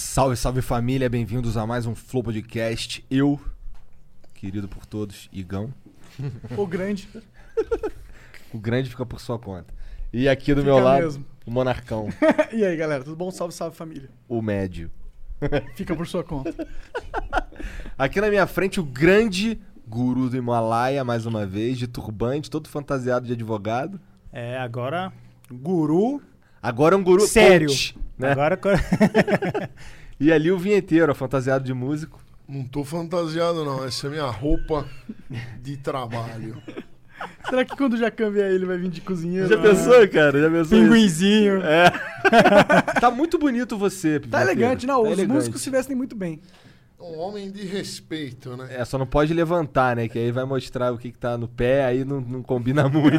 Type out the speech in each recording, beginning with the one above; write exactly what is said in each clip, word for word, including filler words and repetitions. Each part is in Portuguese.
Salve, salve família, bem-vindos a mais um Flow Podcast. Eu, querido por todos, Igão. O grande. O grande fica por sua conta. E aqui do Fica meu lado, mesmo. o Monarcão. E aí, galera, tudo bom? Salve, salve família. O médio. Fica por sua conta. Aqui na minha frente, o grande guru do Himalaia, mais uma vez, de turbante, todo fantasiado de advogado. É, agora, guru... Agora é um guru sério. coach, né? Agora... E ali o vinheteiro, fantasiado de músico. Não tô fantasiado, não. Essa é minha roupa de trabalho. Será que quando o Jacan vier ele vai vir de cozinheiro? Já pensou, cara? Já pensou? Pinguinzinho. É. Tá muito bonito você, Tá vinheteiro. elegante, não. Tá Os elegante. músicos se vestem muito bem. Um homem de respeito, né? É, só não pode levantar, né? Que aí vai mostrar o que, que tá no pé, aí não, não combina muito.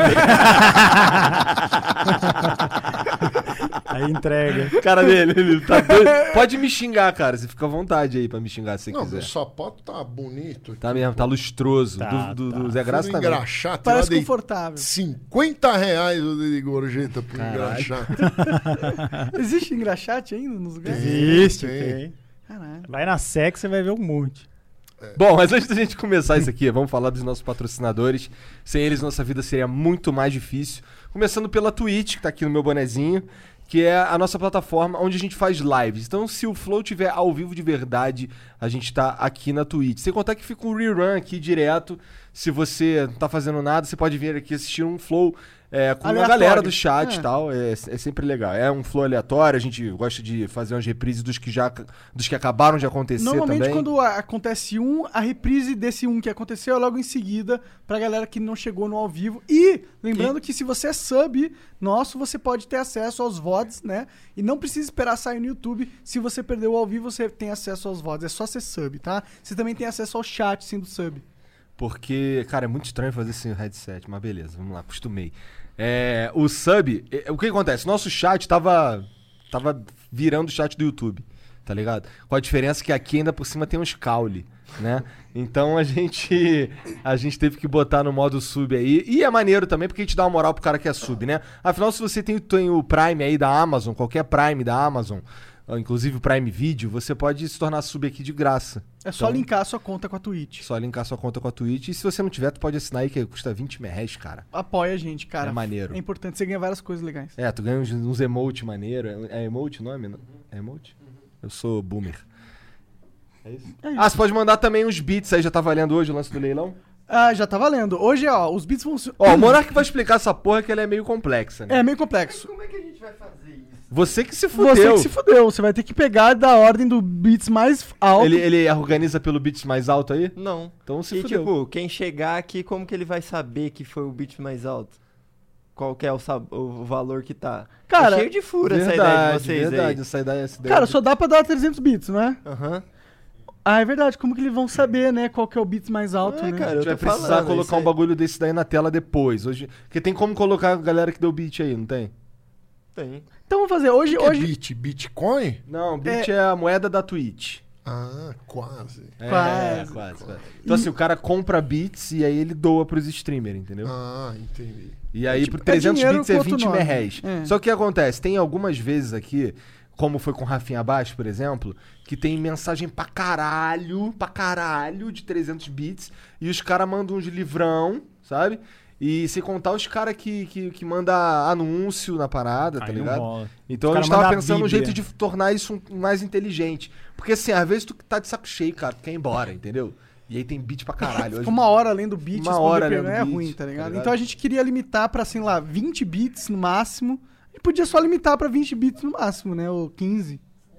Aí entrega. Cara dele, ele tá doido. Pode me xingar, cara. Você fica à vontade aí pra me xingar se você Não, quiser. meu sapato tá bonito. Tá mesmo, tá lustroso. Tá, do do, tá. do Zé Graça Fui também. engraxar, tem Parece lá de confortável. cinquenta reais o de gorjeta pro Caralho. engraxar. Existe engraxate ainda nos lugares? Existe, tem. tem. Caralho. Vai na sex, você vai ver um monte. Bom, mas antes da gente começar isso aqui, vamos falar dos nossos patrocinadores. Sem eles, nossa vida seria muito mais difícil. Começando pela Twitch, que tá aqui no meu bonezinho, que é a nossa plataforma onde a gente faz lives. Então, se o Flow tiver ao vivo de verdade, a gente tá aqui na Twitch. Sem contar que fica um rerun aqui direto. Se você não tá fazendo nada, você pode vir aqui assistir um Flow é, com Aleatório. a galera do chat e É. tal. É, é sempre legal. É um Flow aleatório, a gente gosta de fazer umas reprises dos que já dos que acabaram de acontecer Normalmente, também. quando a- acontece um, a reprise desse um que aconteceu é logo em seguida pra galera que não chegou no ao vivo. E lembrando que se você é sub nosso, você pode ter acesso aos V O Ds, né? E não precisa esperar sair no YouTube. Se você perdeu o ao vivo, você tem acesso aos V O Ds. É só ser sub, tá? Você também tem acesso ao chat sendo sub. Porque, cara, é muito estranho fazer esse headset, mas beleza, vamos lá, acostumei. É, o sub, é, o que acontece? Nosso chat tava, tava virando o chat do YouTube, tá ligado? Com a diferença que aqui ainda por cima tem uns caule, né? Então a gente, a gente teve que botar no modo sub aí. E é maneiro também porque a gente dá uma moral pro cara que é sub, né? Afinal, se você tem, tem o Prime aí da Amazon, qualquer Prime da Amazon, inclusive o Prime Video, você pode se tornar sub aqui de graça. É só Então, linkar a sua conta com a Twitch. Só linkar sua conta com a Twitch. E se você não tiver, tu pode assinar aí, que custa vinte reais, cara. Apoia a gente, cara. É maneiro. É importante, você ganha várias coisas legais. É, tu ganha uns, uns emote maneiro. É, é emote o nome? Não? É emote? Eu sou boomer. É isso? É isso. Ah, você pode mandar também uns beats aí, já tá valendo hoje o lance do leilão? Ah, já tá valendo. Hoje, ó, os beats vão... Ó, o Monark vai explicar essa porra que ela é meio complexa, né? É meio complexo. Como é que a gente vai fazer isso? Você que se Você fudeu. que se fudeu. Você vai ter que pegar da ordem do beats mais alto. Ele, ele organiza pelo beats mais alto aí? Não. Então se E fudeu. tipo, quem chegar aqui, como que ele vai saber que foi o beat mais alto? Qual que é o, sab- o valor que tá? Cara, é cheio de furo essa verdade, ideia de vocês verdade, essa ideia, essa ideia. Cara, só dá pra dar trezentos bits, não é? aí. Aham. Ah, é verdade. Como que eles vão saber, né? Qual que é o beats mais alto, É, né? cara, A gente eu vai tô precisar falando, colocar isso um aí. bagulho desse daí na tela depois. Hoje... Porque tem como colocar a galera que deu beat aí, não tem? Tem. Então vamos fazer. Hoje... O que é hoje... bit? Bitcoin? Não, beat é... a moeda da Twitch. Ah, quase. É, Quase. quase, quase. Então assim, o cara compra bits e aí ele doa pros streamers, entendeu? Ah, entendi. E aí tipo, por trezentos é dinheiro bits é com outro vinte nome. reais. É. Só que o que acontece? Tem algumas vezes aqui, como foi com o Rafinha Baixo, por exemplo, que tem mensagem pra caralho, pra caralho de trezentos bits e os caras mandam uns livrão, sabe? E sem contar os caras que, que, que mandam anúncio na parada, tá Aí não ligado? rola. Então Os a gente cara tava manda a pensando num Bíblia. jeito de tornar isso um- mais inteligente. Porque assim, às vezes tu tá de saco cheio, cara, tu quer ir embora, entendeu? E aí tem beat pra caralho. Hoje- Fica uma hora além do beat, Uma responder hora pergunta, além do é beat, ruim, tá ligado? tá ligado? Então a gente queria limitar pra, assim lá, vinte bits no máximo. E podia só limitar pra vinte bits no máximo, né? Ou quinze.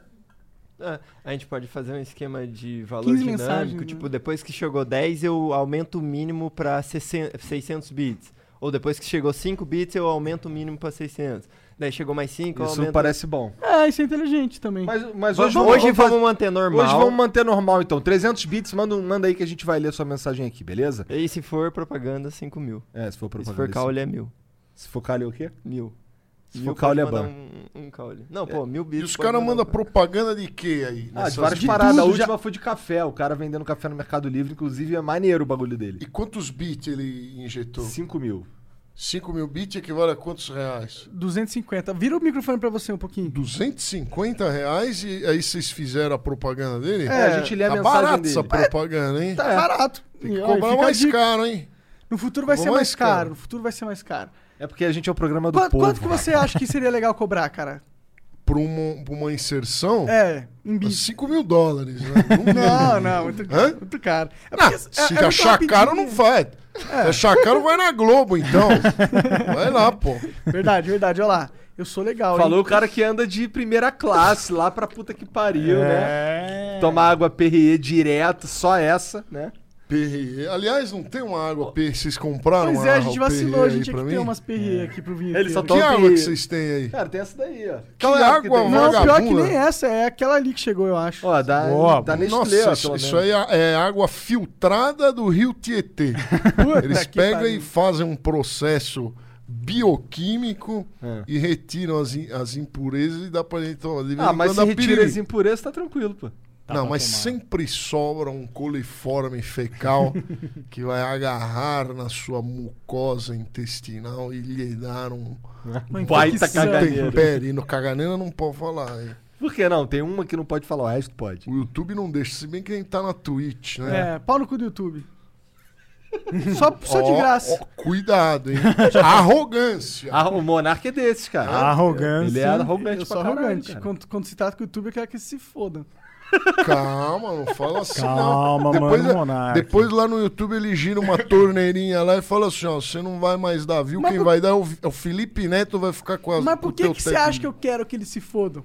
Ah, a gente pode fazer um esquema de valor quinze dinâmico. mensagens, né? Tipo, depois que chegou dez, eu aumento o mínimo pra seiscentos bits. Ou depois que chegou cinco bits, eu aumento o mínimo pra seiscentos. Daí chegou mais cinco, eu Isso aumento... parece bom. É, isso é inteligente também. Mas, mas Hoje, hoje, hoje vamos, vamos, fazer- manter normal. hoje vamos manter normal, então. trezentos bits, manda, um- manda aí que a gente vai ler sua mensagem aqui, beleza? E se for propaganda, cinco mil. É, se for E se propaganda. for caule, é mil. Se for caule, é o quê? Mil. Se Mil for caule, é pode mandar ban. Um, um caule. Não, pô, mil E bits. os pode caras mandar mandam um- propaganda de quê aí? Ah, de nessas várias de paradas. A tudo, última já- foi de café. O cara vendendo café no Mercado Livre. Inclusive, é maneiro o bagulho dele. E quantos bits ele injetou? cinco mil. cinco mil bits equivale a quantos reais? duzentos e cinquenta. Vira o microfone pra você um pouquinho. duzentos e cinquenta reais e aí vocês fizeram a propaganda dele? É, a gente lê a Tá mensagem barato dele. essa propaganda, hein? Tá barato. Tem que E, ó, cobrar fica a mais dica. caro, hein? No futuro vai Vou ser mais mais caro. caro. No futuro vai ser mais caro. É porque a gente é o programa do Quanto, povo. quanto que você acha que seria legal cobrar, cara? Por uma, por uma inserção, É, em bit. cinco mil dólares, né? Não, não, muito, Hã? muito caro. É Não, porque- se é- é achar muito caro, rapidinho. não faz. Se achar caro, vai na Globo, então. Vai lá, pô. Verdade, verdade. Olha lá. Eu sou legal, Falou hein? o cara que anda de primeira classe, lá pra puta que pariu, né? É. Tomar água P R E direto, só essa, né? P R E. Aliás, não tem uma água P R E? Vocês compraram Pois uma é, a água gente vacilou. P R E A aí gente tinha pra que mim? ter umas P R E aqui pro vinho. Ele só Que toma água P R E. que vocês têm aí? Cara, tem essa daí, ó. Que água água, que tem? mano? Não, pior que vagabunda. nem essa. É aquela ali que chegou, eu acho. Ó, da, Boa, da Nestlé, Nossa, ó, isso, pelo isso menos. aí é, é água filtrada do Rio Tietê. Puta Eles que pegam pariu. e fazem um processo bioquímico É. e retiram as, im- as impurezas e dá pra gente tomar. De vez Ah, em mas quando se dá retira piriri. as impurezas, tá tranquilo, pô. Tá Não, pra mas tomar. sempre sobra um coliforme fecal que vai agarrar na sua mucosa intestinal e lhe dar um Uma Baita infecção. caganeira. tempero. E no caganeira não pode falar. hein? Por que não? Tem uma que não pode falar, o resto pode. O YouTube não deixa, se bem que a gente tá na Twitch, né? É, pau no cu do YouTube. Só, só de Ó, graça. ó, cuidado, hein? Arrogância. Ah, o Monark é desses, cara. Arrogância. Ele é arrogante Eu sou pra caralho, arrogante. cara. Quando, quando se trata com o YouTube, eu quero que eles se fodam. Calma, não fala assim Calma, não. Depois, mano, Monark. depois lá no YouTube ele gira uma torneirinha lá e fala assim, ó, você não vai mais dar view, Mas quem por- vai dar é o, é o Felipe Neto, vai ficar com as Mas por o que, teu que você técnico. acha que eu quero que eles se fodam?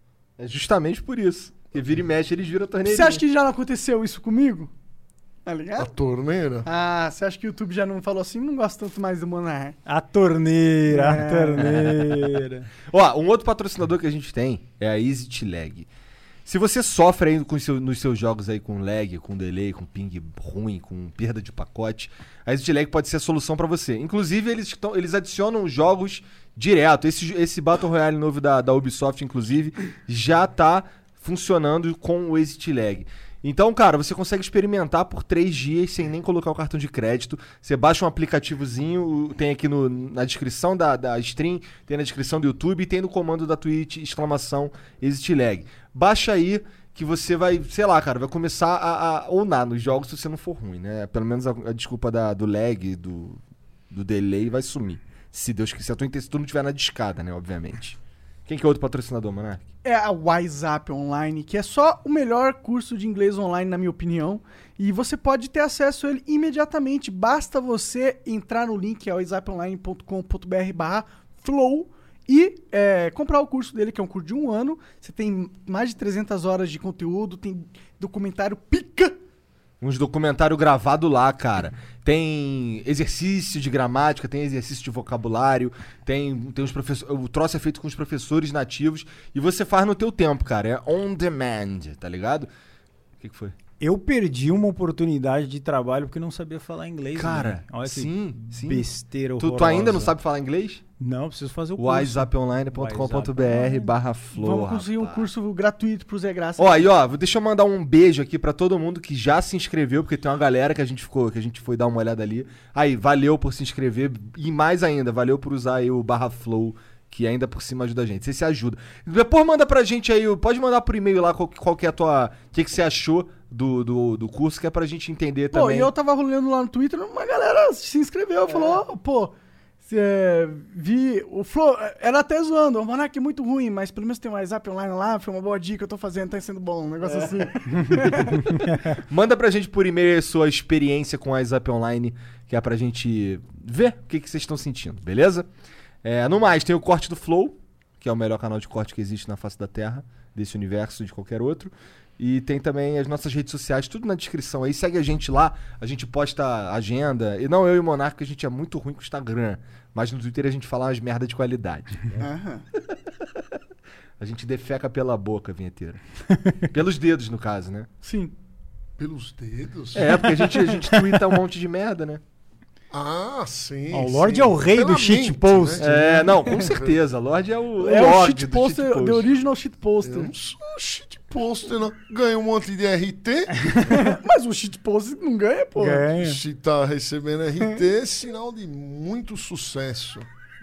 É justamente por isso. Porque vira e mexe, eles viram a torneirinha. Você acha que já não aconteceu isso comigo? Tá A ligado? torneira? Ah, você acha que o YouTube já não falou assim? Não gosto tanto mais do Monark. A torneira, a É. torneira. Ó, um outro patrocinador que a gente tem é a EasyTlag. Se você sofre aí com seu, nos seus jogos aí com lag, com delay, com ping ruim, com perda de pacote, a EasyTlag pode ser a solução pra você. Inclusive, eles, tão, eles adicionam jogos direto. Esse, esse Battle Royale novo da, da Ubisoft, inclusive, já tá funcionando com o EasyTlag. Então, cara, você consegue experimentar por três dias sem nem colocar o cartão de crédito. Você baixa um aplicativozinho, tem aqui no, na descrição da, da stream, tem na descrição do YouTube e tem no comando da Twitch, exclamação EasyTlag. Baixa aí que você vai, sei lá, cara, vai começar a, a onar nos jogos se você não for ruim, né? Pelo menos a, a desculpa da, do lag, do, do delay vai sumir. Se Deus quiser, se a tua intenção não estiver na discada, né? Obviamente. Quem que é outro patrocinador, Monark? É a WhatsApp Online, que é só o melhor curso de inglês online, na minha opinião. E você pode ter acesso a ele imediatamente. Basta você entrar no link, é whatsapponline.com.br barra flow e é, comprar o curso dele, que é um curso de um ano. Você tem mais de trezentas horas de conteúdo, tem documentário pica. Uns documentário gravado lá, cara. Tem exercício de gramática, tem exercício de vocabulário, tem, tem os professores. O troço é feito com os professores nativos e você faz no teu tempo, cara. É on demand, tá ligado? O que, que foi? Eu perdi uma oportunidade de trabalho porque não sabia falar inglês. Cara, né? Olha que sim, sim. besteira Tu, horrorosa. tu ainda não sabe falar inglês? Não, preciso fazer o curso. whatsapponline ponto com ponto br barra flow. Vamos conseguir um rapaz. curso gratuito pro Zé Graça. Ó, e ó, deixa eu mandar um beijo aqui pra todo mundo que já se inscreveu, porque tem uma galera que a gente ficou, que a gente foi dar uma olhada ali. Aí, valeu por se inscrever e mais ainda, valeu por usar aí o barra flow, que ainda por cima ajuda a gente. Você se ajuda. Depois manda pra gente aí, pode mandar por e-mail lá qual, qual que é a tua, o que, que você achou do, do, do curso, que é pra gente entender Pô, também. e eu tava rolando lá no Twitter, uma galera se inscreveu, falou, pô, cê, vi, o Flow, era até zoando, o Monark é muito ruim, mas pelo menos tem um WhatsApp online lá, foi uma boa dica, eu tô fazendo, tá sendo bom, um negócio assim. Manda pra gente por e-mail a sua experiência com a WhatsApp Online, que é pra gente ver o que, que vocês estão sentindo, beleza? É, no mais, tem o Corte do Flow, que é o melhor canal de corte que existe na face da Terra, desse universo, de qualquer outro. E tem também as nossas redes sociais, tudo na descrição aí. Segue a gente lá, a gente posta agenda. E não eu e o Monarca, a gente é muito ruim com o Instagram. Mas no Twitter a gente fala umas merda de qualidade. Aham. A gente defeca pela boca, vinheteira. Pelos dedos, no caso, né? Sim. Pelos dedos? É, porque a gente, a gente twitta um monte de merda, né? Ah, sim. Ó, o Lorde sim. é o rei Pela do shit mente, post. né? É, não, com certeza. Lorde é o, É o Lorde shit do poster, shitpost. the original shit Eu poster. não sou shitposter. shitpost né? ganha um monte de R T. Mas o shitpost não ganha, pô. Ganha. Se tá recebendo R T, é sinal de muito sucesso.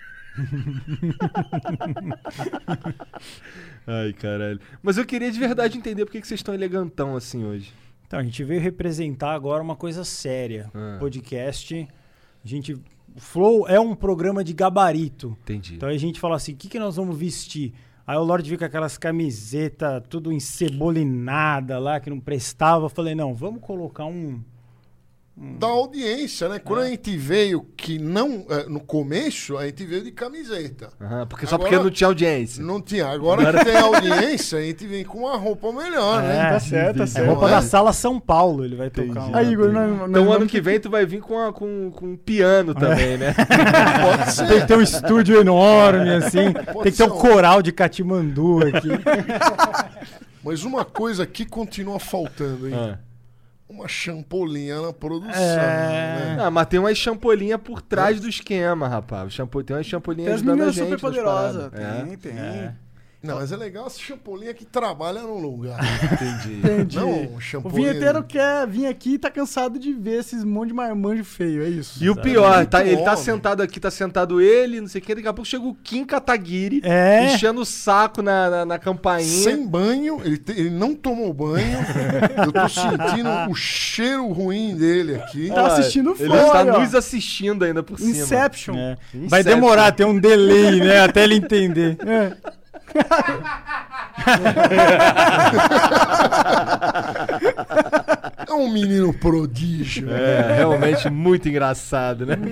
Ai, caralho. Mas eu queria de verdade entender por que que vocês estão elegantão assim hoje. Então, a gente veio representar agora uma coisa séria. Ah. Podcast. A gente... O Flow é um programa de gabarito. Entendi. Então a gente fala assim, o que, que nós vamos vestir? Aí o Lorde viu com aquelas camisetas tudo encebolinada lá, que não prestava. Eu falei, não, vamos colocar um... Da audiência, né? Quando a gente veio, que não. é, no começo, a gente veio de camiseta. Aham, porque só Agora- porque não tinha audiência. Não tinha. Agora que tem audiência, a gente vem com uma roupa melhor, né? É, Tá certo, tá é certo. roupa Não é? da Sala São Paulo, ele vai tocar. um- Aí, Igor, nós, nós Então ano vamos- que vem tu vai vir com, a, com, com um piano também, né? Pode ser. Tem que ter um estúdio enorme, assim. Tem que ter ser um um- coral de Catimandu aqui. Mas uma coisa que continua faltando, hein? Ah. Uma champolinha na produção, É. né? Ah, mas tem umas champolinhas por trás do esquema, rapaz. O shampoo, tem umas champolinhas Tem as ajudando a meninas gente. super nas poderosas. paradas. Tem, tem. É. Não, mas é legal essa champolinha que trabalha no lugar. É, entendi. Entendi. Não, O champolinha. vinheteiro quer vir aqui e tá cansado de ver esses monte de marmanjo feio, é isso. E o pior, tá, Muito ele tá homem. sentado aqui, tá sentado ele, não sei o que, daqui a pouco chega o Kim Kataguiri, É. enchendo o saco na, na, na campainha. Sem banho, ele, te- ele não tomou banho. Eu tô sentindo o cheiro ruim dele aqui. Tá assistindo Ele fora, está ó. nos assistindo ainda por cima. Inception. É. Inception. Vai demorar, tem um delay, né? Até ele entender. É. É um menino prodígio. É, realmente muito engraçado, né?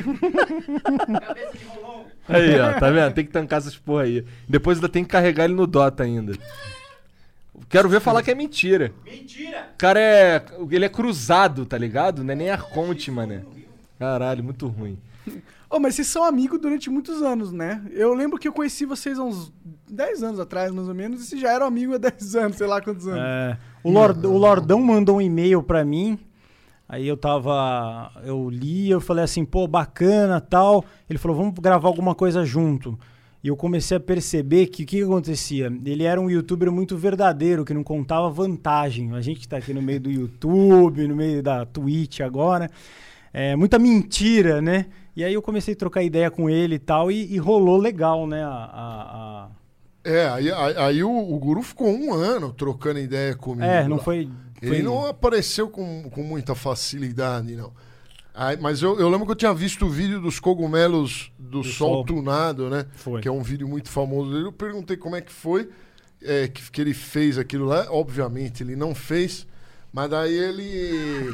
Aí, ó, tá vendo? Tem que tancar essas porra aí. Depois ainda tem que carregar ele no Dota ainda. Quero ver falar que é mentira. Mentira! O cara é. Ele é cruzado, tá ligado? Não é nem Arconte, mané. Caralho, muito ruim. Ô, mas vocês são amigos durante muitos anos, né? Eu lembro que eu conheci vocês há uns dez anos atrás, mais ou menos, e vocês já eram amigos há dez anos, sei lá quantos anos. É, o, Lord, o Lordão mandou um e-mail pra mim. Aí eu tava. Eu li, eu falei assim, pô, bacana tal. Ele falou, vamos gravar alguma coisa junto. E eu comecei a perceber que o que, que acontecia? Ele era um youtuber muito verdadeiro, que não contava vantagem. A gente que tá aqui no meio do YouTube, no meio da Twitch agora. É, muita mentira, né? E aí eu comecei a trocar ideia com ele e tal, e, e rolou legal, né? A, a- a- É, aí, aí, aí o, o guru ficou um ano trocando ideia comigo. É, não lá. foi... Ele foi- não apareceu com, com muita facilidade, não. Aí, mas eu, eu lembro que eu tinha visto o vídeo dos cogumelos do, Do sol, sol. tunado, né? Foi. Que é um vídeo muito famoso dele. Eu perguntei como é que foi é, que, que ele fez aquilo lá. Obviamente, ele não fez. Mas daí ele.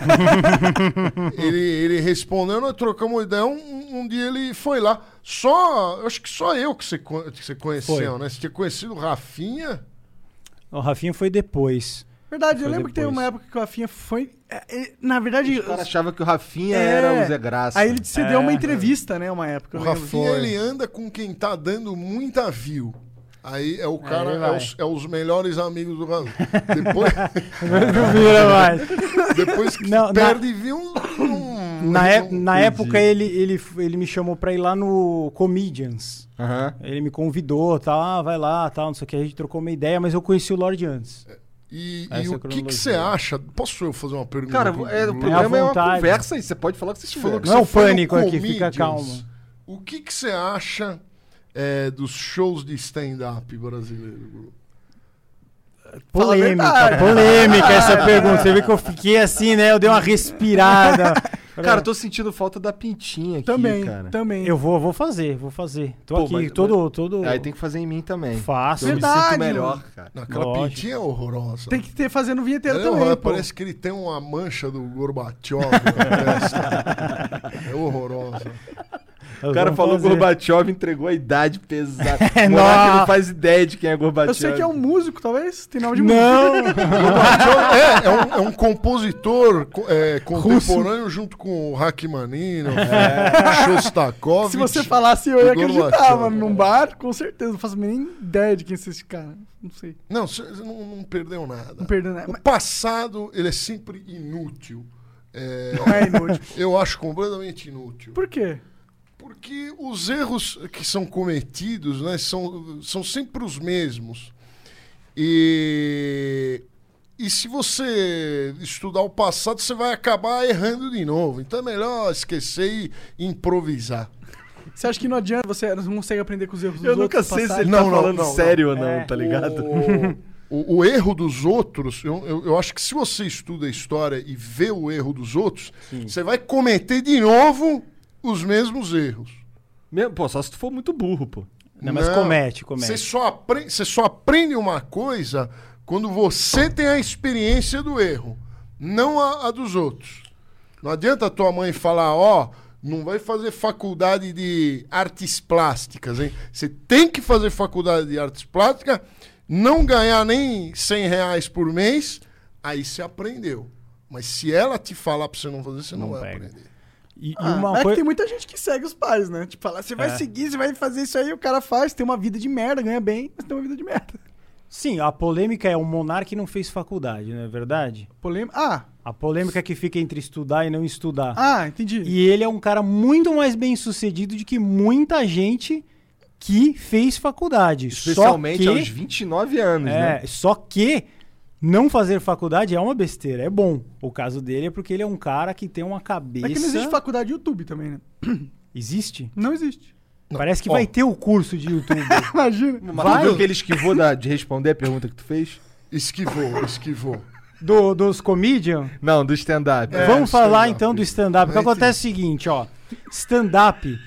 ele, ele respondeu, nós trocamos ideia. Um, um dia ele foi lá. Só. Eu acho que só eu que você, co- que você conheceu, Foi. né? Você tinha conhecido o Rafinha. O Rafinha foi depois. Verdade, eu Foi lembro que teve depois. uma época que o Rafinha foi. é, é, na verdade. O cara achava que o Rafinha É. era o Zé Graça. Aí ele cedeu É. uma entrevista, né? Uma época. O eu lembro. Rafinha, Foi. ele anda com quem tá dando muita view. Aí é o cara, Aí é, vai. os, é os melhores amigos do Rafinha. Depois, Não vira mais. depois que Não, na- perde view, não, Na, é- não- na entendi. época ele, ele, ele me chamou pra ir lá no Comedians. Aham. Ele me convidou, tal, ah, vai lá, tal, não sei o que. A gente trocou uma ideia, mas eu conheci o Lorde antes. E, Essa e é a o que que cronologia. você acha? Posso eu fazer uma pergunta? Cara, pro- é, o pro- programa é, uma vontade. conversa aí. Você pode falar o que você Você quiser. falou que Não é você o foi no pânico aqui, fica Comedians. calmo. O que que você acha é, dos shows de stand-up brasileiro, Bruno? Fala a Polêmica, verdade. polêmica essa pergunta. Você vê que eu fiquei assim, né? Eu dei uma respirada. Cara, eu tô sentindo falta da pintinha aqui, Também, cara. também. Eu vou, vou fazer, vou fazer. Tô Pô, aqui, mas- todo, todo... Aí tem que fazer em mim também. Faço. Eu me Verdade, sinto melhor, cara. Aquela Lógico. pintinha é horrorosa. Tem que ter fazendo vinheteiro Ela é também. horrorosa, pô. parece que ele tem uma mancha do Gorbachev na testa. É horrorosa. Eu O cara vou falou fazer. Gorbachev, entregou a idade pesada. É, O Monark não. não faz ideia de quem é Gorbachev. Eu sei que é um músico, talvez. Tem nome de músico. Não! é, é um, é um compositor co- é, contemporâneo junto com o Rachmaninoff, Shostakovich. Se você falasse, eu ia e Gorbachev. acreditar, mano. Num bar, com certeza. Não faço nem ideia de quem é esse cara. Não sei. Não, você não, não perdeu nada. Não perdeu nada. O Mas passado, ele é sempre inútil. É, não é inútil. eu acho completamente inútil. Por quê? Porque os erros que são cometidos, né, são, são sempre os mesmos. E, e se você estudar o passado, você vai acabar errando de novo. Então é melhor esquecer e improvisar. Você acha que não adianta, você não consegue aprender com os erros dos Eu outros? nunca sei se passado? ele Não, tá não, falando não, sério ou não, É. tá ligado? O, o, o erro dos outros, eu, eu, eu acho que se você estuda a história e vê o erro dos outros, Sim. você vai cometer de novo os mesmos erros. Mesmo, pô, só se tu for muito burro, pô. Não, mas comete, comete. Você só, apre- você só aprende uma coisa quando você tem a experiência do erro, não a, a dos outros. Não adianta a tua mãe falar, ó, não vai fazer faculdade de artes plásticas, hein? Você tem que fazer faculdade de artes plásticas, não ganhar nem cem reais por mês, aí você aprendeu. Mas se ela te falar pra você não fazer, você não, Não vai pega. aprender. E, e Ah, uma é que coisa... tem muita gente que segue os pais, né? Tipo, fala, você vai É. seguir, você vai fazer isso aí, o cara faz, tem uma vida de merda, ganha bem, mas tem uma vida de merda. Sim, a polêmica é o Monark não fez faculdade, não é verdade? Polêmica. Ah, A polêmica que fica entre estudar e não estudar. ah, entendi. E ele é um cara muito mais bem sucedido do que muita gente que fez faculdade. Especialmente só que, aos vinte e nove anos, né? é, só que não fazer faculdade é uma besteira, é bom. O caso dele é porque ele é um cara que tem uma cabeça... É que não existe faculdade de YouTube também, né? Existe? Não existe. Parece que Ó. vai ter o curso de YouTube. Imagina. Mas Vai. tu viu que ele esquivou da- de responder a pergunta que tu fez? Esquivou, esquivou. Do, dos comedian. Não, do stand-up. É, Vamos falar stand-up. então do stand-up. O que Vai ter. acontece é o seguinte, ó. Stand-up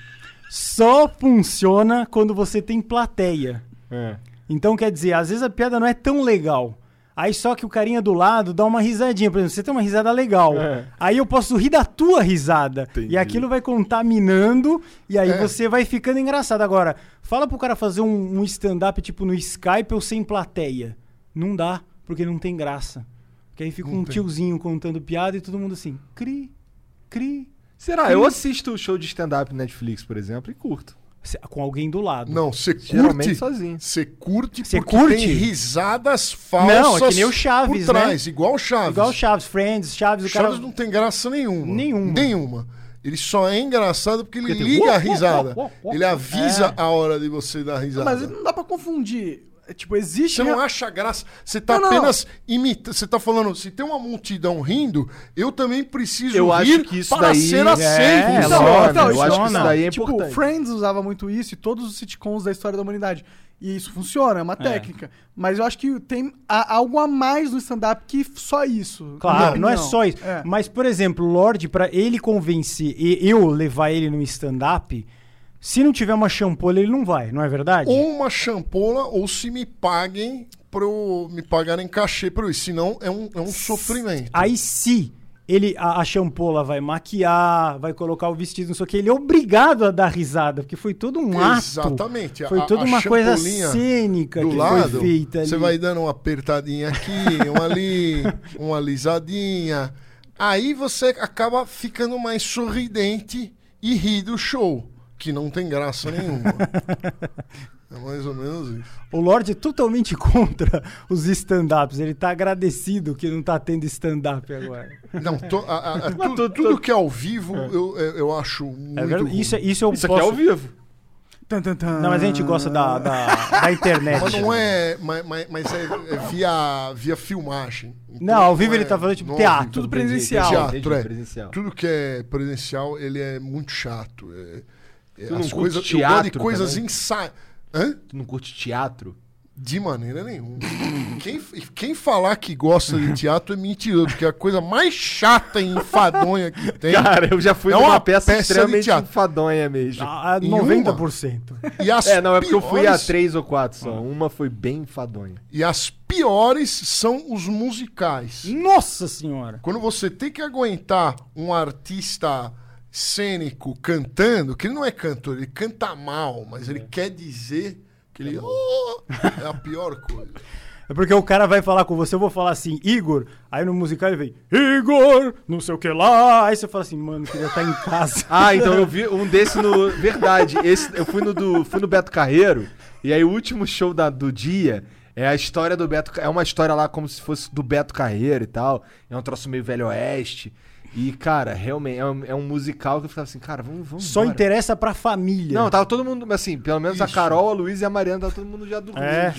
só funciona quando você tem plateia. É. Então, quer dizer, às vezes a piada não é tão legal. Aí só que o carinha do lado dá uma risadinha. Por exemplo, você tem uma risada legal. É. Aí eu posso rir da tua risada. Entendi. E aquilo vai contaminando. E aí É. você vai ficando engraçado. Agora, fala pro cara fazer um, um stand-up tipo no Skype ou sem plateia. Não dá, porque não tem graça. Porque aí fica Não um tem. tiozinho contando piada e todo mundo assim, cri, cri. Será? Eu assisto o show de stand-up Netflix, por exemplo, e curto. Se- Com alguém do lado. Não, você Geralmente curte. sozinho. Você curte Cê porque curte? tem risadas falsas Não, é que nem o Chaves, por trás, né? igual o Chaves. Igual Chaves, Friends, Chaves, o cara... Chaves não tem graça nenhuma. Nenhuma. Nenhuma. Ele só é engraçado porque ele Porque tem liga uó, a uó, risada. uó, uó. Ele avisa É. a hora de você dar risada. Mas não dá pra confundir. É, tipo, existe... Você não acha graça. Você tá Não, não. apenas imitando. Você tá falando, se tem uma multidão rindo, eu também preciso Eu rir acho que isso para daí ser é, aceito. É, Então, lógico, então, eu acho que isso funciona. daí é tipo, importante. Friends usava muito isso e todos os sitcoms da história da humanidade. E isso funciona, é uma técnica. Mas eu acho que tem há algo a mais no stand-up que só isso. Claro, na não é minha só isso. opinião. É. Mas, por exemplo, o Lorde, pra ele convencer e eu levar ele no stand-up, se não tiver uma champola, ele não vai, não é verdade? Ou uma champola, ou se me paguem para me pagarem cachê para isso. Senão é um, é um sofrimento. Aí se ele, a, a champola vai maquiar, vai colocar o vestido, não sei o que, ele é obrigado a dar risada, porque foi todo um ato. Exatamente. Foi A- toda a uma coisa champolinha cênica do que lado, foi feita ali. você vai dando uma apertadinha aqui, uma ali, uma alisadinha. Aí você acaba ficando mais sorridente e ri do show, que não tem graça nenhuma. É mais ou menos isso. O Lorde é totalmente contra os stand-ups. Ele tá agradecido que não tá tendo stand-up agora. Não, to- a- a- a- tu- tu- tudo tu- que é ao vivo eu, eu, eu acho muito É verdade? ruim. Isso, é- isso eu Isso posso... aqui é ao vivo. Tan, tan, tan. Não, mas a gente gosta da, da, da internet. Mas não é, mas, mas, mas é, é via, via filmagem. Então Não, ao vivo é- ele tá falando tipo não é teatro. ao vivo. Tudo presencial. Entendi, Teatro, entendi, é. presencial. Tudo que é presencial, ele é muito chato. É, é, Tu não as curte coisas, eu gosto de teatro coisas também? insa... Hã? Tu não curte teatro? De maneira nenhuma. quem, quem falar que gosta de teatro é mentiroso, porque é a coisa mais chata e enfadonha que tem. Cara, eu já fui É numa uma peça, peça de extremamente teatro. enfadonha mesmo. A Em noventa por cento. E as É, não, é porque eu fui a piores- três ou quatro só. Uma foi bem enfadonha. E as piores são os musicais. Nossa senhora. Quando você tem que aguentar um artista cênico cantando, que ele não é cantor, ele canta mal, mas ele quer dizer que ele "Oh", é a pior coisa. É porque o cara vai falar com você, eu vou falar assim, Igor. Aí no musical ele vem, Igor, não sei o que lá. Aí você fala assim, mano, queria estar em casa. Ah, então eu vi um desse no... Verdade, esse, eu fui no, do, fui no Beto Carreiro, e aí o último show da, do dia é a história do Beto... É uma história lá como se fosse do Beto Carreiro e tal. É um troço meio velho oeste. E, cara, realmente, é um, é um musical que eu ficava assim, cara, vamos, vamos Só embora. interessa pra família. Não, tava todo mundo, assim, pelo menos a Isso. Carol, a Luísa e a Mariana, tava todo mundo já dormindo É. já.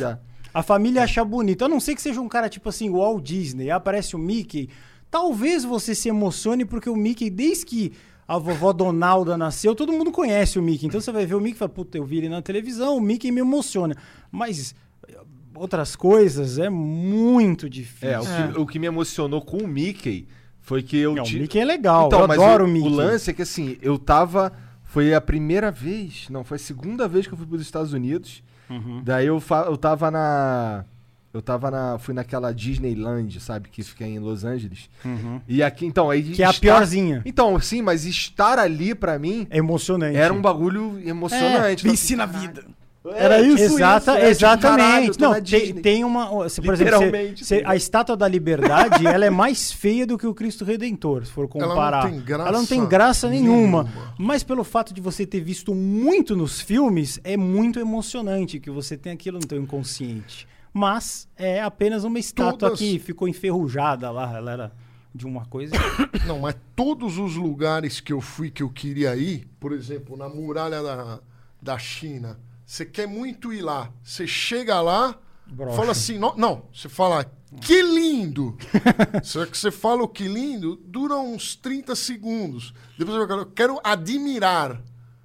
A família acha bonito. A não ser que seja um cara tipo assim, o Walt Disney, aparece o Mickey. Talvez você se emocione porque o Mickey, desde que a vovó Donalda nasceu, todo mundo conhece o Mickey. Então você vai ver o Mickey e fala, puta, eu vi ele na televisão, o Mickey me emociona. Mas outras coisas é muito difícil. É, o que, o que me emocionou com o Mickey foi que eu... Não, ti- o Mickey é legal, Então, eu mas adoro o, o Mickey. o lance é que assim, eu tava... Foi a primeira vez, não, foi a segunda vez que eu fui pros Estados Unidos. Uhum. Daí eu, fa- eu tava na... Eu tava na... Fui naquela Disneyland, sabe? Que fica em Los Angeles. Uhum. E aqui, então... Aí Que é a estar- piorzinha. Então, sim, mas estar ali pra mim É emocionante. era um bagulho emocionante. Me Então, ensina a vida. Era isso, Exata, isso, é, tipo, exatamente. caralho, eu tô não, na tem, Disney. tem uma. Você, por exemplo, você- Literalmente, você- tá a ligado? estátua da Liberdade, ela é mais feia do que o Cristo Redentor, se for Ela não comparar. tem graça Ela não tem graça nenhuma. nenhuma. Mas pelo fato de você ter visto muito nos filmes, é muito emocionante que você tem aquilo no teu inconsciente. Mas é apenas uma estátua Todas- que ficou enferrujada lá. Ela era de uma coisa. Não, mas todos os lugares que eu fui que eu queria ir, por exemplo, na muralha da, da China, você quer muito ir lá. Você chega lá, Broxa. fala assim, não, não, você fala, que lindo! Só que você fala o que lindo, dura uns trinta segundos. Depois você fala, eu quero admirar.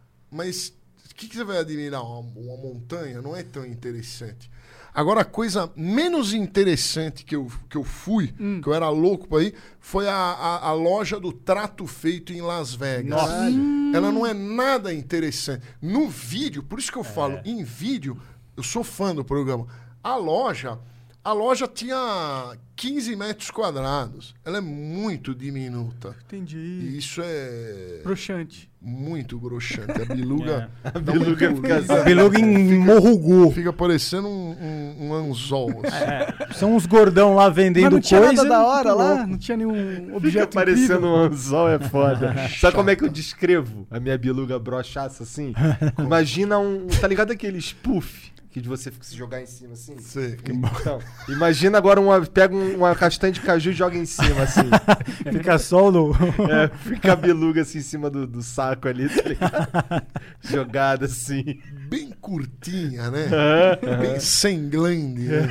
Mas o que, que você vai admirar? Uma, uma montanha? Não é tão interessante. Agora, a coisa menos interessante que eu, que eu fui, que eu era louco pra ir, foi a, a, a loja do Trato Feito em Las Vegas. Nossa. Ela não é nada interessante. No vídeo, por isso que eu falo, em vídeo, eu sou fã do programa. A loja, a loja tinha quinze metros quadrados. Ela é muito diminuta. Entendi. E isso é Broxante. muito broxante. A biluga, A dá uma biluga encolhida. fica- A beluga em Morrugu. Fica parecendo um, um, um anzol. assim. É, são uns gordão lá vendendo Mas não tinha coisa. nada da hora muito lá? louco. Não tinha nenhum Fica objeto parecendo incrível? um anzol, é foda. Sabe como é que eu descrevo a minha biluga brochaça assim? Imagina um... Tá ligado aquele spoof? Que de você se jogar em cima assim? Sei. Então, imagina agora uma... Pega um- uma castanha de caju e joga em cima assim. Fica só no. É, fica a biluga assim em cima do, do saco ali, tá ligado? Jogada assim. Bem curtinha, né? Bem sem glande, né?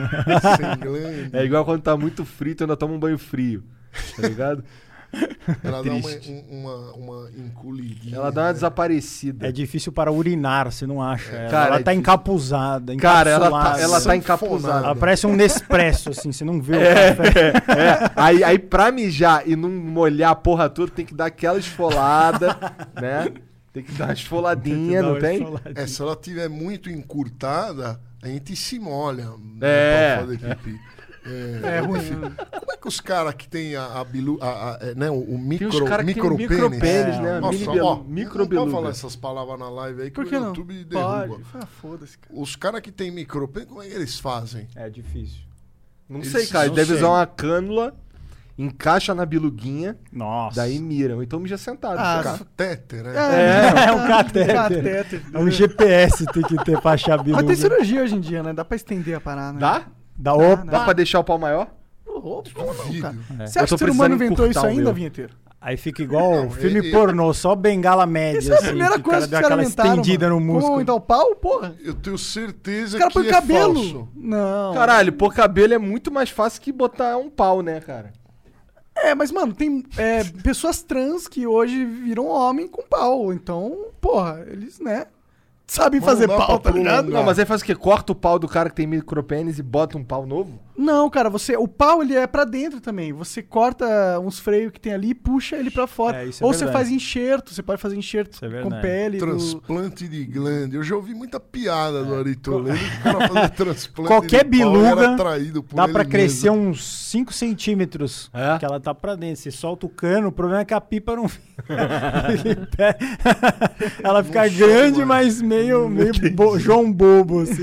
Sem glande. É igual quando tá muito frio, tu ainda toma um banho frio. Tá ligado? Ela dá uma, triste. um- uma, uma encolhidinha. Ela dá uma né? desaparecida. É difícil para urinar, você não acha? Ela, Cara, ela é tá difícil. encapuzada, Cara, ela tá, encapsulada. ela tá Sanfonada. encapuzada. Ela parece um Nespresso, assim, você não vê o É, café. é. Aí, aí pra mijar e não molhar a porra toda, tem que dar aquela esfolada, né? Tem que dar uma esfoladinha, não tem? É, se ela tiver muito encurtada, a gente se molha. né, É. pra fazer pipi. É ruim. Como é que os caras que tem a, a bilu, a, a- é, né, o, o Tem micro, uns caras que tem micropênis. micropênis, né? Nossa, Mini ó, bilu- não pode microbiluga. falar essas palavras na live aí que Por o que não? YouTube derruba. Pode. Ah, foda-se, cara. Os caras que tem micropênis, como é que eles fazem? É difícil. Não Eles- sei, cara. não Deve sei. usar uma cânula, encaixa na biluguinha, Nossa. daí miram. Então mija sentado. Ah, cara. Catéter, né? É, é um catéter. catéter. É um G P S tem que ter pra achar a biluga. Mas tem cirurgia hoje em dia, né? Dá pra estender a parada. Dá? Dá opa. Dá pra deixar o pau maior? Opa, Duvido. cara. É. Você Eu acha tô que o ser humano precisando inventou isso encurtar o ainda, meu. vinheteiro? Aí fica igual Não, filme e- e- pornô, só bengala média, Isso é a assim. primeira que o coisa cara que deu os caras aquela inventaram, estendida mano. no Como músculo. aumentar o pau, porra? Eu tenho certeza Os caras que põem é cabelo. falso. Não. Caralho, pôr cabelo é muito mais fácil que botar um pau, né, cara? É, mas, mano, tem é, pessoas trans que hoje viram homem com pau. Então, porra, eles, né, sabem Mas não fazer dá pau, pra tá ligado? prolongar. Não, mas aí faz o quê? Corta o pau do cara que tem micropênis e bota um pau novo? Não, cara, você, o pau ele é pra dentro também. Você corta uns freios que tem ali e puxa ele pra fora. É, isso é Ou você verdade. faz enxerto, você pode fazer enxerto Isso é com verdade. pele. do- Transplante de glande. Eu já ouvi muita piada do Ari Toledo que o cara fazer transplante Qualquer de pau e biluga era atraído por Dá ele pra crescer mesmo. uns cinco centímetros. É? Que ela tá pra dentro. Você solta o cano, o problema é que a pipa não fica. Ela fica Não sobe grande, mais. mas meio, meio bo- João Bobo, assim.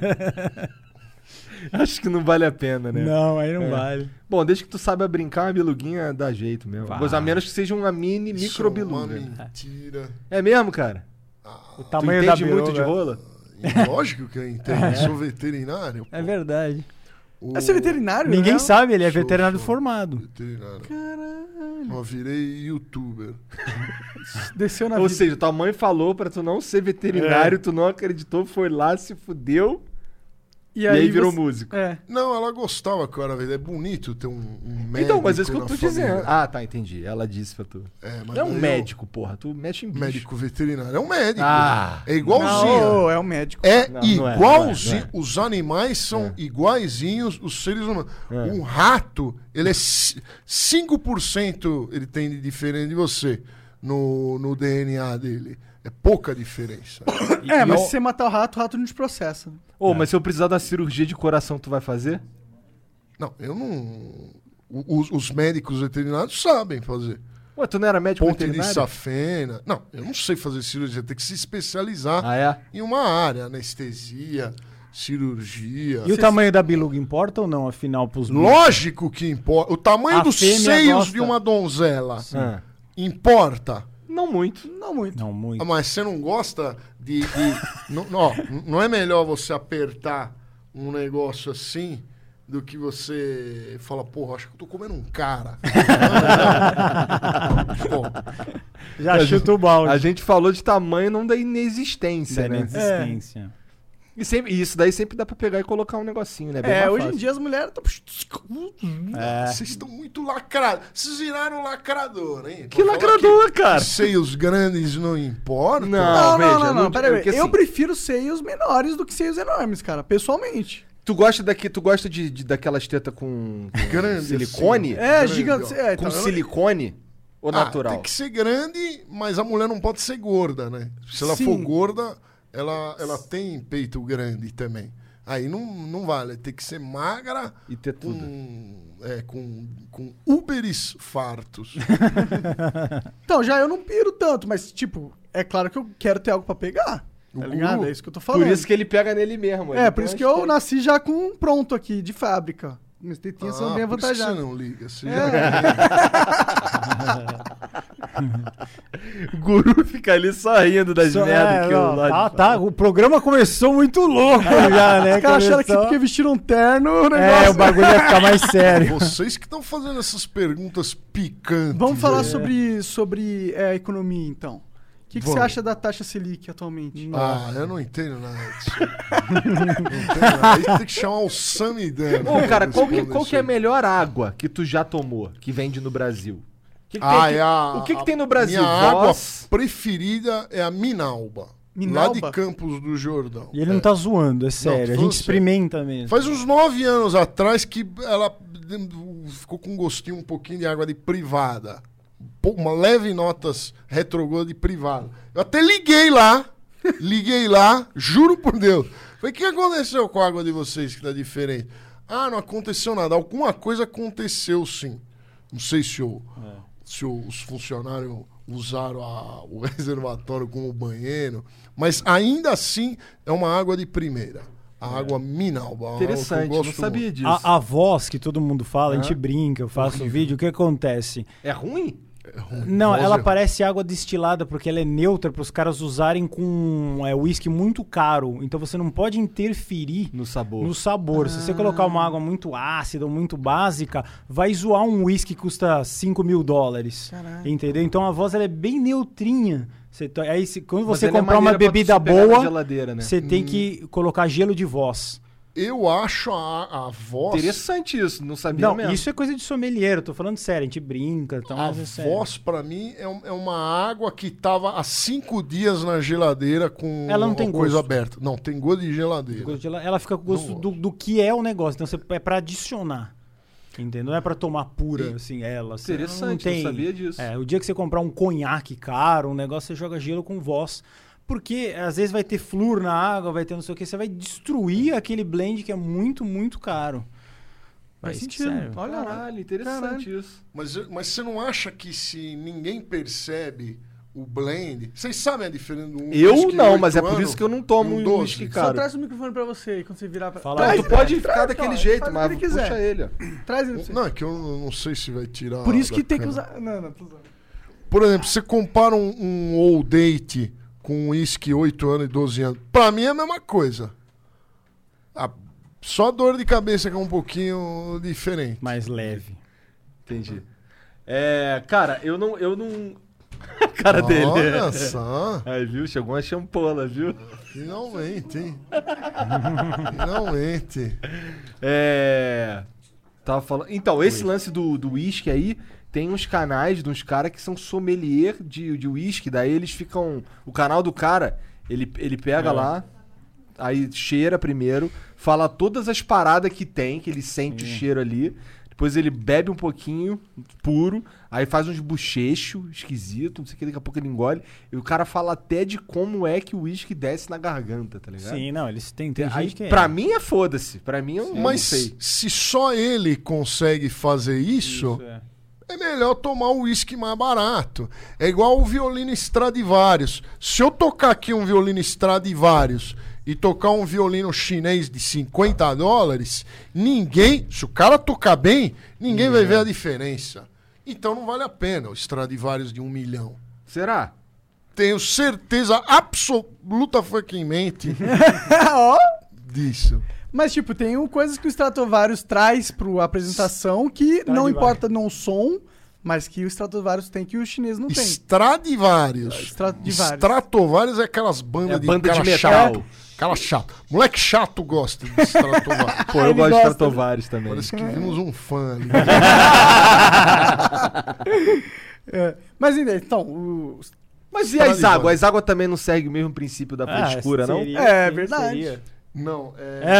Acho que não vale a pena, né? Não, aí não É. vale. Bom, desde que tu saiba brincar, uma biluguinha dá jeito mesmo. Vai. Coisa a menos que seja uma mini Isso microbiluga. É uma mentira. É mesmo, cara? O Tu tamanho da entende muito biluga. de rola? E lógico que eu entendo. Eu sou veterinário. É verdade. O- É ser veterinário, Ninguém né? sabe, ele é Sou, veterinário sou. formado. Veterinário. Caralho. Eu virei youtuber. Desceu na Ou vida. seja, tua mãe falou pra tu não ser veterinário, É. tu não acreditou, foi lá, se fudeu. E aí, virou você- músico. É. Não, ela gostava que eu era velho. É bonito ter um, um médico Então, mas é isso que eu na tô família. dizendo. Ah, tá, entendi. Ela disse pra tu. É, mas Não é um daí eu- médico, porra. Tu mexe em bicho. Médico veterinário. É um médico. Ah. É igualzinho. Não, é um médico. É Não, não é, não é, igualzinho. não é. Os animais são É. iguaizinhos os seres humanos. É. Um rato, ele é ci- cinco por cento ele tem de diferente de você no, no D N A dele. É pouca diferença. É, mas eu- se você matar o rato, o rato não te processa. Ô, mas se eu precisar da cirurgia de coração, tu vai fazer? Não, eu não. o- Os, os médicos veterinários sabem fazer. Ué, tu não era médico Ponte de veterinário? safena. Não, eu não sei fazer cirurgia. Tem que se especializar Ah, é? em uma área. Anestesia, cirurgia. E o tamanho da biluga importa ou não, afinal, pros bichos? Lógico que importa. O tamanho A dos fêmea seios gosta. de uma donzela Ah. importa. Não muito. Não muito. Não, muito. Ah, mas você não gosta de. de não, ó, não é melhor você apertar um negócio assim do que você fala, porra, acho que eu tô comendo um cara. Pô, Já A chuta o balde. A gente falou de tamanho, não da inexistência, Da né? inexistência. E, sempre, e isso daí sempre dá pra pegar e colocar um negocinho, né? Bem É, mais hoje em fácil. dia as mulheres estão. É. vocês estão muito lacrados. Vocês viraram lacrador, hein? Que Pra falar lacrador, que cara! Seios grandes não importam. Não. Não, não, veja, não, não. não- Pera aí. porque, Eu assim- prefiro seios menores do que seios enormes, cara. Pessoalmente. Tu gosta daqui, tu gosta de, de daquelas tetas com, com Grande silicone? assim. É, Grande, gigante. ó. É, Com então, eu- silicone ou Ah, natural? tem que ser grande, mas a mulher não pode ser gorda, né? Se ela Sim. for gorda, ela, ela tem peito grande também. Aí não, não vale, tem que ser magra E ter tudo. com, é, com, com úberes fartos. Então, já eu não piro tanto, mas, tipo, é claro que eu quero ter algo pra pegar. O Tá ligado? guru? É isso que eu tô falando. Por isso que ele pega nele mesmo. É, ele por tem isso umas que eu tetas. nasci já com um pronto aqui, de fábrica. Minhas tetinhas são Ah, bem por isso que avantajadas. você não liga. Você É. O guru fica ali só rindo das Só- merdas é, que não, o Lorde tá, fala. tá, o programa começou muito louco já, né? Os caras acharam que Começou- porque vestiram um terno, o negócio... É, o bagulho ia ficar mais sério. Vocês que estão fazendo essas perguntas picantes. Vamos falar aí. sobre, sobre é, economia, então. O que, que você Vamos. acha da taxa Selic atualmente? Ah, eu não entendo nada disso. não entendo nada. Aí tem que chamar o Samidana. Ô, cara, qual que, Responder qual isso que é a aí. melhor água que tu já tomou, que vende no Brasil? O que, que Ah, tem aqui- é a, o que, que a tem no Brasil? Minha água Voz? preferida é a Minalba. Lá Minalba? de Campos do Jordão. E ele não tá zoando, é sério. tô a falando gente sério. experimenta mesmo. Faz uns nove anos atrás que ela ficou com um gostinho um pouquinho de água de privada. Pô, uma leve notas retrogol de privada. Eu até liguei lá, liguei lá, juro por Deus. Falei, o que aconteceu com a água de vocês que tá diferente? Ah, não aconteceu nada. Alguma coisa aconteceu sim. Não sei se, o, se o- os funcionários usaram a- o reservatório como banheiro, mas ainda assim é uma água de primeira. A água Minalba. uma água que eu Interessante, não gosto sabia muito. disso. A, a voz que todo mundo fala, a gente Ah. brinca, eu faço vídeo, o que acontece? É ruim? Não, Voz ela é- parece água destilada porque ela é neutra para os caras usarem com é, whisky muito caro. Então você não pode interferir No sabor. no sabor. Se você colocar uma água muito ácida ou muito básica, vai zoar um whisky que custa cinco mil dólares. Caralho. Entendeu? Então a voz ela é bem neutrinha. Você to- aí, se- quando Mas você ela é comprar uma maneira pra tu bebida pegar na boa, geladeira, né? você tem que colocar gelo de voz. Eu acho a, a voz. Interessante isso, não sabia Não, mesmo. isso é coisa de sommelier, eu tô falando sério, a gente brinca. Então, A mas é sério. voz, pra mim, é, um- é uma água que tava há cinco dias na geladeira com Ela não tem a coisa gosto. aberta. Não, tem gosto de geladeira. Gosto de ela, ela fica com gosto Não do, do que é o negócio. Então você, é pra adicionar. Entendeu? Não é pra tomar pura, assim, ela. assim, Interessante, não sabia disso. É, o dia que você comprar um conhaque caro, um negócio, você joga gelo com voz. Porque às vezes vai ter flúor na água, vai ter não sei o que, você vai destruir aquele blend que é muito, muito caro. Faz É isso que sentido. serve. Olha lá. Caralho, interessante isso. Mas, mas você não acha que se ninguém percebe o blend... Vocês sabem a diferença do um Eu whisky não, oito mas é por anos isso que eu não e tomo um um doze? whisky Só caro. traz o microfone pra você aí quando você virar pra... Fala Não, aí, tu velho. pode ficar Traz, daquele ó, jeito, faz o mas que ele quiser. puxa ele, ó. Traz ele pra você. Não, é que eu não, não sei se vai tirar... Por isso que da tem que câmera. usar... Não, não, tô usando. Por exemplo, você compara um, um Old Date com um whisky oito anos e doze anos. Pra mim é a mesma coisa. A- só a dor de cabeça que é um pouquinho diferente. Mais leve. Entendi. É, cara, eu não. Eu não... cara dele. Olha só. Aí, viu? Chegou uma champola, viu? Finalmente, hein? Finalmente. É... Tava falando... Então, esse lance do do uísque aí, tem uns canais de uns caras que são sommelier de de uísque, daí eles ficam... O canal do cara, ele, ele pega É. lá, aí cheira primeiro, fala todas as paradas que tem, que ele sente o cheiro ali, depois ele bebe um pouquinho, puro, aí faz uns bochechos esquisitos, não sei o que, daqui a pouco ele engole, e o cara fala até de como é que o uísque desce na garganta, tá ligado? Sim, não, eles têm, tem Aí, gente que é. pra mim é foda-se, pra mim eu não Mas sei. se só ele consegue fazer isso, Isso, é. é melhor tomar um uísque mais barato. É igual o violino Stradivarius. Se eu tocar aqui um violino Stradivarius e tocar um violino chinês de cinquenta dólares, ninguém, se o cara tocar bem, ninguém vai ver a diferença. Então não vale a pena o Stradivarius de um milhão. Será? Tenho certeza absoluta fucking mente Ó. disso. Mas, tipo, tem um- coisas que o Stratovarius traz pro apresentação que não importa no som, mas que o Stratovarius tem que o chinês não tem. Stradivarius. Stradivarius. Stratovarius é aquelas bandas É de banda de cara metal. chato. Cara chato. Moleque chato gosta de Stratovarius. Pô, eu Ele gosto de gosta, Stratovarius também. Parece que vimos um fã ali. É. Mas ainda, então, o... Mas e Stradivarius. as águas? As águas também não seguem o mesmo princípio da Ah, frescura, não? seria- É, sim, verdade. seria. Não, é...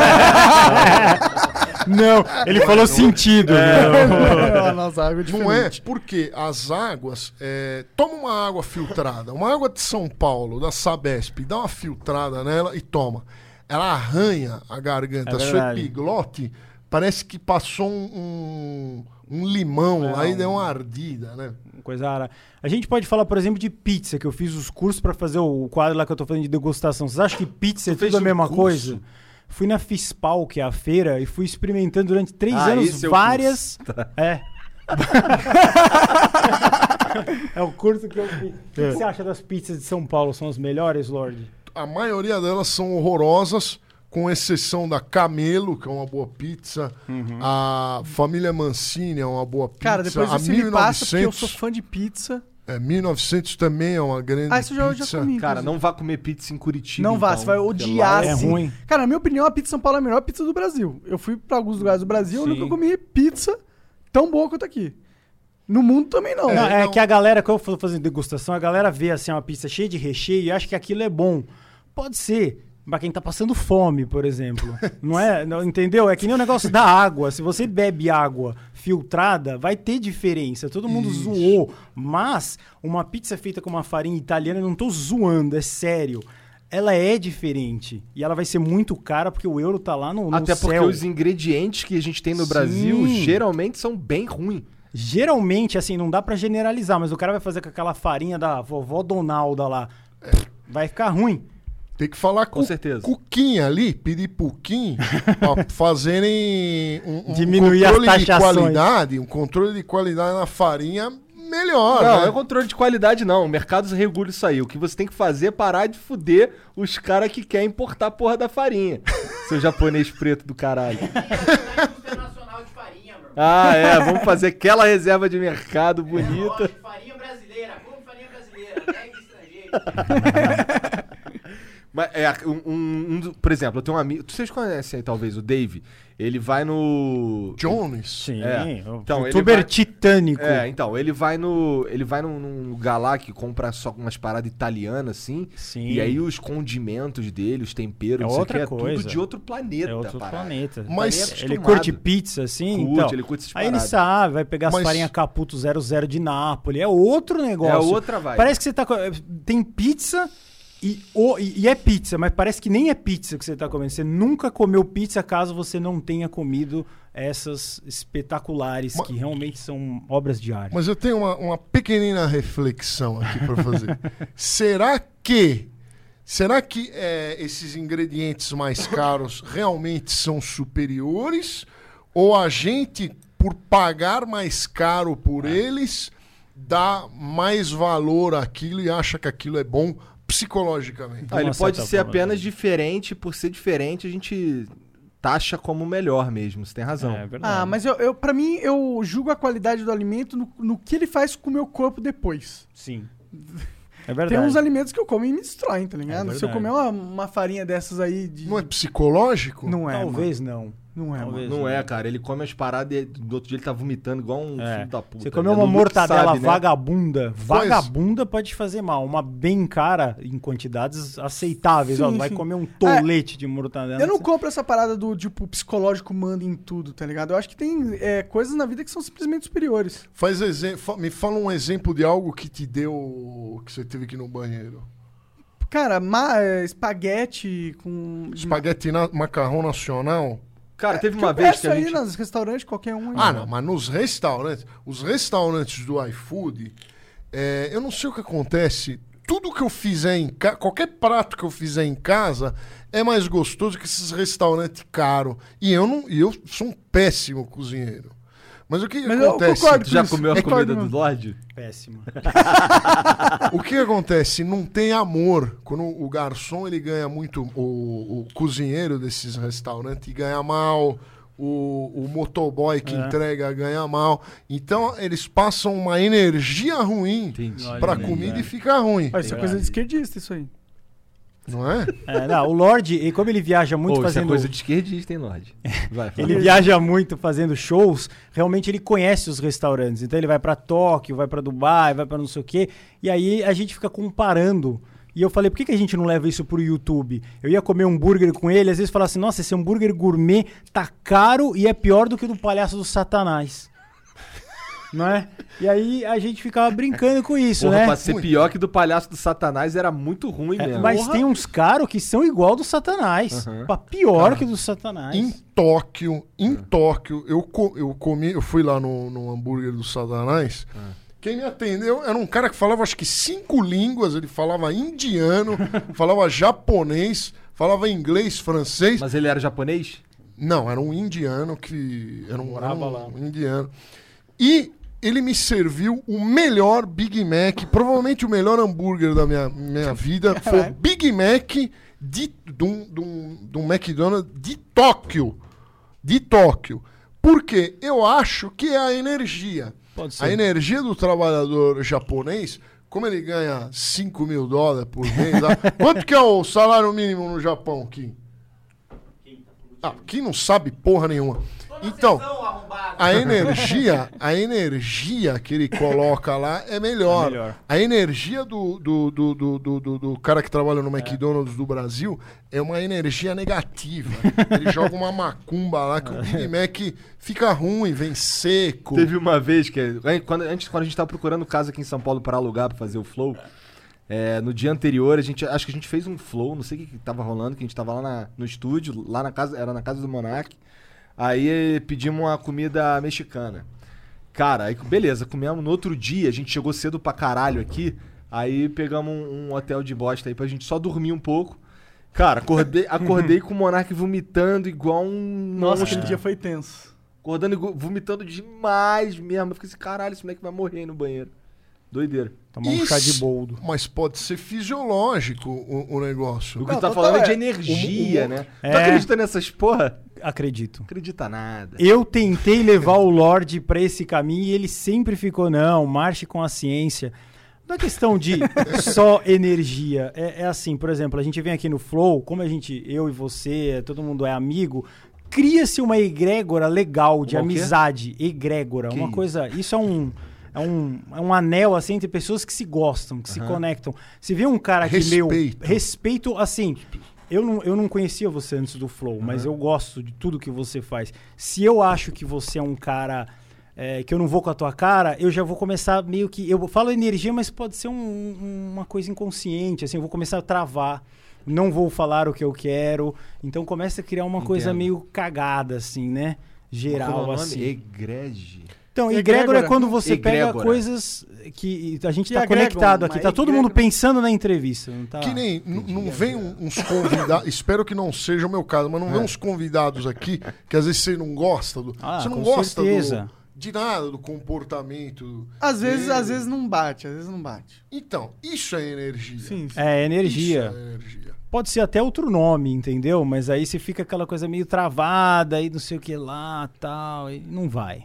Não, ele falou sentido. Não. a nossa água é Não é, diferente. porque as águas... É... Toma uma água filtrada. Uma água de São Paulo, da Sabesp, dá uma filtrada nela e toma. Ela arranha a garganta. É Seu verdade. epiglote parece que passou um, um, um limão É, lá e um- deu uma ardida, né? Coisa rara. A gente pode falar, por exemplo, de pizza, que eu fiz os cursos pra fazer o quadro lá que eu tô falando de degustação. Vocês acham que pizza é fez tudo a um mesma curso? coisa? Fui na Fispal, que é a feira, e fui experimentando durante três Ah, anos esse é o várias. É. É o curso que eu fiz. O que que você acha das pizzas de São Paulo? São as melhores, Lorde? A maioria delas são horrorosas, com exceção da Camelo, que é uma boa pizza. A Família Mancini é uma boa pizza. Cara, depois a você me passa, porque eu mil e novecentos, sou fã de pizza. é, mil e novecentos também é uma grande Ah, isso eu já, eu já pizza. comi. Cara, inclusive. não vá comer pizza em Curitiba. Não vá, então, você vai porque odiar, lá É assim. ruim. Cara, na minha opinião, a pizza de São Paulo é a melhor pizza do Brasil. Eu fui pra alguns lugares do Brasil, eu Sim. nunca comi pizza tão boa quanto aqui. No mundo também não. Não, é não. que a galera, quando eu for fazendo degustação, a galera vê assim uma pizza cheia de recheio e acha que aquilo é bom. Pode ser, pra quem tá passando fome, por exemplo. Não é? Não, entendeu? É que nem o negócio da água. Se você bebe água filtrada, vai ter diferença. Todo mundo Isso. zoou. Mas uma pizza feita com uma farinha italiana, eu não tô zoando, é sério. Ela é diferente. E ela vai ser muito cara porque o euro tá lá no, no Até porque céu. os ingredientes que a gente tem no Sim. Brasil geralmente são bem ruins. Geralmente, assim, não dá pra generalizar, mas o cara vai fazer com aquela farinha da vovó Donalda lá. Vai ficar ruim. Tem que falar Com com certeza. o Kim ali, pedir pro Kim pra fazerem um, um Diminuir as controle de taxações. qualidade, um controle de qualidade na farinha melhor, Não, né? é controle de qualidade não. O mercado regula isso aí. O que você tem que fazer é parar de fuder os caras que querem importar a porra da farinha. Seu japonês preto do caralho. Internacional de farinha, bro. Ah, é. Vamos fazer aquela reserva de mercado bonita. Gosto de farinha brasileira, como farinha brasileira, negue estrangeiro. Mas é, um, um- um do- por exemplo, eu tenho um amigo. Vocês conhecem aí, talvez, o Dave. Ele vai no. Jones. Sim, É. o Então, ele youtuber vai- titânico. É, então, ele vai no. Ele vai num, num lugar lá que compra só umas paradas italianas, assim. Sim. E aí os condimentos dele, os temperos, É não sei o outra que, é coisa. tudo de outro planeta. É outro parada. planeta. Mas Tá nem Ele acostumado. curte pizza, assim? Curte, então. ele curte essas Aí ele paradas. sabe, vai pegar as Mas- farinhas Caputo zero zero de Nápoles. É outro negócio. É outra vibe. Parece que você tá... co- Tem pizza e, o- e- e é pizza, mas parece que nem é pizza que você tá comendo. Você nunca comeu pizza caso você não tenha comido essas espetaculares, Ma- que realmente são obras de arte. Mas eu tenho uma, uma pequenina reflexão aqui para fazer. Será que será que é, esses ingredientes mais caros realmente são superiores ou a gente, por pagar mais caro por eles, dá mais valor àquilo e acha que aquilo é bom psicologicamente? Ah, ele uma pode certa ser forma, apenas né? diferente, por ser diferente a gente taxa como melhor mesmo, você tem razão. É verdade. Ah, mas eu, eu, pra mim, eu julgo a qualidade do alimento no, no que ele faz com o meu corpo depois. Sim. É verdade. Tem uns alimentos que eu como e me destroem, tá ligado? É Se eu verdade. comer uma, uma farinha dessas aí de... Não é psicológico? Não é, Talvez não. mano. Não é, Talvez mano. Não é, cara. Ele come as paradas e do outro dia ele tá vomitando igual um É. filho da puta. Você comeu É uma do Luke mortadela sabe, né? vagabunda. Vagabunda pode fazer mal. Uma bem cara, em quantidades aceitáveis. Sim, ó, vai sim. comer um tolete de mortadela. Eu não você- compro essa parada do, tipo, psicológico manda em tudo, tá ligado? Eu acho que tem é, coisas na vida que são simplesmente superiores. Faz exem- fa- me fala um exemplo de algo que te deu, que você teve aqui no banheiro. Cara, ma, é, espaguete com... Espaguete na, macarrão nacional? Cara, teve Que uma eu vez peço que a aí gente... nos restaurantes, qualquer um. aí. Ah, não, mas nos restaurantes, os restaurantes do iFood, é, eu não sei o que acontece. Tudo que eu fizer em casa, qualquer prato que eu fizer em casa é mais gostoso que esses restaurantes caros. E eu não, e eu sou um péssimo cozinheiro. Mas o que, que Mas eu acontece? concordo Tu já isso. comeu a É comida claro, do Lorde? Péssimo. O que acontece? Não tem amor. Quando o garçom ele ganha muito, o, o cozinheiro desses restaurantes ganha mal, o, o motoboy que É. entrega ganha mal. Então eles passam uma energia ruim Entendi. pra Olha, comida é. e fica ruim. Ah, isso é coisa de esquerdista, isso aí. Não é? É, não, o Lorde, e como ele viaja muito Pô, isso é fazendo... coisa de esquerdista, hein, Lorde? Vai, fala. Ele viaja muito fazendo shows, realmente ele conhece os restaurantes. Então ele vai pra Tóquio, vai pra Dubai, vai pra não sei o quê. E aí a gente fica comparando. E eu falei, por que, que a gente não leva isso pro YouTube? Eu ia comer um hambúrguer com ele, às vezes falava assim, nossa, esse hambúrguer gourmet tá caro e é pior do que o do Palhaço do Satanás. Não é? E aí a gente ficava brincando com isso, Porra, né? pra ser pior que do Palhaço do Satanás era muito ruim É, mesmo. mas Porra. tem uns caros que são igual do Satanás. Aham. Pra pior que do Satanás. Em Tóquio, em Tóquio, eu, co- eu comi, eu fui lá no, no hambúrguer do Satanás. Quem me atendeu era um cara que falava acho que cinco línguas, ele falava indiano, falava japonês, falava inglês, francês. Mas ele era japonês? Não, era um indiano que. Era um, era Morava um lá. indiano. E ele me serviu o melhor Big Mac, provavelmente o melhor hambúrguer da minha, minha vida. Foi o Big Mac de, de, um, de, um, de um McDonald's de Tóquio. De Tóquio. Porque eu acho que é a energia. Pode ser. A energia do trabalhador japonês, como ele ganha cinco mil dólares por mês. lá- Quanto que é o salário mínimo no Japão, Kim? Ah, Kim não sabe porra nenhuma. Então, Sessão arrombada. a energia, a energia que ele coloca lá é melhor. É melhor. A energia do, do, do, do, do, do- do cara que trabalha no McDonald's do Brasil é uma energia negativa. Ele joga uma macumba lá que o Big Mac fica ruim, vem seco. Teve uma vez que, quando, antes, quando a gente tava procurando casa aqui em São Paulo para alugar, pra fazer o Flow, é, no dia anterior, a gente, acho que a gente fez um Flow, não sei o que, que tava rolando, que a gente tava lá na- no estúdio, lá na casa, era na casa do Monark. Aí pedimos uma comida mexicana. Cara, aí beleza, comemos no outro dia, a gente chegou cedo pra caralho aqui, aí pegamos um, um hotel de bosta aí pra gente só dormir um pouco. Cara, acordei, acordei com o Monark vomitando igual um Nossa, monstro. aquele dia foi tenso. Acordando, igu- vomitando demais mesmo. Eu fiquei assim, caralho, esse moleque vai morrer aí no banheiro. Doideira. Tomar um Isso, chá de boldo. Mas pode ser fisiológico o, o negócio. O que Não, tu tá total falando é de é. energia, O- o- né? É. Tu acredita nessas porra? Acredito. Acredita nada. Eu tentei levar o Lorde pra esse caminho e ele sempre ficou, não, marche com a ciência. Não é questão de só energia. É, é assim, por exemplo, a gente vem aqui no Flow, como a gente, eu e você, todo mundo é amigo, cria-se uma egrégora legal de Uma o quê? amizade. Egrégora. Que uma isso? coisa. Isso é um. É um, é um anel, assim, entre pessoas que se gostam, que se conectam. Se vê um cara que meio... Respeito. Respeito, assim... Eu não, eu não conhecia você antes do Flow, mas eu gosto de tudo que você faz. Se eu acho que você é um cara é, que eu não vou com a tua cara, eu já vou começar meio que... Eu falo energia, mas pode ser um- um- uma coisa inconsciente, assim, eu vou começar a travar. Não vou falar o que eu quero. Então começa a criar uma coisa Entendo. meio cagada, assim, né? Geral, Como é o nome? assim. Egrege. Então, Egrégora. egrégora é quando você pega Egrégora. coisas que a gente Que tá agregam, conectado aqui. mas Tá todo mundo egrégora- pensando na entrevista. Não tá? Que nem, n- não vem um- uns convidados, espero que não seja o meu caso, mas não vem uns convidados aqui que às vezes você não gosta do. Ah, você não com gosta certeza. do, de nada, do comportamento. Às vezes, dele. às vezes não bate, às vezes não bate. Então, isso é energia. Sim, sim. É, Isso energia. é energia. Pode ser até outro nome, entendeu? Mas aí você fica aquela coisa meio travada e não sei o que lá, tal, e não vai.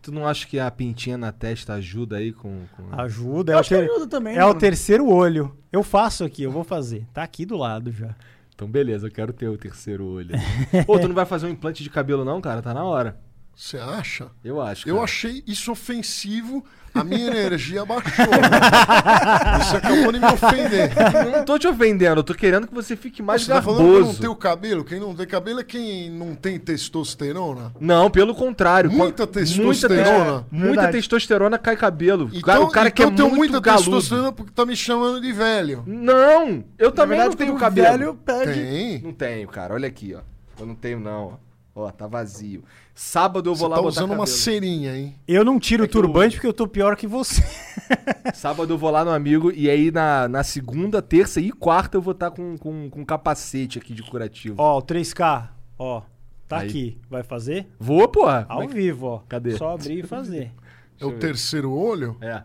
Tu não acha que a pintinha na testa ajuda aí com... com... Ajuda. Eu É, o, acho que ter- ajuda também, é o mano. terceiro olho. Eu faço aqui, eu vou fazer. Tá aqui do lado já. Então beleza, eu quero ter o terceiro olho. Pô, tu não vai fazer um implante de cabelo não, cara? Tá na hora. Você acha? Eu acho, Eu cara. achei isso ofensivo, a minha energia baixou. Você acabou de me ofender. Não tô te ofendendo, eu tô querendo que você fique mais Você tá falando que eu não garboso. tenho cabelo? Quem não tem cabelo é quem não tem testosterona? Não, pelo contrário. Muita Quando- testosterona. Muita, muita Verdade. testosterona cai cabelo. Então, o cara, o cara que é então eu tenho muito muita galudo. testosterona porque tá me chamando de velho. Não, eu Na também verdade, não tenho quando cabelo. velho perde... Tem. Não tenho, cara. Olha aqui, ó. Eu não tenho não, ó. Ó, tá vazio. Sábado eu vou Você lá tá botar usando cabelo. uma cerinha, hein? Eu não tiro É o que eu- turbante porque eu tô pior que você. Sábado eu vou lá no amigo e aí na, na segunda, terça e quarta eu vou estar com, com, com capacete aqui de curativo. Ó, o três K, ó. Tá Aí. aqui. Vai fazer? Vou, porra. Ao Como é que- vivo, ó. Cadê? Só abrir e fazer. É o terceiro olho? É.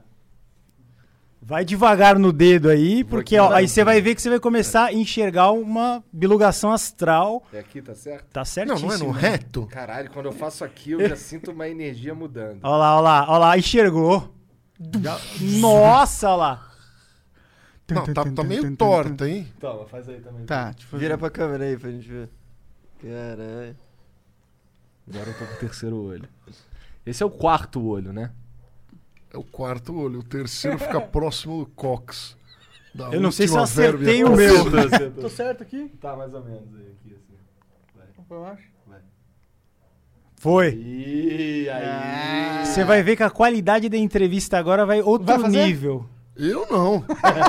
Vai devagar no dedo aí, Vou porque aqui ó, na- aí você vai ver que você vai começar a enxergar uma bilugação astral. É aqui, tá certo? Tá Não, certíssimo. não é no reto? Caralho, quando eu faço aqui eu já sinto uma energia mudando. Ó lá, ó lá, ó lá, enxergou. Já- Nossa, ó lá. Não, tá, tá meio torta, hein? Toma, faz aí também. Tá, deixa eu Vira pra câmera aí pra gente ver. Caralho. Agora eu tô com o terceiro olho. Esse é o quarto olho, né? É o quarto olho. O terceiro fica próximo do cox. Da Eu não sei se eu última verve acertei o atrofia. meu. Tô certo aqui? Tá mais ou menos aí, aqui assim. Eu acho. Foi. Ih, aí. Você vai ver que a qualidade da entrevista agora vai outro Vai fazer? nível. Eu não.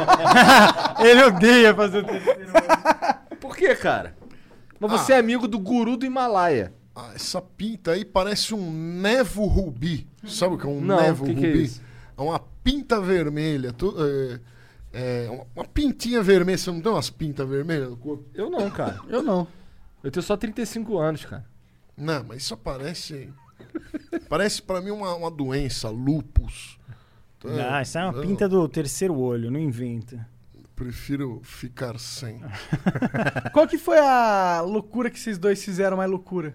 Ele odeia fazer o terceiro. Por que, cara? Mas você é amigo do guru do Himalaia. Ah, essa pinta aí parece um nevo rubi. Sabe o que é um Não, nevo o que que rubi? é isso? É uma pinta vermelha. Tu- é, é, uma, uma pintinha vermelha. Você não tem umas pintas vermelhas no corpo? Eu não, cara. Eu não. Eu tenho só trinta e cinco anos, cara. Não, mas isso parece. Parece pra mim uma, uma doença, lupus. Então, Não, isso é uma eu pinta do terceiro olho, não inventa. Prefiro ficar sem. Qual que foi a loucura que vocês dois fizeram mais loucura?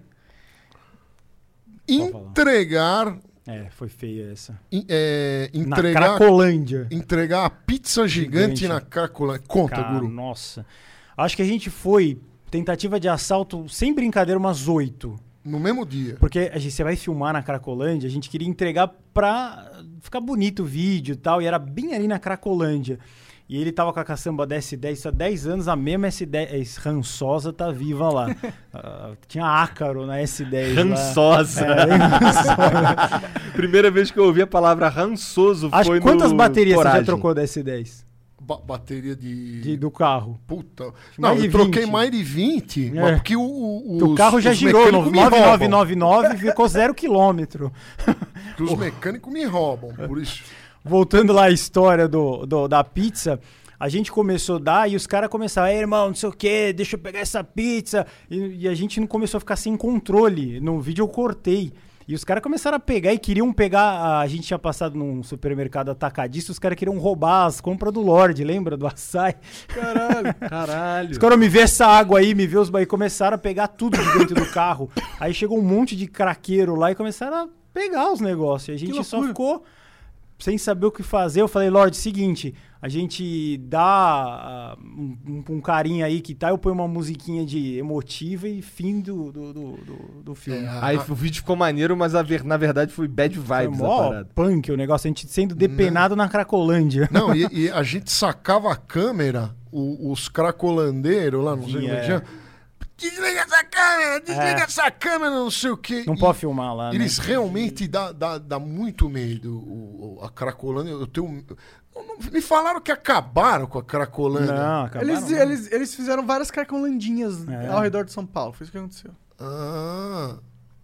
Entregar. É, foi feia essa. in- é, Na entregar, Cracolândia. entregar a pizza gigante, Gigante. na Cracolândia. Conta, Cara, Guru. nossa. Acho que a gente foi, tentativa de assalto, sem brincadeira, umas oito. No mesmo dia. Porque a gente, você vai filmar na Cracolândia, a gente queria entregar pra ficar bonito o vídeo e tal, e era bem ali na Cracolândia. E ele tava com a caçamba da S dez há dez anos, a mesma S dez rançosa tá viva lá. Ah, tinha ácaro na S dez lá. Rançosa. É, bem rançosa. Primeira vez que eu ouvi a palavra rançoso Acho foi quantas no baterias Coragem. você já trocou da S dez? Ba- bateria de. De, do carro? Puta. Mais Não, de eu troquei vinte. mais de vinte. É. Mas porque o, o, O os- carro já os girou, no mecânicos me nove nove roubam. nove nove ficou zero quilômetro. Porque os mecânicos me roubam, por isso. Voltando lá à história do, do- da pizza, a gente começou a dar e os caras começaram, ei, irmão, não sei o que, deixa eu pegar essa pizza. E, e a gente não começou a ficar sem controle. No vídeo eu cortei. E os caras começaram a pegar e queriam pegar. A, a gente tinha passado num supermercado atacadista, os caras queriam roubar as compras do Lorde, lembra? Do açaí. Caralho. Caralho. Os caras me vê essa água aí, me vê os baí, começaram a pegar tudo de dentro do carro. Aí chegou um monte de craqueiro lá e começaram a pegar os negócios. E a gente só loucura. ficou sem saber o que fazer. Eu falei, Lorde, seguinte, a gente dá ah, um, um carinho aí que tá, eu ponho uma musiquinha de emotiva e fim do, do, do, do- do filme. É, Aí o vídeo ficou maneiro, mas a ver- na verdade foi bad Foi vibes a mó parada. punk o negócio, a gente sendo depenado na Cracolândia. Não, e, e a gente sacava a câmera, o- os cracolandeiros lá, não sei como é que É. chama. Desliga essa câmera, desliga É. essa câmera, não sei o quê. Não E pode filmar lá, Eles né? realmente dá, dá, dá muito medo. O, o- a Cracolândia, eu tenho. eu não- me falaram que acabaram com a Cracolândia. Não, acabaram. Eles, não. eles, eles fizeram várias cracolandinhas É. ao redor de São Paulo. Foi isso que aconteceu. Ah.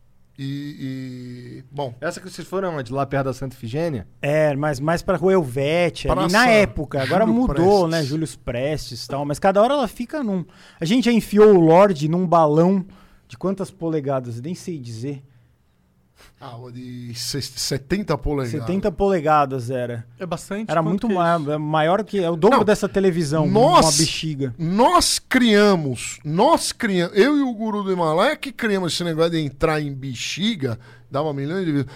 E, e- Bom, Essa que vocês foram onde? Lá perto da Santa Efigênia? É, mas mais pra Rua Helvete, ali Praça na época. Agora Júlio mudou, Prestes. né? Júlio Prestes e tal. Mas cada hora ela fica num. A gente já enfiou o Lorde num balão de quantas polegadas? Nem sei dizer. ah, o de ses- setenta polegadas. setenta polegadas era. É bastante? Era Quanto muito que é ma- isso? maior que. É o dobro Não, dessa televisão. nós- Uma bexiga. Nós criamos, nós criamos, eu e o Guru do Himalaia que criamos esse negócio de entrar em bexiga, dava milhões de vezes.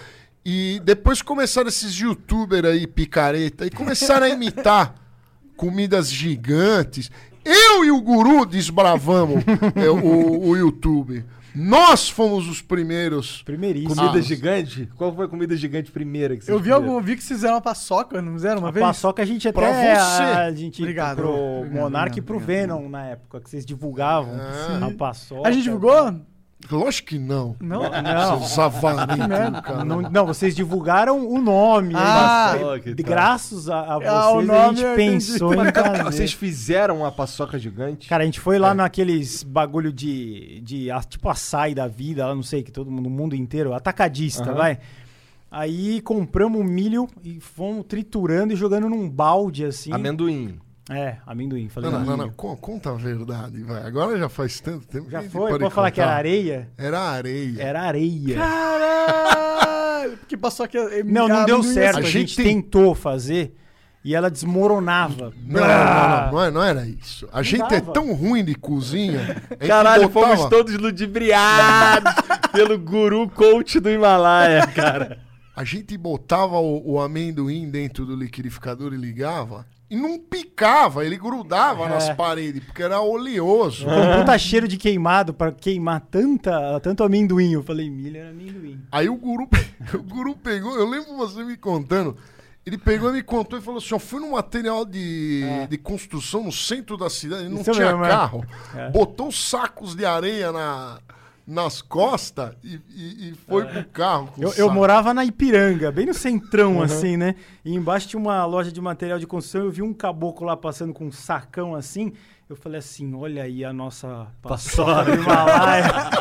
E depois começaram esses youtubers aí, picareta, e começaram a imitar comidas gigantes. Eu e o Guru desbravamos é, o, o YouTube. Nós fomos os primeiros. Primeiríssimo. Comida Ah. gigante? Qual foi a comida gigante primeira que vocês Eu vi fizeram? algum, vi que vocês fizeram uma paçoca, não fizeram uma A vez? paçoca a gente até... Pra você. A, a gente Obrigado. pro Obrigado, Monark obrigado, e pro obrigado. Venom na época, que vocês divulgavam Ah. a paçoca. A gente divulgou? Lógico que não. Não? Não. Seus avarentos, merda. cara. Não, não, vocês divulgaram o nome. Ah, aí, paçoca e de tal. graças a, a vocês, Ah, o a nome gente eu pensou em fazer. Vocês fizeram uma paçoca gigante? Cara, a gente foi lá naqueles bagulho de, de a- tipo açaí da vida, lá não sei, que todo mundo, no mundo inteiro, atacadista, Aham. vai. Aí compramos milho e fomos triturando e jogando num balde, assim. Amendoim. É, amendoim, falei Não, não, milho. não, não. Con- Conta a verdade, vai. Agora já faz tanto tempo Já que a gente foi? pode Pode falar que era contar. areia? Era areia. Era areia. Caralho! Porque paçoca é... Não, não deu amendoim é certo. A A, gente gente tem- tentou fazer e ela desmoronava. Não, não, não, não, não, é- não era isso. A gente é dava. tão ruim de cozinha. a gente Caralho, botava- fomos todos ludibriados pelo guru coach do Himalaia, cara. A gente botava o, o amendoim dentro do liquidificador e ligava. E não picava, ele grudava É. nas paredes, porque era oleoso. Com um puta cheiro de queimado pra queimar tanta, tanto amendoim. Eu falei, milho era amendoim. Aí o guru, pe- o guru pegou, eu lembro você me contando, ele pegou e me contou e falou assim, eu fui num material de, É. de construção no centro da cidade, não Isso tinha mesmo, é. carro, É. botou sacos de areia na, nas costas e, e- e foi pro carro com Eu, o eu saco. morava na Ipiranga, bem no centrão, Uhum. assim, né? E embaixo tinha uma loja de material de construção. Eu vi um caboclo lá passando com um sacão assim. Eu falei assim: olha aí a nossa paçoca do Himalaia.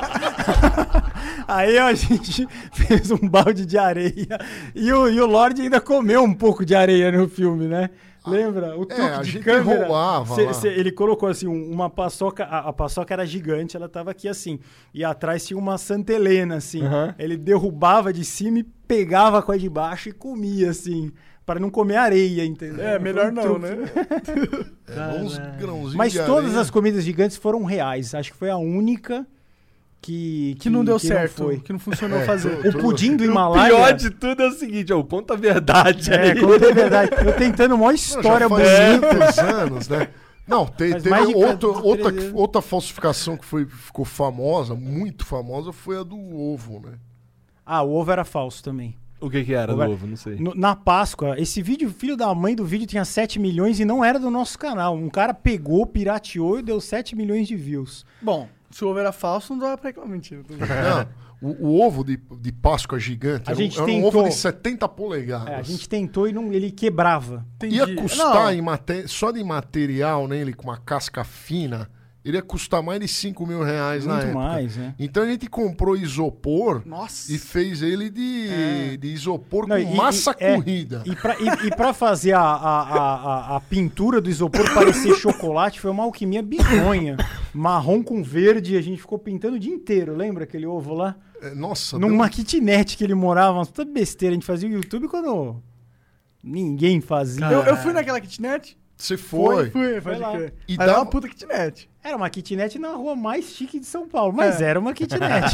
Aí a gente fez um balde de areia. E o, e o Lorde ainda comeu um pouco de areia no filme, né? Lembra? O truque a de gente câmera. enrolava Cê- lá. cê- ele colocou assim, um- uma paçoca, a, a paçoca era gigante, ela tava aqui assim, e atrás tinha uma Santa Helena, assim. Uhum. Ele derrubava de cima e pegava com a de baixo e comia, assim, para não comer areia, entendeu? É, melhor Foi um não, truque. né? É, uns grãozinhos Mas de todas areia. as comidas gigantes foram reais. Acho que foi a única que... Que não deu que certo, foi. que não funcionou É, fazer. tô- O pudim do O Himalaia... pior de tudo é o seguinte, ó, conta a verdade É, aí. conta a verdade. Eu tentando uma Não, história já faz bonita. muitos anos, né? Não, te- Faz teve mais de outro, três outra, anos. outra falsificação que foi, ficou famosa, muito famosa, foi a do ovo, né? Ah, o ovo era falso também. O que que era Agora- novo? Não sei. No- na Páscoa, esse vídeo, o filho da mãe do vídeo tinha sete milhões e não era do nosso canal. Um cara pegou, pirateou e deu sete milhões de views. Bom, se o ovo era falso, não dá pra reclamar. Mentira. tô brincando. Não, o, o ovo de, de Páscoa gigante A era, um- gente era um tentou- ovo de setenta polegadas. É, a gente tentou e não, ele quebrava. Entendi. Ia custar Não, em mate- só de material nele, com uma casca fina, ele ia custar mais de cinco mil reais na Muito época. mais, né? Então a gente comprou isopor Nossa. e fez ele de, de isopor Não, com e- massa e- é, corrida. E pra, e, e pra fazer a, a, a, a- a pintura do isopor parecer chocolate, foi uma alquimia bizonha. Marrom com verde, a gente ficou pintando o dia inteiro. Lembra aquele ovo lá? É, Nossa, Numa deu- kitnet que ele morava, umas puta besteira. A gente fazia o YouTube quando ninguém fazia. Eu, eu fui naquela kitnet? você foi. Fui, Foi pode lá. crer. E Mas era dava- uma puta kitnet. Era uma kitnet na rua mais chique de São Paulo, mas É. era uma kitnet.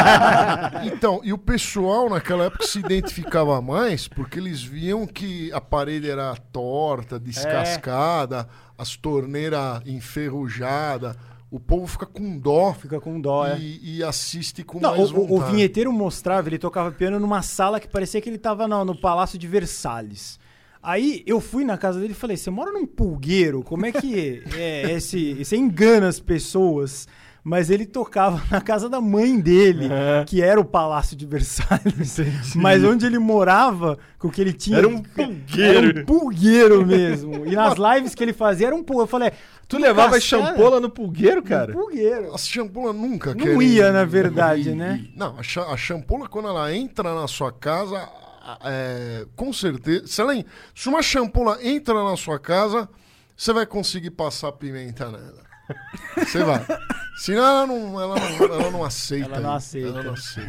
Então, e o pessoal naquela época se identificava mais porque eles viam que a parede era torta, descascada, as torneiras enferrujadas. O povo fica com dó Fica com dó, é. e, e assiste com Não, mais o, o- o vontade. vinheteiro mostrava, ele tocava piano numa sala que parecia que ele tava no, no Palácio de Versalhes. Aí eu fui na casa dele e falei, você mora num pulgueiro? Como é que é esse... Você engana as pessoas. Mas ele tocava na casa da mãe dele, que era o Palácio de Versalhes. Mas onde ele morava, com o que ele tinha... Era um pulgueiro. Era um pulgueiro mesmo. E nas lives que ele fazia, era um pulgueiro. Eu falei, Tu levava Cascara? champola no pulgueiro, cara? Um pulgueiro. As champolas nunca Não querem... ia, na verdade, ir- né? ir. Não, a, cha- a champola, quando ela entra na sua casa, a- é, com certeza... Se, ela, en- se uma champola entra na sua casa, você vai conseguir passar pimenta nela. Você vai. Senão ela não, ela não, ela não aceita. Ela não isso. aceita. Ela não aceita.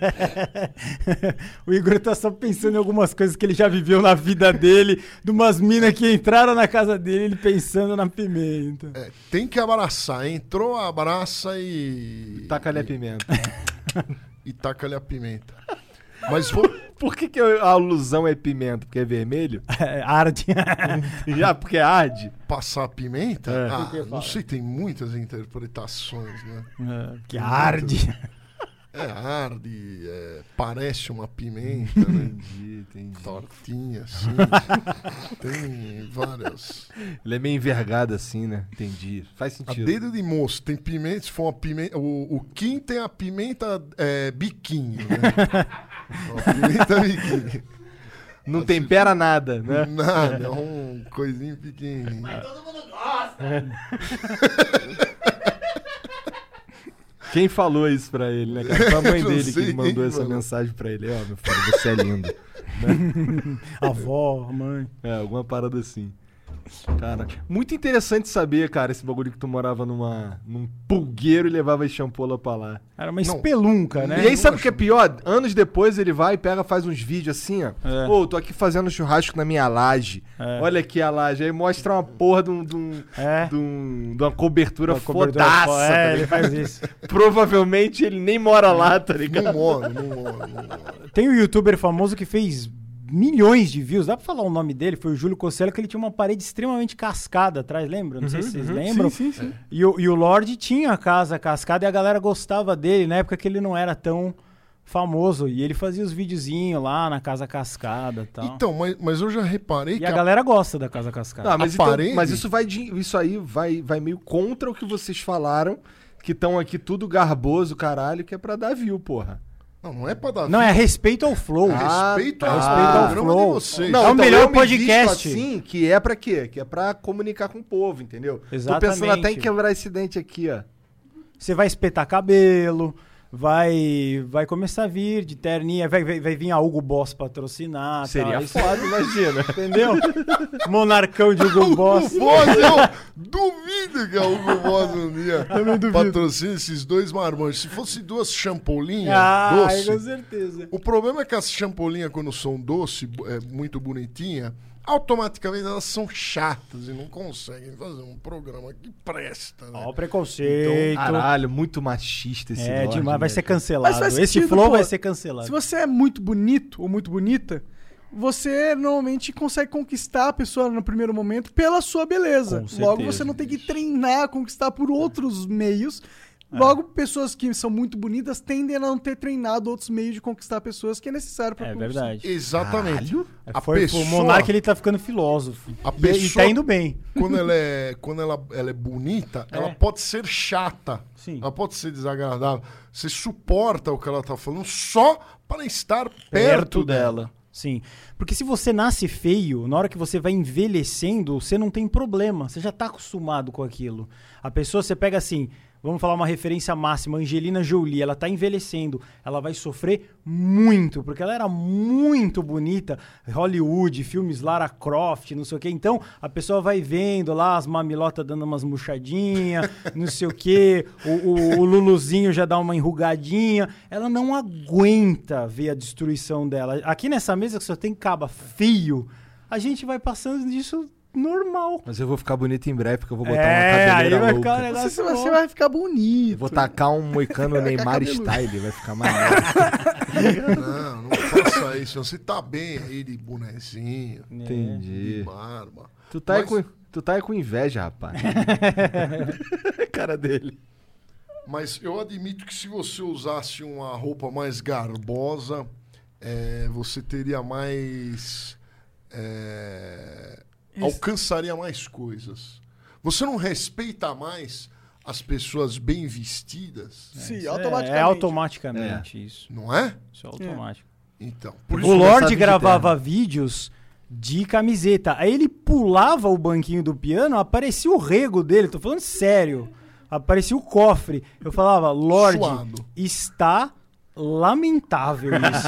O Igor tá só pensando em algumas coisas que ele já viveu na vida dele, de umas minas que entraram na casa dele, ele pensando na pimenta. É, tem que abraçar. Entrou, abraça e... Taca ali a pimenta. E taca-lhe a pimenta. Mas vo- Por que, que a alusão é pimenta? Porque é vermelho? É, arde. Já porque arde? Passar pimenta? É. Ah, Que que não fala? sei, tem muitas interpretações, né? É, que arde. É, arde, é, parece uma pimenta, né? Entendi, entendi. Tortinha, assim. Tem várias. Ele é meio envergado assim, né? Entendi. Faz A sentido. dedo de moço tem pimenta, se for uma pimenta. O, o Kim tem a pimenta é, biquinho, né? A pimenta biquinho. Não tempera nada, né? Nada, é um coisinho pequenininho. Mas todo mundo gosta. Quem Quem falou isso pra ele, né, cara? Foi a mãe Não dele sei que mandou quem essa falou. mensagem pra ele. Ó, meu filho, você é lindo. A avó, a mãe. É, alguma parada assim. Cara, muito interessante saber, cara, esse bagulho que tu morava numa, num pulgueiro e levava champola pra lá. Era uma Não. espelunca, né? E aí, sabe o que é pior? Anos depois ele vai e pega, faz uns vídeos assim, ó. É. Pô, tô aqui fazendo churrasco na minha laje. É. Olha aqui a laje. Aí mostra uma porra de, um, de, um, É. de, um- de uma cobertura Uma cobertura fodaça. fo- tá É, ele ligado? faz isso. Provavelmente ele nem mora lá, tá Não ligado? mora, não mora, não mora. Tem um youtuber famoso que fez milhões de views. Dá pra falar o nome dele? Foi o Júlio Cossella, que ele tinha uma parede extremamente cascada atrás, lembra? Não sei se vocês lembram. Sim, sim, sim. E o, e o Lorde tinha a casa cascada e a galera gostava dele, na época que ele não era tão famoso. E ele fazia os videozinhos lá na casa cascada e tal. Então, mas, mas eu já reparei e que a a- galera gosta da casa cascada. Ah, mas, A então- parede- mas isso vai de- isso aí vai, vai meio contra o que vocês falaram, que estão aqui tudo garboso, caralho, que é pra dar view, porra. Não, não é pra dar Não, é respeito ao flow. Ah, respeito tá. ao Respeito ao programa flow. de vocês. Não, É o melhor eu me visto podcast. assim, que é pra quê? Que é pra comunicar com o povo, entendeu? Tô Exatamente. pensando até em quebrar esse dente aqui, ó. Você vai espetar cabelo, vai vai começar a vir de terninha, vai, vai, vai vir a Hugo Boss patrocinar. Seria tal, isso- foda, imagina. Entendeu? Monarcão de Hugo Boss. Hugo Boss, eu duvido que a Hugo Boss um dia patrocine esses dois marmanjos. Se fosse duas champolinhas Ah, doce, com certeza. o problema é que as champolinhas, quando são doce, é, muito bonitinha, automaticamente elas são chatas e não conseguem fazer um programa que presta, né? Ó, o preconceito. Caralho, muito machista esse é Lorde, demais, vai né, ser cara? cancelado. Mas faz Esse sentido, flow pô. vai ser cancelado. Se você é muito bonito ou muito bonita, você normalmente consegue conquistar a pessoa no primeiro momento pela sua beleza. Com certeza, Logo, você não tem que treinar, conquistar por outros meios. Logo, pessoas que são muito bonitas tendem a não ter treinado outros meios de conquistar pessoas que é necessário para É verdade. Exatamente. É, A Foi, pessoa, O Monark, ele tá ficando filósofo. A E- E, pessoa- tá indo bem. quando ela é, quando ela, ela é bonita, É. ela pode ser chata. Sim. Ela pode ser desagradável. Você suporta o que ela tá falando só para estar perto, Perto dela. dela. Sim. Porque se você nasce feio, na hora que você vai envelhecendo, você não tem problema. Você já tá acostumado com aquilo. A pessoa, você pega assim, vamos falar uma referência máxima, Angelina Jolie, ela tá envelhecendo. Ela vai sofrer muito, porque ela era muito bonita. Hollywood, filmes Lara Croft, não sei o quê. Então, a pessoa vai vendo lá as mamilotas dando umas murchadinhas, não sei o quê. O, o, o Luluzinho já dá uma enrugadinha. Ela não aguenta ver a destruição dela. Aqui nessa mesa que só tem caba feio, a gente vai passando disso normal. Mas eu vou ficar bonito em breve, porque eu vou botar É, uma aí cabeleira vai louca. ficar um negócio Você, bom. você vai ficar bonito. Vou tacar um moicano Neymar cabeludo. style, vai ficar maneiro. Não, não faça isso. Você tá bem aí de bonezinho, de Entendi. barba. Tu tá, aí Mas- com, tu tá aí com inveja, rapaz. Cara dele. Mas eu admito que se você usasse uma roupa mais garbosa, é, você teria mais. é, alcançaria mais coisas. Você não respeita mais as pessoas bem vestidas, Sim, Isso é- automaticamente. É automaticamente isso. não é? Isso é automático. Então. Por O isso começar a Lorde vir de gravava vídeos de camiseta. Aí ele pulava o banquinho do piano, aparecia o rego dele. Tô falando sério. Aparecia o cofre. Eu falava, Lorde, Suado. está lamentável isso.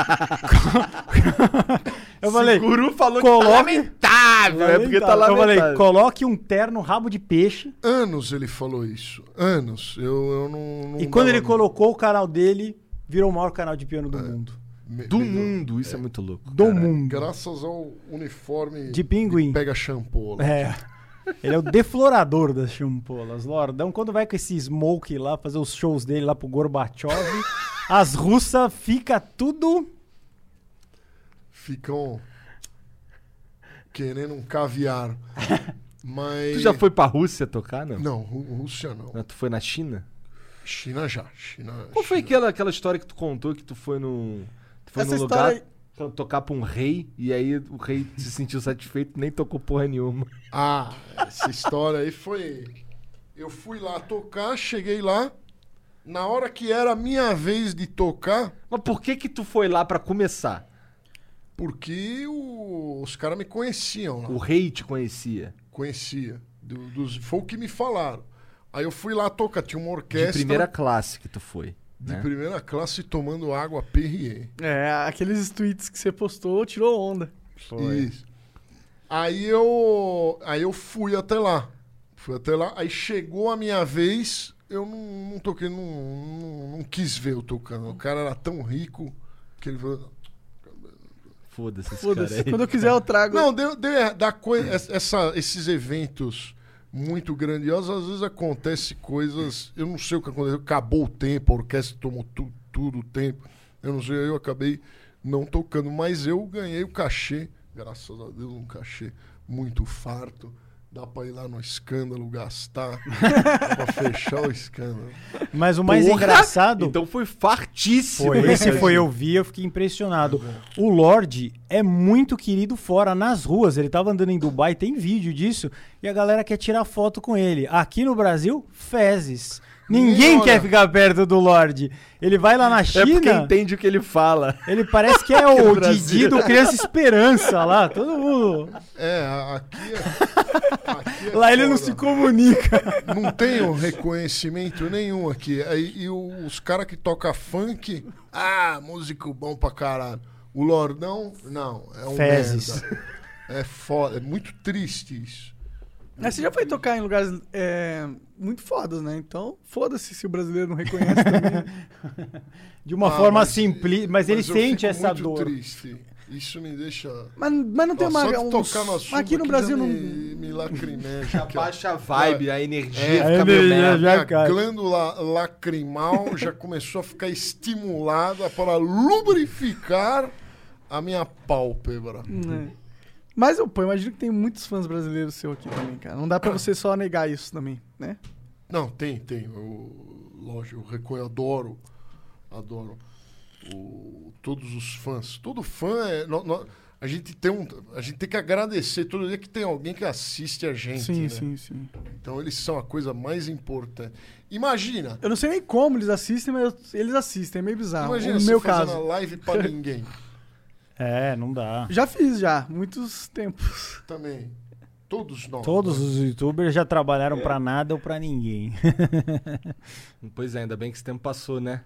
Eu falei, Guru falou coloque- que tá lamentável. É porque tá eu lamentável. falei, coloque um terno rabo de peixe. Anos ele falou isso. Anos. Eu, eu não. não E quando dava- ele colocou o canal dele, virou o maior canal de piano do mundo. Me- Do melhor. mundo, isso é, muito louco. Do mundo. Graças ao uniforme De pinguim. pega shampoo. lá. É. Ele é o deflorador das champolas. Lordão, quando vai com esse smoke lá, fazer os shows dele lá pro Gorbachev, as russas fica tudo ficam querendo um caviar. Mas... Tu já foi pra Rússia tocar, não? Não, Rú- Rússia não. Ah, tu foi na China? China já. China, Qual foi China. aquela, aquela história que tu contou que tu foi num, tu foi Essa num lugar história to- tocar pra um rei e aí o rei se sentiu satisfeito e nem tocou porra nenhuma. Ah, essa história aí foi... Eu fui lá tocar, cheguei lá, na hora que era a minha vez de tocar, Mas por que que tu foi lá pra começar? porque o- os caras me conheciam lá. O rei te conhecia. Conhecia. Do- dos, foi o que me falaram. Aí eu fui lá tocar, tinha uma De orquestra primeira classe que tu foi. de né? primeira classe tomando água Perrier. É, aqueles tweets que você postou tirou onda. Isso. Aí eu, aí eu fui até lá. Fui até lá. Aí chegou a minha vez, eu não, não toquei, não, não, não quis ver eu tocando. O cara era tão rico que ele falou... Foda-se esse Foda-se. cara aí. Quando eu quiser eu trago. Não, deu, deu, da coisa, essa, esses eventos muito grandiosos, às vezes acontece coisas, eu não sei o que aconteceu, acabou o tempo, a orquestra tomou tu, tudo o tempo, eu não sei, aí eu acabei não tocando, mas eu ganhei o cachê, graças a Deus, um cachê muito farto. Dá pra ir lá no escândalo gastar, dá pra fechar o escândalo. Mas o mais Porra! engraçado... Então foi fartíssimo. Foi, esse né? foi eu vi, eu fiquei impressionado. O Lorde é muito querido fora, nas ruas. Ele tava andando em Dubai, tem vídeo disso, e a galera quer tirar foto com ele. Aqui no Brasil, fezes. Ninguém Olha. quer ficar perto do Lorde. Ele vai lá na É porque China, entende o que ele fala. ele parece que é Aqui no o Brasil. Didi do Criança Esperança lá, todo mundo. É, a- aqui é. Aqui é Lá ele não foda. se comunica. Não tenho reconhecimento nenhum aqui. Aí, e o- os caras que tocam funk, ah, músico bom pra caralho. O Lordão, não, é um Fezes. merda. É foda, é muito triste isso. Mas você já foi tocar em lugares é, muito fodas, né? Então, foda-se se o brasileiro não reconhece também. De uma Ah, forma mas- simples, mas, ele eu sente fico essa muito dor. Triste. Isso me deixa. Mas, mas não tem Ó, uma. só de uns- tocar no assunto aqui no aqui Brasil já não. me, me lacrimeja. Já aqui, ó. baixa a vibe, a energia É, fica a meio energia merda. já Minha cai. glândula lacrimal já começou a ficar estimulada para lubrificar a minha pálpebra. Né? Mas eu pô, imagino que tem muitos fãs brasileiros seu aqui também, cara. Não dá pra você só negar isso também, né? Não, tem, tem. Eu, lógico, eu reconheço, adoro. Adoro. O- todos os fãs. Todo fã é. nó- nó- a, gente tem um, a gente tem que agradecer todo dia que tem alguém que assiste a gente. Sim, né? sim, sim. Então eles são a coisa mais importante. Imagina. Eu não sei nem como eles assistem, mas eles assistem, é meio bizarro. Imagina no você meu fazendo caso. a live pra ninguém. É, não dá. Já fiz, já. Muitos tempos. Também. Todos nós. Todos né? os youtubers já trabalharam pra nada ou pra ninguém. Pois é, ainda bem que esse tempo passou, né?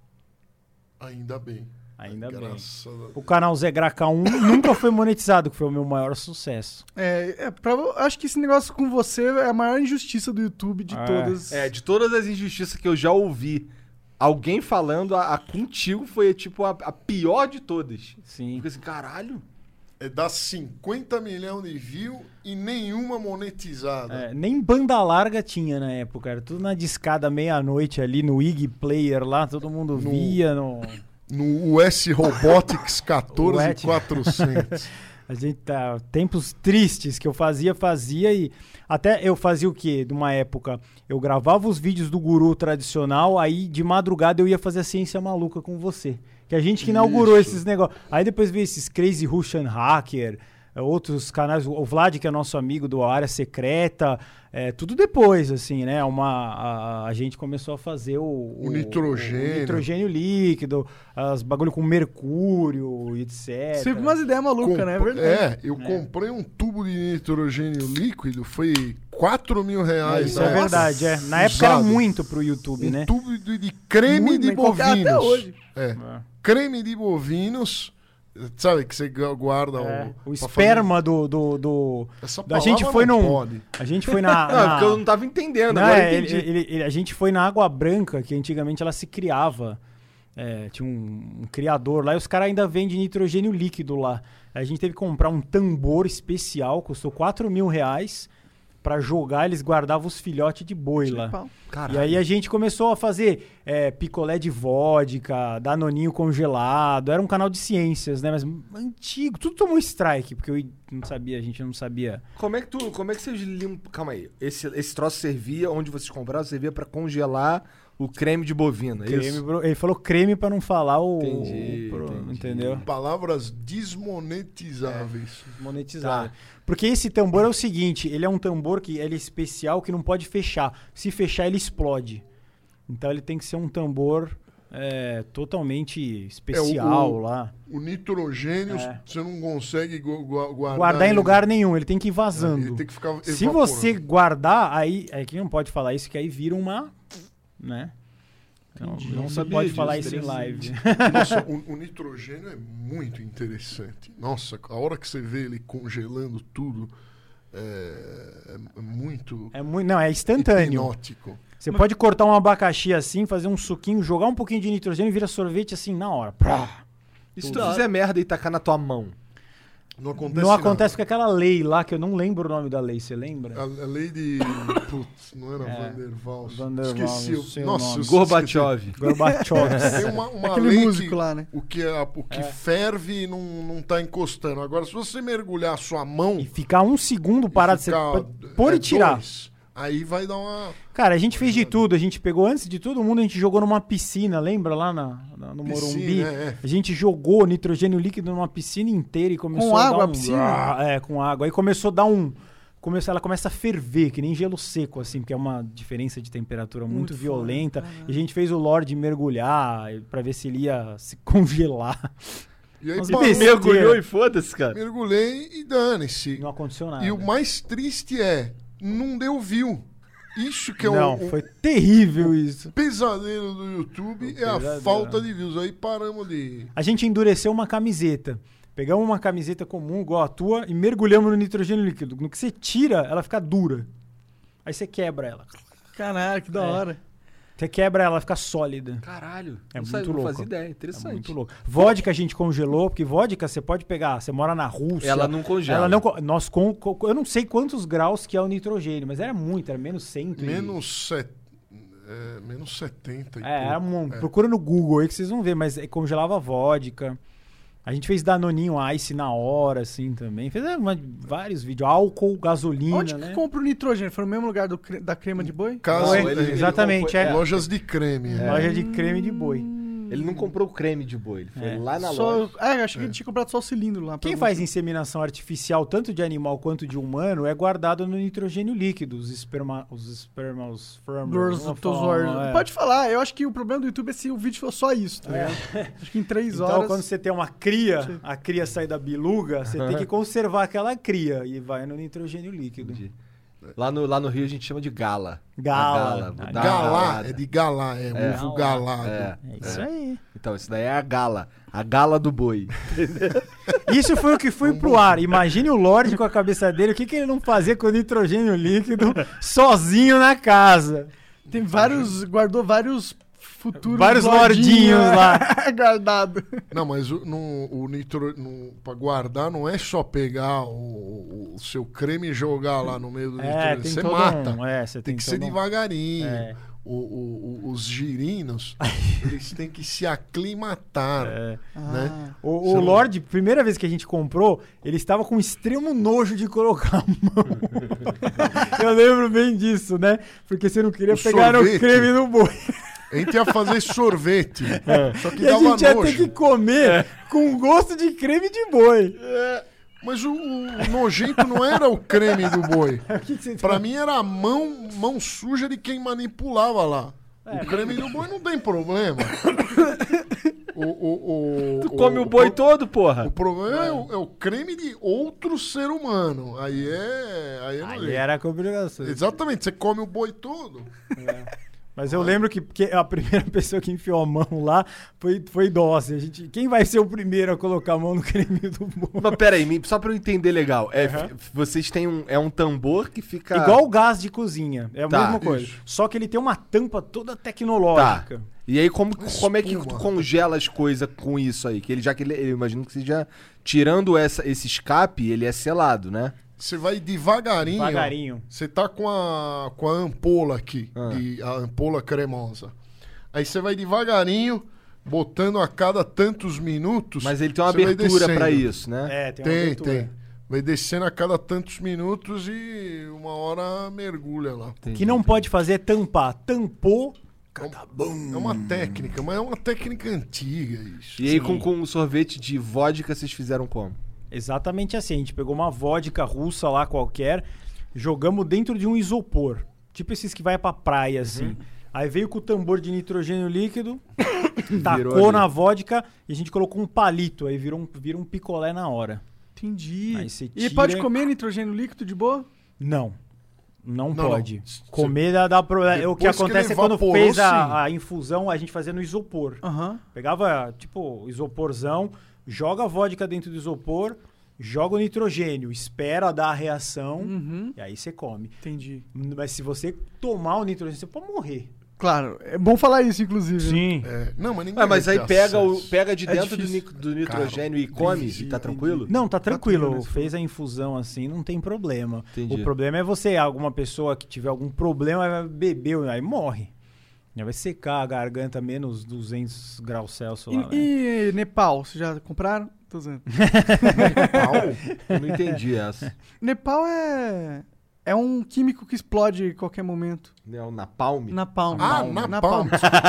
Ainda bem. Ainda bem. Graças a Deus. O canal Zé Graca um nunca foi monetizado, que foi o meu maior sucesso. É, é pra, acho que esse negócio com você é a maior injustiça do YouTube de É. todas. É, de todas as injustiças que eu já ouvi, alguém falando, a, a contigo foi, tipo, a, a pior de todas. Sim. Fica assim, caralho. É dar cinquenta milhões de views e nenhuma monetizada. É, nem banda larga tinha na época, era tudo na discada meia-noite ali no I G Player lá, todo mundo No- via. No... No U S Robotics quatorze mil e quatrocentos. A gente tá. Tempos tristes que eu fazia, fazia e. Até eu fazia o quê? De uma época, eu gravava os vídeos do guru tradicional, aí de madrugada eu ia fazer a ciência maluca com você. Que a gente que inaugurou Isso. esses negócios. Aí depois veio esses Crazy Russian Hacker, é, outros canais, o Vlad, que é nosso amigo do Área Secreta, é, tudo depois, assim, né? Uma, a, a gente começou a fazer o, O nitrogênio. o nitrogênio líquido, as bagulho com mercúrio, etcétera. Sempre umas ideias malucas, né? É Compre- verdade. É, eu comprei um tubo de nitrogênio líquido, foi quatro mil reais. Isso na é época. verdade, é. Na época era Usado. muito pro YouTube, Um né? tubo de, de creme Muito, de né? Qualquer- bovinos. até hoje. É. É. Creme de bovinos. Sabe que você guarda É, o. o pra esperma do, do, do- fazer- Essa A gente palavra foi não num. pode. A gente foi na. Não, na- é porque eu não tava entendendo, Não, agora eu é, entendi. ele- ele- ele- a gente foi na Água Branca, que antigamente ela se criava. É, tinha um, um criador lá e os caras ainda vendem nitrogênio líquido lá. A gente teve que comprar um tambor especial, custou quatro mil reais pra jogar, eles guardavam os filhotes de boi lá. Pau. Caralho. E aí a gente começou a fazer é, picolé de vodka, danoninho congelado. Era um canal de ciências, né? Mas antigo. Tudo tomou strike, porque eu não sabia, a gente não sabia. Como é que tu, como é que vocês limpam... Calma aí. Esse, esse troço servia, onde vocês compraram, servia pra congelar o creme de bovina, é Creme, isso? bro- ele falou creme pra não falar o... Entendi, o pro- entendi. Entendeu? Palavras desmonetizáveis. Monetizado. Tá. Porque esse tambor é o seguinte, ele é um tambor que ele é especial, que não pode fechar. Se fechar, ele explode. Então ele tem que ser um tambor é, totalmente especial É, o- lá. O nitrogênio, É. você não consegue gu- gu- guardar. Guardar em ele. lugar nenhum, ele tem que ir vazando. Ele tem que ficar Se evaporando. você guardar, aí... É que não pode falar isso, que aí vira uma... Né? Não, Entendi. não Não se sabia pode disso, falar isso em interessante. live. Nossa, o, o nitrogênio é muito interessante. Nossa, a hora que você vê ele congelando tudo, é, é muito É muito, não, é instantâneo. hipnótico. Você pode cortar um abacaxi assim, fazer um suquinho, jogar um pouquinho de nitrogênio e vira sorvete assim na hora. Prá. E se tu fizer merda e tacar na tua mão? Não acontece Não acontece com nada. aquela lei lá, que eu não lembro o nome da lei, você lembra? A, a lei de... Putz, não era É. Van der Waals. Van der Waals, Esqueci. não o- sei o Nossa, nome. eu Gorbachev. Gorbachev. esqueci. Tem uma, uma Aquele lei músico que, lá, né? o que, é, o que ferve não, não tá encostando. Agora, se você mergulhar a sua mão... E ficar um segundo parado, você ficar, pode pôr é, e tirar. dois, aí vai dar uma... Cara, a gente fez de tudo. A gente pegou, antes de todo mundo, a gente jogou numa piscina, lembra lá na, na- no Piscina, Morumbi? é, é. A gente jogou nitrogênio líquido numa piscina inteira e começou Com a água dar a um... piscina? É, com água. Aí começou a dar um... Começou, ela começa a ferver, que nem gelo seco, assim, porque é uma diferença de temperatura muito, Muito violenta. foda, E a gente fez o Lorde mergulhar pra ver se ele ia se congelar. E aí Mas parou, besteira. Mergulhou e foda-se, cara. mergulhei e dane-se. Não aconteceu nada. E o mais triste é, não deu view. Isso que é Não, um, um foi terrível isso. pesadelo do YouTube, é a pesadelo. falta de views. Aí paramos de... A gente endureceu uma camiseta. Pegamos uma camiseta comum, igual a tua, e mergulhamos no nitrogênio líquido. No que você tira, ela fica dura. Aí você quebra ela. Caralho, que da É. hora. Você quebra ela, ela fica sólida. Caralho. É não muito sabia, não louco. fazia ideia. É Interessante. muito louco. Vodka a gente congelou, porque vodka você pode pegar, você mora na Rússia. Ela não congela. Ela não, co- nós com, co- eu não sei quantos graus que é o nitrogênio, mas era muito, era menos cem. e- Menos, set... é, menos setenta e É, era pouco. um, É. procura no Google aí que vocês vão ver, mas é, congelava vodka. A gente fez danoninho ice na hora, assim, também. Fez é, uma- vários vídeos. Álcool, gasolina, Onde né? que compra o nitrogênio? Foi no mesmo lugar do cre- da crema de boi? Caso, Foi, ele- ele exatamente, comprou- é. Lojas de creme. é. Loja de creme de boi. Ele não comprou creme de boi. Ele foi É. lá na Só, loja. é, eu achei que ele tinha comprado só o cilindro lá. Quem pra- faz inseminação artificial, tanto de animal quanto de humano, é guardado no nitrogênio líquido. Os esperma... Os esperma... Os spermas, vamos Dortozoide. falar, é. Pode falar, eu acho que o problema do YouTube é se o vídeo for só isso, tá ligado? Acho que em três Então, horas... quando você tem uma cria, a cria sai da biluga, você tem que conservar aquela cria e vai no nitrogênio líquido. Entendi. Lá no, lá no Rio a gente chama de gala. Gala. A vou Ah, dar uma Galá, galada. é de galá, é, É. ovo galado. É. É isso aí. Então, isso daí é a gala. A gala do boi. Isso foi o que foi pro ar. Imagine o Lorde com a cabeça dele, o que, que ele não fazia com o nitrogênio líquido sozinho na casa. Tem vários... Guardou vários futuros Vários lordinhos lordinhos lá. guardado. Não, mas o, no, o nitro, no, pra guardar não é só pegar o, o- o seu creme e jogar lá no meio do É, nitrogênio. tem Você todo mata. um- é, você tem, tem que ser todo um- devagarinho. É. O- o- o- os girinos, eles têm que se aclimatar. É. Né? Ah, O, Você o não- Lorde, primeira vez que a gente comprou, ele estava com extremo nojo de colocar a mão. Eu lembro bem disso, né? Porque você não queria O pegar sorvete. o creme no boi. A gente ia fazer sorvete. Só que E a dava gente ia nojo. ter que comer com gosto de creme de boi. Mas o, o nojento não era o creme do boi. O que que você Pra mim era a mão, mão suja de quem manipulava lá. É, o creme do boi não tem problema. O, o, o, Tu come o boi o, todo, porra. O problema é. o, é o creme de outro ser humano. Aí é. Aí é Aí nojento. era com obrigação. Exatamente, você come o boi todo. Mas eu lembro que, que a primeira pessoa que enfiou a mão lá foi, foi Dossi. A gente, quem vai ser o primeiro a colocar a mão no creme do boi? Mas peraí, me- só pra eu entender legal. É, f- vocês têm um. É um tambor que fica. Igual o gás de cozinha. É a Tá, mesma coisa. isso. Só que ele tem uma tampa toda Tá. tecnológica. E aí, como, como é que espuma. tu congela as coisas com isso aí? Que ele já que ele, eu imagino que seja. Tirando essa, esse escape, ele é selado, né? você vai devagarinho. Devagarinho. Você tá com a, com a ampola aqui, Ah. e a ampola cremosa. Aí você vai devagarinho, botando a cada tantos minutos. Mas ele tem uma você vai abertura pra descendo. isso, né? É, tem uma Tem, abertura. tem. Vai descendo a cada tantos minutos e uma hora mergulha lá. Entendi. O que não pode fazer é tampar. Tampou, É uma técnica, mas é uma técnica antiga isso. E aí Sim. com, com sorvete de vodka vocês fizeram como? exatamente assim. A gente pegou uma vodka russa lá qualquer, jogamos dentro de um isopor. Tipo esses que vai pra praia, assim. Aí veio com o tambor de nitrogênio líquido, tacou ali. na vodka e a gente colocou um palito. Aí virou um, vira um picolé na hora. Entendi. Aí você E tira- pode comer nitrogênio líquido de boa? Não. Não, Não, pode. não. Comer dá, dá problema. O que Depois que acontece ele é quando evaporou, fez sim. a, a infusão, a gente fazia no isopor. Aham. Pegava, tipo, isoporzão, joga a vodka dentro do isopor, joga o nitrogênio, espera dar a reação Uhum. e aí você come. Entendi. Mas se você tomar o nitrogênio, você pode morrer. Claro, é bom falar isso, inclusive. Sim. É, não, mas ninguém Ah, mas vai aí ter pega, o, acesso. pega de É dentro do, difícil. nic- do nitrogênio e come e tá tranquilo? Não, tá tranquilo. tranquilo, né? Fez a infusão assim, não tem problema. Entendi. O problema é você, alguma pessoa que tiver algum problema, vai beber, aí morre. Já vai secar a garganta menos duzentos graus Celsius lá. né? E, e Nepal, vocês já compraram? Tô dizendo. Eu não entendi essa. Nepal é. É um químico que explode em qualquer momento. Não, na palme? Napalm. Ah, Napalm. Napalm.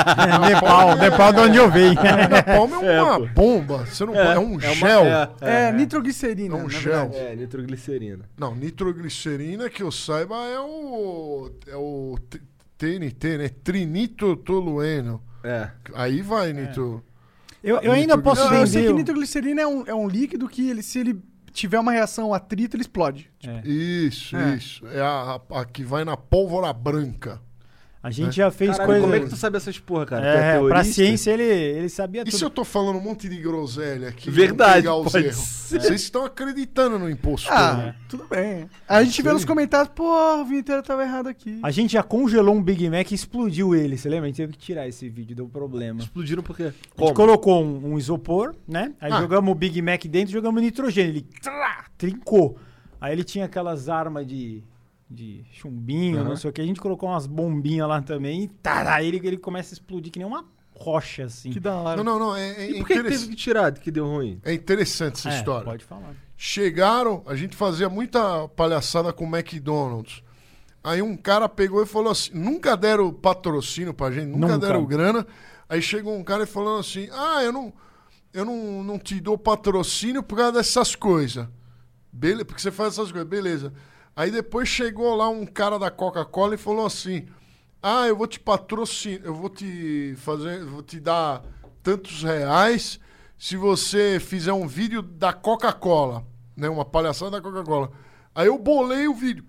Nepal, Nepal de onde eu venho. Napalm é uma bomba. Você não pode, é um uma- gel. é, É, nitroglicerina. É um na gel. verdade. é, nitroglicerina. Não, nitroglicerina, que eu saiba, é o. É o T- T N T, né? Trinitrotolueno. É. Aí vai, nitro. Eu, eu ainda posso Eu, eu sei vender. que o- nitroglicerina é um, é um líquido que ele, se ele tiver uma reação atrito, ele explode. É. Isso, É. isso. É a, a- a que vai na pólvora branca. A gente já fez Caralho, coisas. como é que tu sabe essas porra, cara? Tu É, pra teorista? ciência ele, ele sabia E tudo. se eu tô falando um monte de groselha aqui? Verdade, vou pegar os pode erros? ser. Vocês estão acreditando no impostor. Ah, né? tudo bem. A gente vê Sim. nos comentários, pô, o Vinteiro tava errado aqui. A gente já congelou um Big Mac e explodiu ele, você lembra? A gente teve que tirar esse vídeo, deu problema. Explodiram por quê? A gente colocou um, um isopor, né? Aí Ah. jogamos o Big Mac dentro, jogamos nitrogênio. Ele trá, trincou. Aí ele tinha aquelas armas de, de chumbinho, Aham. não sei o que. A gente colocou umas bombinhas lá também e tá, aí ele, ele começa a explodir que nem uma rocha, assim. Que da hora. Não, não, não. É, é, E por que, que interess- teve que tirar que deu ruim? é interessante essa É, história. pode falar. Chegaram, a gente fazia muita palhaçada com o McDonald's. Aí um cara pegou e falou assim: nunca deram patrocínio pra gente, nunca, Nunca. deram grana. Aí chegou um cara e falando assim: ah, eu não, eu não, não te dou patrocínio por causa dessas coisas. Beleza, porque você faz essas coisas, beleza. Aí depois chegou lá um cara da Coca-Cola e falou assim: ah, eu vou te patrocinar, eu vou te fazer, eu vou te dar tantos reais se você fizer um vídeo da Coca-Cola, né? Uma palhaçada da Coca-Cola. Aí eu bolei o vídeo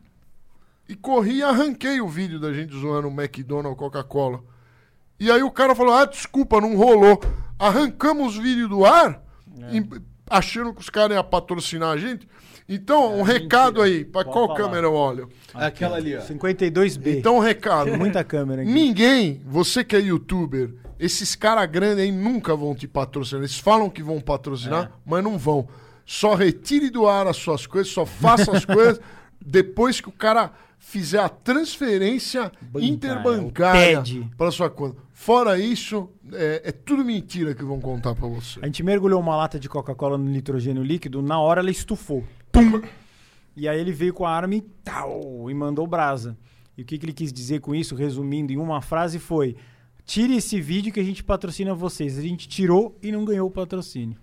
e corri e arranquei o vídeo da gente zoando o McDonald's, Coca-Cola. E aí o cara falou: ah, desculpa, não rolou. Arrancamos o vídeo do ar, em- achando que os caras iam patrocinar a gente. Então, um recado aí, pra Pode qual falar. câmera eu olho? Aquela ali, ó. cinquenta e dois B. Então, um recado. Tem muita câmera aqui. Ninguém, você que é youtuber, esses caras grandes aí nunca vão te patrocinar. Eles falam que vão patrocinar, É. mas não vão. Só retire do ar as suas coisas, só faça as coisas depois que o cara fizer a transferência Bancária, interbancária o T E D. para sua conta. Fora isso, é, é tudo mentira que vão contar para você. A gente mergulhou uma lata de Coca-Cola no nitrogênio líquido, na hora ela estufou. Tum! E aí ele veio com a arma e, tal, e mandou brasa. E o que, que ele quis dizer com isso, resumindo em uma frase, foi: tire esse vídeo que a gente patrocina vocês. A gente tirou e não ganhou o patrocínio.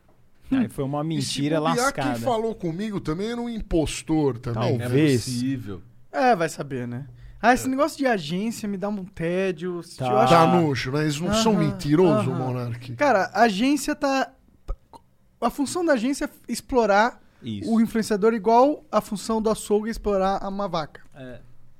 Aí foi uma mentira e se bobear, lascada. quem falou comigo também era um impostor também. Talvez. Não é possível. É, vai saber, né? Ah, esse negócio de agência me dá um tédio. Tá. Eu acho- Dá nojo, né? Eles não são Aham, mentirosos, aham. Monark. Cara, a agência tá. A função da agência é explorar Isso. o influenciador igual a função do açougue é explorar uma vaca. É.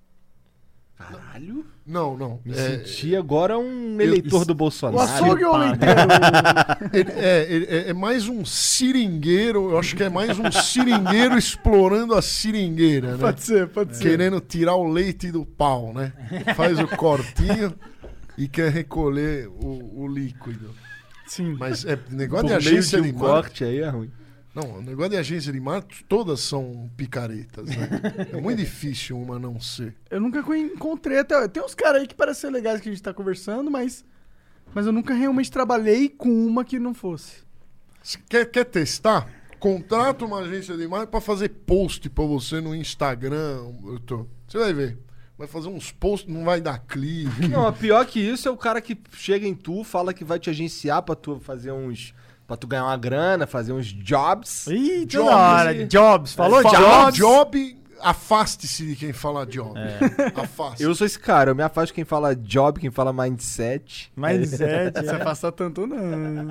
Caralho. Não, não. Me É, senti agora um eleitor do O Bolsonaro. açougue ou o pá. leiteiro? ele- é, ele- é- é mais um seringueiro, eu acho que é mais um seringueiro explorando a seringueira, né? Pode ser, pode ser. Querendo tirar o leite do pau, né? Faz o cortinho e quer recolher o, o líquido. Sim. Mas é negócio Por de meio agência de de um marketing. corte aí é ruim. Não, o negócio de agência de marketing, todas são picaretas, né? É muito difícil uma não ser. Eu nunca co- encontrei até. Tem uns caras aí que parecem ser legais que a gente tá conversando, mas. Mas eu nunca realmente trabalhei com uma que não fosse. Você quer, quer testar? Contrata uma agência de marketing pra fazer post pra você no Instagram. Eu tô, você vai ver. Vai fazer uns posts, não vai dar clique. Não, pior que isso é o cara que chega em tu, fala que vai te agenciar pra tu fazer uns... Pra tu ganhar uma grana, fazer uns jobs. Ih, Jobs, toda hora. e- Jobs. Falou Falou Jobs? job, afaste-se de quem fala job. Afaste. Eu sou esse cara, eu me afasto de quem fala job, quem fala mindset. Mindset. Se é. afastar tanto, não.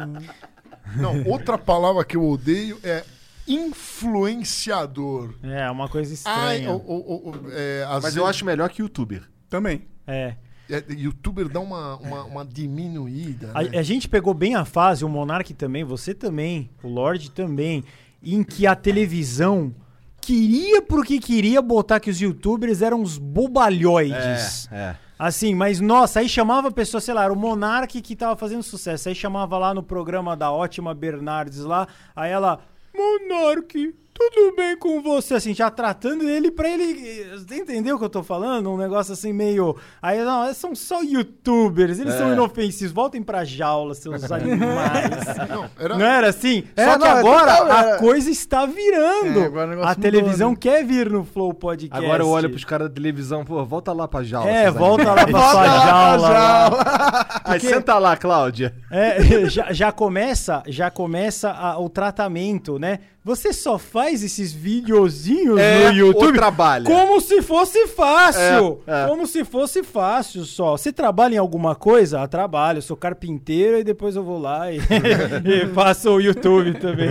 Não, outra palavra que eu odeio é influenciador. É, uma coisa Ai, estranha. o, o, o, é, às Mas vezes- eu acho melhor que youtuber. Também. É. é, youtuber dá uma, uma, uma diminuída, né? A, a gente pegou bem a fase, o Monark também, você também, o Lorde também, em que a televisão queria porque queria botar que os youtubers eram uns bobalhoides. é. Assim, mas nossa, aí chamava a pessoa, sei lá, era o Monark que tava fazendo sucesso. Aí chamava lá no programa da Ótima Bernardes lá, aí ela, Monark, tudo bem com você? Assim, já tratando ele pra ele. Você entendeu o que eu tô falando? Um negócio assim meio. Aí, não, são só youtubers, eles É. são inofensivos. Voltem pra jaula, seus animais. Não, era, Não era assim? É, Só que não, é agora total, a é. coisa está virando. É, agora o negócio a mudou, televisão né? quer vir no Flow Podcast. Agora eu olho pros caras da televisão, pô, volta lá pra jaula. É, seus volta lá pra Volta sua lá pra jaula. lá. jaula. Aí senta lá, Cláudia. É, já, já começa, já começa a- o tratamento, né? Você só faz esses videozinhos É, no YouTube ou trabalha. como se fosse fácil. É, é. Como se fosse fácil só. Você trabalha em alguma coisa? Ah, trabalho. Eu sou carpinteiro e depois eu vou lá e, e faço o YouTube também.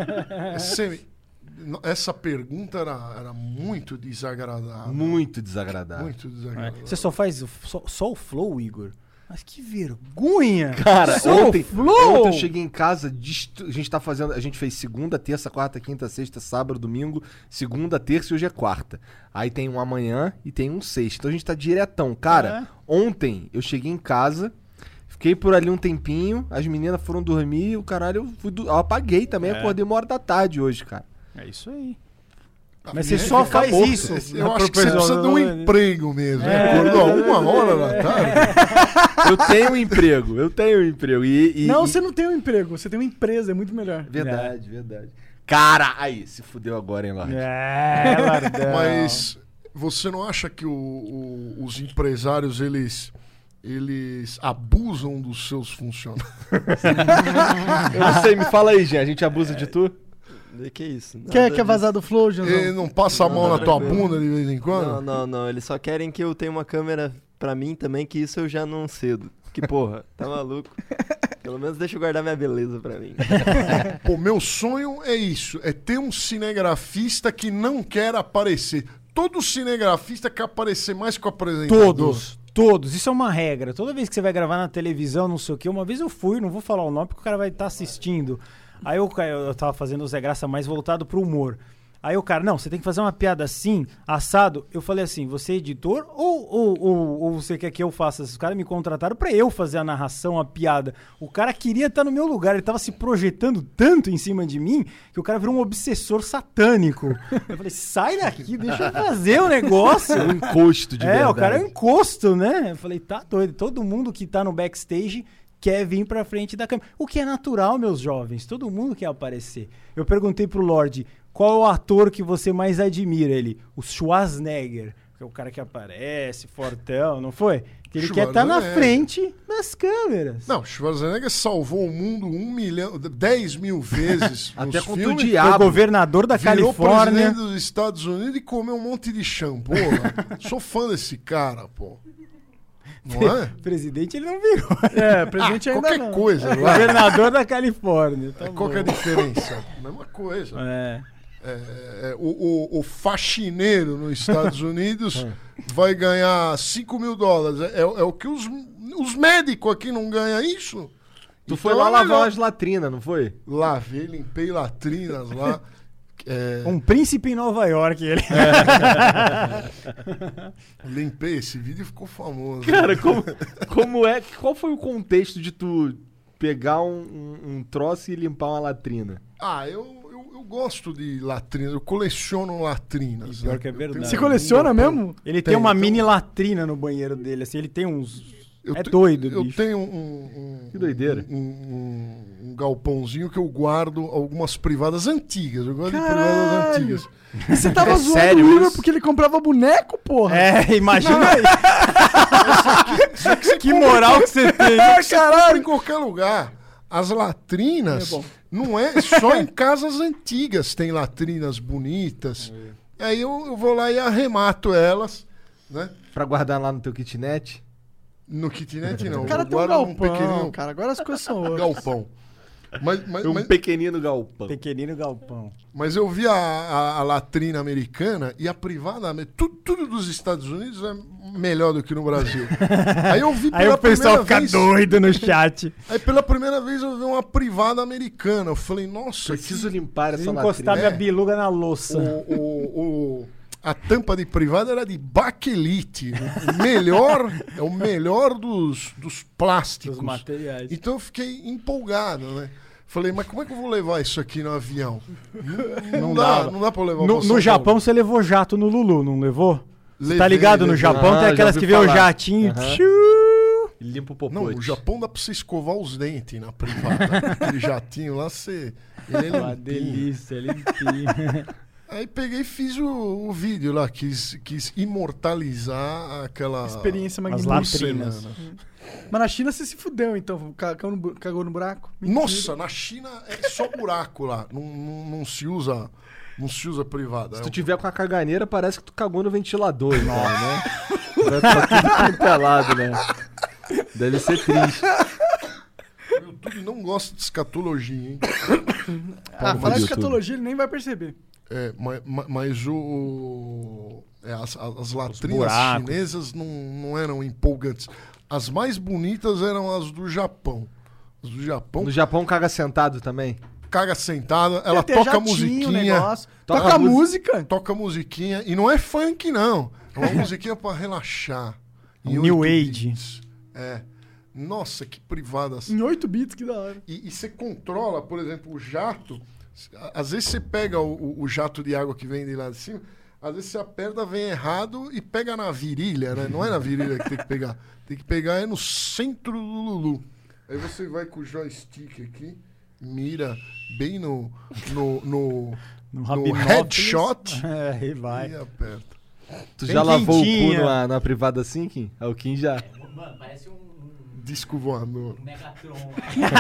Você- essa pergunta era, era muito desagradável. Muito desagradável. Muito desagradável. Você só faz o- só, só o Flow, Igor? Mas que vergonha! Cara, Só ontem, o Flow! ontem eu cheguei em casa, destru- a gente tá fazendo, a gente fez segunda, terça, quarta, quinta, sexta, sábado, domingo, segunda, terça e hoje é quarta. Aí tem um amanhã e tem um sexta. Então a gente tá diretão. Cara, É. ontem eu cheguei em casa, fiquei por ali um tempinho, as meninas foram dormir, o caralho, eu, fui do- eu apaguei também, É. acordei uma hora da tarde hoje, cara. É isso aí. Ah, Mas você é, só faz acabou. isso. Eu acho que você precisa de um emprego mesmo. né? É. Acordou a uma hora da tarde. Eu tenho um emprego, eu tenho um emprego. E, e- Não, e- você não tem um emprego, você tem uma empresa, é muito melhor. Verdade, verdade. Cara, aí, se fudeu agora, hein, Lorde? É, Lardão. Mas você não acha que o- o- os empresários, eles, eles abusam dos seus funcionários? Eu não sei, me fala aí, Jean, a gente abusa de tu? De que isso? Nada Quer, quer disso. vazar do Flow, Ele Janzão? não passa a mão na tua tranquilo. bunda de vez em quando? Não, não, não. Eles só querem que eu tenha uma câmera pra mim também, que isso eu já não cedo. Que porra, tá maluco? Pelo menos deixa eu guardar minha beleza pra mim. Pô, meu sonho é isso, é ter um cinegrafista que não quer aparecer. Todo cinegrafista quer aparecer mais que o apresentador. Todos, todos. Isso é uma regra. Toda vez que você vai gravar na televisão, não sei o quê. Uma vez eu fui, não vou falar o nome porque o cara vai estar assistindo. Aí eu, eu tava fazendo o Zé Graça mais voltado pro humor. Aí o cara, não, você tem que fazer uma piada assim, assado. Eu falei assim, você é editor ou, ou, ou, ou você quer que eu faça? Os caras me contrataram pra eu fazer a narração, a piada. O cara queria estar no meu lugar, ele tava se projetando tanto em cima de mim que o cara virou um obsessor satânico. Eu falei, sai daqui, deixa eu fazer o negócio. Um encosto de É, verdade. o cara é um encosto, né? Eu falei, tá doido. Todo mundo que tá no backstage quer vir pra frente da câmera. O que é natural, meus jovens. Todo mundo quer aparecer. Eu perguntei pro Lorde, qual é o ator que você mais admira? Ele, o Schwarzenegger. Que é o cara que aparece, fortão, não foi? Que ele quer estar na Schwarzenegger. frente das câmeras. Não, Schwarzenegger salvou o mundo um milhão, dez mil vezes Até nos contra o filmes. Foi diabo. governador da Virou Califórnia. presidente dos Estados Unidos e comeu um monte de shampoo. né? Sou fã desse cara, pô. Não é? Presidente ele não virou. É, presidente Ah, ainda qualquer não. coisa lá. Governador da Califórnia. Tá Qual bom. que é a diferença? Mesma coisa. É. É, é, o, o, o faxineiro nos Estados Unidos vai ganhar cinco mil dólares. É, é o que os, os médicos aqui não ganham isso. Tu Então foi lá é lavar melhor. umas latrinas, não foi? Lavei, limpei latrinas lá. É, Um príncipe em Nova York, ele. limpei, esse vídeo ficou famoso. Cara, como, como é... Qual foi o contexto de tu pegar um, um, um troço e limpar uma latrina? Ah, eu, eu, eu gosto de latrinas, eu coleciono latrinas. Pior né? que é Eu tenho verdade. Você um coleciona galpão. mesmo? Ele tem, Tem, uma então- mini latrina no banheiro dele, assim, ele tem uns... Eu é te- doido, Eu bicho. tenho um, um- Que doideira. Um, um- um galpãozinho que eu guardo algumas privadas antigas. Eu gosto de Caralho. privadas antigas. E você tava É zoando sério o Igor isso? porque ele comprava boneco, porra. É, imagina aí. que moral que você tem. Ah, Você compra em caralho. qualquer lugar. As latrinas, É bom. não é só em casas antigas tem latrinas bonitas. Aí eu, eu vou lá e arremato elas, né? Pra guardar lá no teu kitnet. No kitnet não. O cara eu tem um guardo num galpão, pequenino cara. Agora as coisas são outras. galpão. Mas, mas, Um mas, pequenino galpão. Pequenino galpão. mas eu vi a, a- a latrina americana e a privada, tudo, tudo dos Estados Unidos é melhor do que no Brasil. Aí eu vi pela Aí o pessoal primeira fica vez, doido no chat. Aí pela primeira vez eu vi uma privada americana. Eu falei, nossa, Preciso que- limpar essa Preciso encostar latrina. minha biluga na louça. o, o, o- a tampa de privada era de baquelite. O melhor, é o melhor dos, dos plásticos. Dos materiais. Então eu fiquei empolgado, né? Falei, mas como é que eu vou levar isso aqui no avião? Não, não dá, dava. não dá pra levar No, pra no São Japão Paulo. você levou jato no Lulu, não levou? Você tá Levei, ligado? No levei. Japão Ah, tem já aquelas ouvi que vê o falar. jatinho. Aham. tchiu. Limpa o Não, popote. no Japão dá pra você escovar os dentes na privada. Aquele jatinho lá, você... Ele é Uma limpinho. delícia, limpinho. Aí peguei e fiz o, o vídeo lá, quis, quis imortalizar aquela... Experiência As magnífica. latrinas. Mas na China você se fudeu, então. Cagou no, bu- cagou no buraco? Mentira. Nossa, na China é só buraco lá. Não, não, não se usa... Não se usa privada. Se É tu um- tiver com a caganeira, parece que tu cagou no ventilador, então, né? Vai ficar tudo pelado, né? Deve ser triste. O YouTube não gosta de escatologia, hein? Ah, no falar de YouTube. escatologia ele nem vai perceber. É, mas, mas o... é, as, as latrinas buracos. chinesas não, não eram empolgantes. As mais bonitas eram as do Japão. As do Japão, No Japão caga sentado também. caga sentada, ela Tem até toca jatinho, musiquinha. negócio. Toca Toca, música. música. Toca musiquinha. E não é funk, não. É uma musiquinha pra relaxar. Um Em New oito Age. bits. É. Nossa, que privadas. Em oito bits, que da hora. E, e você controla, por exemplo, o jato. Às vezes você pega o, o- o jato de água que vem de lá de cima, às vezes você aperta, vem errado e pega na virilha, né? Não é na virilha que tem que pegar. Tem que pegar é no centro do Lulu. Aí você vai com o joystick aqui, mira bem no, no, no, No, no Rabinópolis. headshot É, e vai. e aperta. Tu Bem já lavou o cu quentinha. numa, numa privada assim, Kim? Ah, o Kim já. Mano, parece um, um Disco voador. Megatron.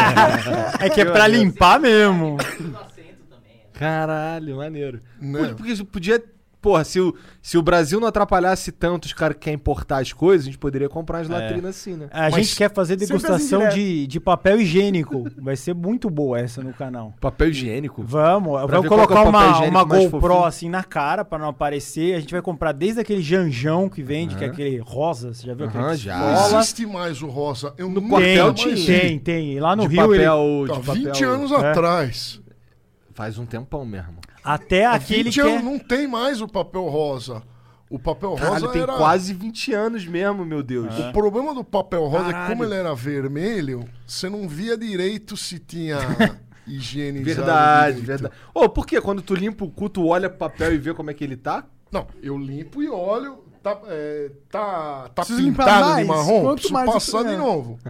É que é pra limpar mesmo. No assento também. é. Caralho, maneiro. Né? Porque isso podia... Porra, se o, se o Brasil não atrapalhasse tanto os caras que querem importar as coisas, a gente poderia comprar as latrinas assim, né? A Mas gente quer fazer sempre degustação assim, de, de papel higiênico. Vai ser muito boa essa no canal. Papel higiênico. Vamos, Pra vamos ver qual que é colocar o papel uma, higiênico uma mais GoPro fofinho. assim na cara pra não aparecer. A gente vai comprar desde aquele janjão que vende, que é Aham. aquele rosa. Você já viu Aham, aquele que já. Não esfola? existe mais o rosa. Eu No nunca quartel mais Tem, vi. tinha. tem, tem. Lá no de Rio, ele- papel, Tá, de papel... vinte anos É. atrás. Faz um tempão mesmo. até aquele vinte que anos é... não tem mais o papel rosa. O papel rosa Caralho, tem era... quase vinte anos mesmo, meu Deus. O problema do papel rosa é que Caralho. como ele era vermelho, você não via direito se tinha higienizado Verdade, direito. verdade. Ô, por quê? Quando tu limpa o cu, tu olha pro papel e vê como é que ele tá? Não, eu limpo e olho, tá, é, tá, tá Preciso limpar pintado mais, de marrom, quanto preciso mais passar você- de é. novo.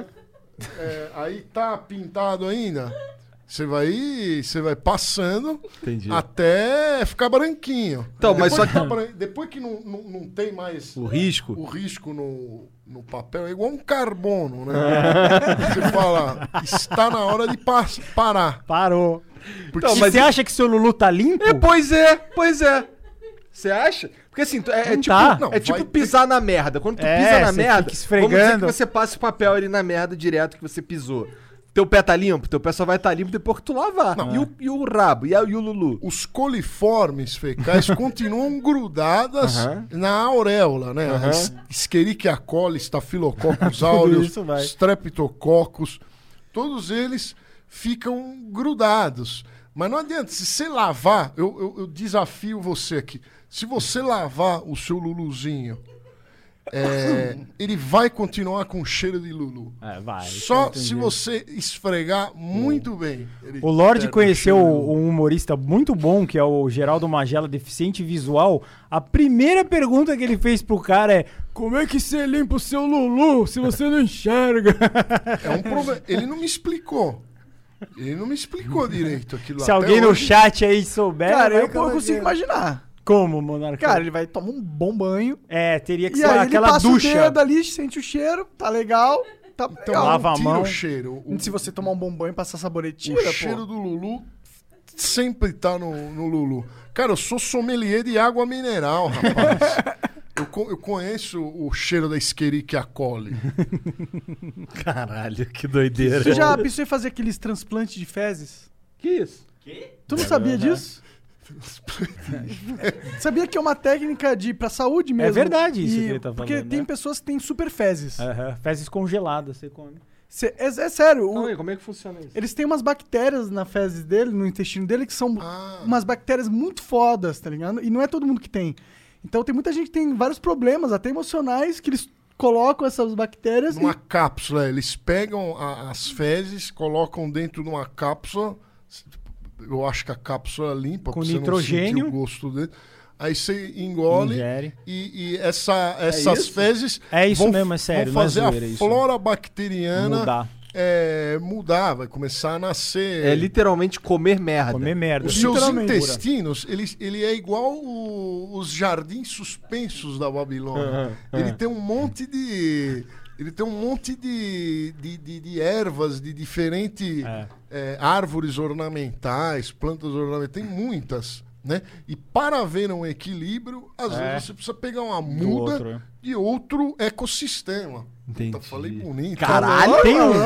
É, aí tá pintado ainda, você vai, você vai passando Entendi. até ficar branquinho. Então, mas depois só que tá bran- depois que não, não, não tem mais O risco? o risco no, no papel, é igual um carbono, né? Você fala, está na hora de pa- parar. Parou. Porque Então, E mas- você acha que seu Lulu tá limpo? É, pois é, pois é. Você acha? Porque assim, tu- é, é Não tipo, tá. Não, é tipo vai pisar na merda. Quando tu É, pisa na você merda, fica vamos dizer esfregando. que você passa o papel ali na merda direto que você pisou. Teu pé tá limpo? Teu pé só vai estar limpo depois que tu lavar. E, o, e o rabo? E, a, e o Lulu? os coliformes fecais continuam grudadas Aham. na auréola, né? Aham. Es- Escherichia coli, Staphylococcus aureus, isso vai. Streptococcus, todos eles ficam grudados. Mas não adianta, se você lavar, eu, eu- eu desafio você aqui, se você lavar o seu Luluzinho é, ele vai continuar com cheiro de Lulu. É, vai. Só entendi. se você esfregar muito bem. ele O Lorde perde conheceu cheiro de Lulu. um humorista muito bom, que é o Geraldo Magela, deficiente visual. A primeira pergunta que ele fez pro cara é: como é que você limpa o seu Lulu se você não enxerga? É um problema. Ele não me explicou. Ele não me explicou direito aquilo lá. Se Até alguém no hoje- chat aí souber... Cara, vai eu, eu colocar. consigo imaginar. Como, Monarca? Cara, ele vai tomar um bom banho. É, teria que E ser aí ele aquela passa ducha. o dedo ali, sente o cheiro, tá legal. Tá Então, legal. lava a tira mão. o cheiro. O, Se você tomar um bom banho e passar sabonete, o tira, cheiro pô. do Lulu sempre tá no, no Lulu. Cara, eu sou sommelier de água mineral, rapaz. eu, co- eu conheço o cheiro da Escherichia coli. Caralho, que doideira. Você já pensou em fazer aqueles transplantes de fezes? Que isso? Tu não sabia disso? Sabia que é uma técnica de pra saúde mesmo? verdade isso E- que ele tá Porque falando, tem né? pessoas que têm super fezes. Aham, fezes congeladas, você come. Cê- é, é sério, o- Calma aí, como é que funciona isso? eles têm umas bactérias na fezes dele, no intestino dele, que são Ah. umas bactérias muito fodas, tá ligado? E não é todo mundo que tem. Então tem muita gente que tem vários problemas, até emocionais, que eles colocam essas bactérias Numa e... cápsula, eles pegam a- as fezes, colocam dentro de uma cápsula. Eu acho que a cápsula é limpa, Com pra você nitrogênio. não sentir o gosto dele. Aí você engole Ingere. e, e essa, essas isso? fezes É isso vão, mesmo, é sério, vão não é fazer zoeira a isso. flora bacteriana Mudar. é, mudar, vai começar a nascer. É literalmente comer merda. Comer merda. Os seus Literalmente. intestinos, ele, ele é igual o- os jardins suspensos da Babilônia. Ele tem um monte de. Ele tem um monte de, de, de, de ervas, de diferentes É. árvores ornamentais, plantas ornamentais, tem muitas. Né? E para haver um equilíbrio, às É. vezes você precisa pegar uma Do muda outro, é. de outro ecossistema. Entendi. Puta, falei bonito. Caralho! Tem um,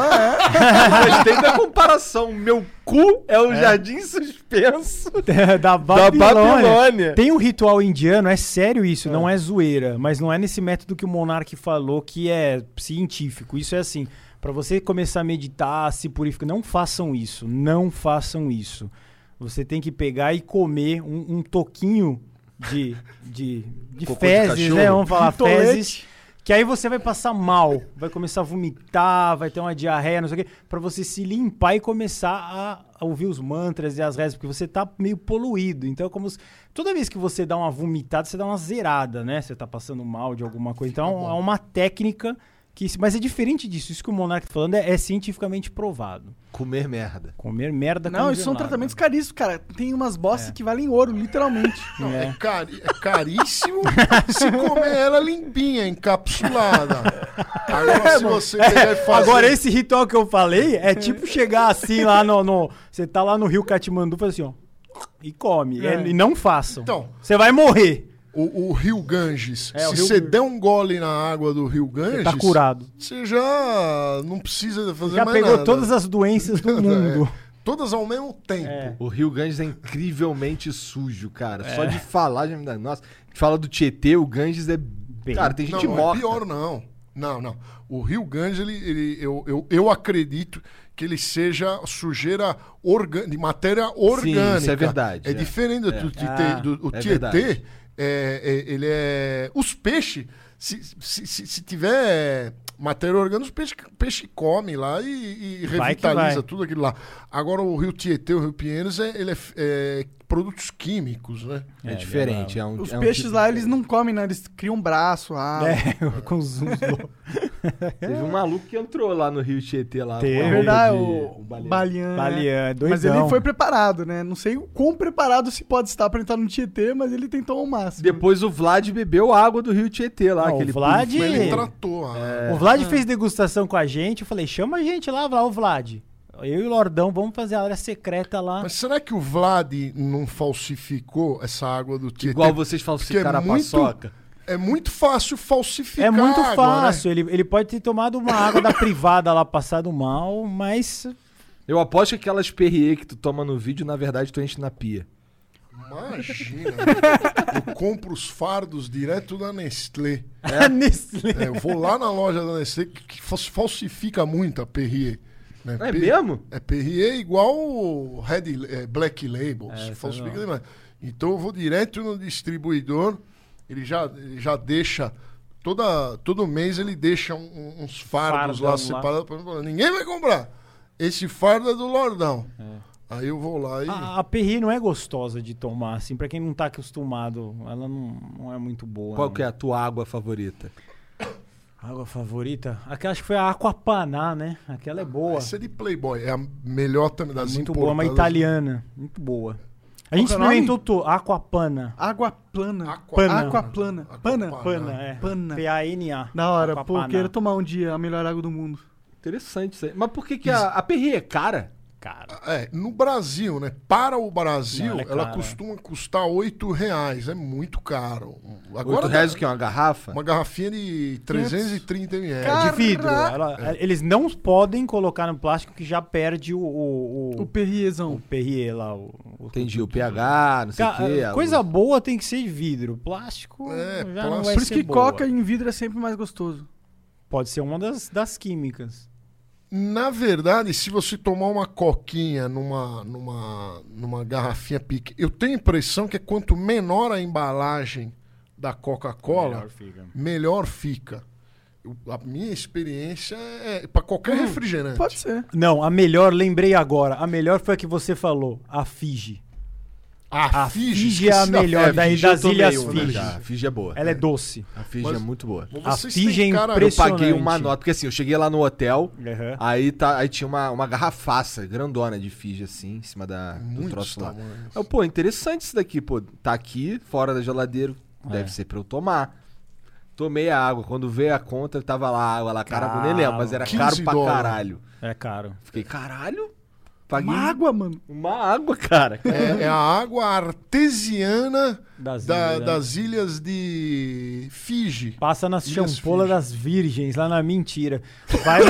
Gostei da comparação. Meu cu é o jardim suspenso da da Babilônia. Babilônia. Tem um ritual indiano, é sério isso, não é zoeira, mas não é nesse método que o Monark falou que é científico. Isso é assim, pra você começar a meditar, se purificar, não façam isso, não façam isso. Você tem que pegar e comer um, um toquinho de, de, de Cocô de fezes, cachorro? né? Vamos falar De tolete. fezes. Que aí você vai passar mal, vai começar a vomitar, vai ter uma diarreia, não sei o quê, pra você se limpar e começar a, a ouvir os mantras e as rezas, porque você tá meio poluído. Então, é como se, toda vez que você dá uma vomitada, você dá uma zerada, né? Você tá passando mal de alguma coisa. Então, é uma técnica que... Mas é diferente disso. Isso que o Monark tá falando é, é cientificamente provado. Comer merda. Comer merda Não, isso são congelada. tratamentos caríssimos, cara. Tem umas bostas que valem ouro, literalmente. Não, é. É. cari- é caríssimo se comer ela limpinha, encapsulada. Agora, se você pegar e fazer... Agora, esse ritual que eu falei é tipo chegar assim lá no... no- você tá lá no Rio Katmandu e faz assim, ó. E come. É. É, e não façam. Então, Você vai morrer. o, o Rio Ganges, É, o se Rio você Ganges. der um gole na água do Rio Ganges... Você tá curado. Você já não precisa fazer Já mais pegou nada. todas as doenças do mundo. Todas ao mesmo tempo. É. O Rio Ganges é incrivelmente sujo, cara. Só de falar já me dá. Nossa, a gente fala do Tietê, o Ganges é. Cara, tem Não, gente não morta. é pior, não. Não, não. O Rio Ganges, ele, ele, eu, eu, eu acredito que ele seja sujeira orga- de matéria orgânica. isso é verdade, É, é. diferente do, Tietê. Ah, do, o é Tietê, verdade. é, é, ele é... Os peixes, se, se, se, se tiver matéria orgânica, os peixes peixe come lá e, e Vai que revitaliza vai. tudo aquilo lá. Agora, o Rio Tietê, o Rio Pinheiros, é, ele é, é produtos químicos, né? É, diferente. É um, Os é um peixes tipo lá, diferente. eles não comem, né? Eles criam um braço, ah. É, com os zooms loucos. Teve um maluco que entrou lá no Rio Tietê lá. Teve. com a É roupa verdade, de- o o baleia. Balian. né? Balian, é doidão. Mas ele foi preparado, né? Não sei o quão preparado se pode estar pra entrar no Tietê, mas ele tentou ao máximo. Depois o Vlad bebeu água do Rio Tietê lá. Não, aquele o Vlad- puro- Mas ele E- tratou. ah. O Vlad fez degustação com a gente. Eu falei, chama a gente lá, lá, o Vlad. Eu e o Lordão, vamos fazer a área secreta lá. Mas será que o Vlad não falsificou essa água do Tietê? Igual vocês Porque é falsificaram a muito- paçoca. É muito fácil falsificar É muito água, fácil. né? Ele, ele pode ter tomado uma água da privada lá, passado mal, mas... Eu aposto que aquelas Perrier que tu toma no vídeo, na verdade, tu enche na pia. Imagina. Eu compro os fardos direto da Nestlé. É. Nestlé. É, eu vou lá na loja da Nestlé que, que fals- falsifica muito a Perrier. Né? É Pe- mesmo? É Perrier igual o Red, é, Black Label. É, se essa falsifica não. demais. Então eu vou direto no distribuidor, ele já, ele já deixa toda, todo mês ele deixa um- uns fardos Fardão lá. lá separados pra mim, falando, ninguém vai comprar. Esse fardo é do Lordão. Aí eu vou lá e... A, a Perrier não é gostosa de tomar, assim, pra quem não tá acostumado, ela não, não é muito boa. Qual não. que é a tua água favorita? Água favorita? Aquela acho que foi a Aquapaná, né? Aquela é boa. Essa é de Playboy. É a melhor também das Muito boa, uma importadas. italiana. Muito boa. A Qual gente que é o nome? experimentou to- Aquapana. Água plana. Aqua- Pana. Água plana. Pana? Pana, é. Pana. P A N A. Da hora. Pô, Aquapaná. eu quero tomar um dia a melhor água do mundo. Interessante isso aí. Mas por que, que a, a Perrier é cara? Cara. É, no Brasil, né? Para o Brasil, Não, ela ela, é cara. costuma custar oito reais. É muito caro. Oito reais o que? Uma garrafa? Uma garrafinha de trezentos e trinta mililitros. Cara, De vidro. Caraca. Ela- Eles não podem colocar no plástico que já perde o, o, o, O Perrierzão. o Perrier lá. O, o- Entendi, o pH, não sei o Ca- quê. Coisa a- boa tem que ser de vidro. Plástico É, já plástico. não vai Por isso ser que boa. coca em vidro é sempre mais gostoso. Pode ser uma das, das químicas. Na verdade, se você tomar uma coquinha numa, numa, numa garrafinha pequena, eu tenho a impressão que quanto menor a embalagem da Coca-Cola, melhor fica. fica. Eu- a minha experiência é para qualquer refrigerante. Pode ser. Não, a melhor, lembrei agora. A melhor foi a que você falou, a Fiji. A, A Fiji, Fiji é a esqueci da melhor Fiji. da- Fiji eu das tomei Ilhas uma, Fiji. já. A Fiji é boa. Ela é doce. A Fiji Mas- é muito boa. A Vocês Fiji têm é cara- Eu impressionante. paguei uma nota, porque assim, eu cheguei lá no hotel, Aham. aí, tá, aí tinha uma, uma garrafaça grandona de Fiji, assim, em cima da, do Muitos troço lá. tamanhos. Eu, pô, interessante isso daqui, pô. Tá aqui, fora da geladeira, deve É. ser pra eu tomar. Tomei a água, quando veio a conta, tava lá a água lá, cara, eu nem lembro, mas era caro quinze pra dólares. caralho. É caro. Fiquei, caralho? Paguei Uma água, mano. uma água, cara. É, é a água artesiana Das da- ilhas, né? das ilhas de Fiji. Passa nas Ilhas champolas Fiji. das virgens, lá na mentira. Vai no...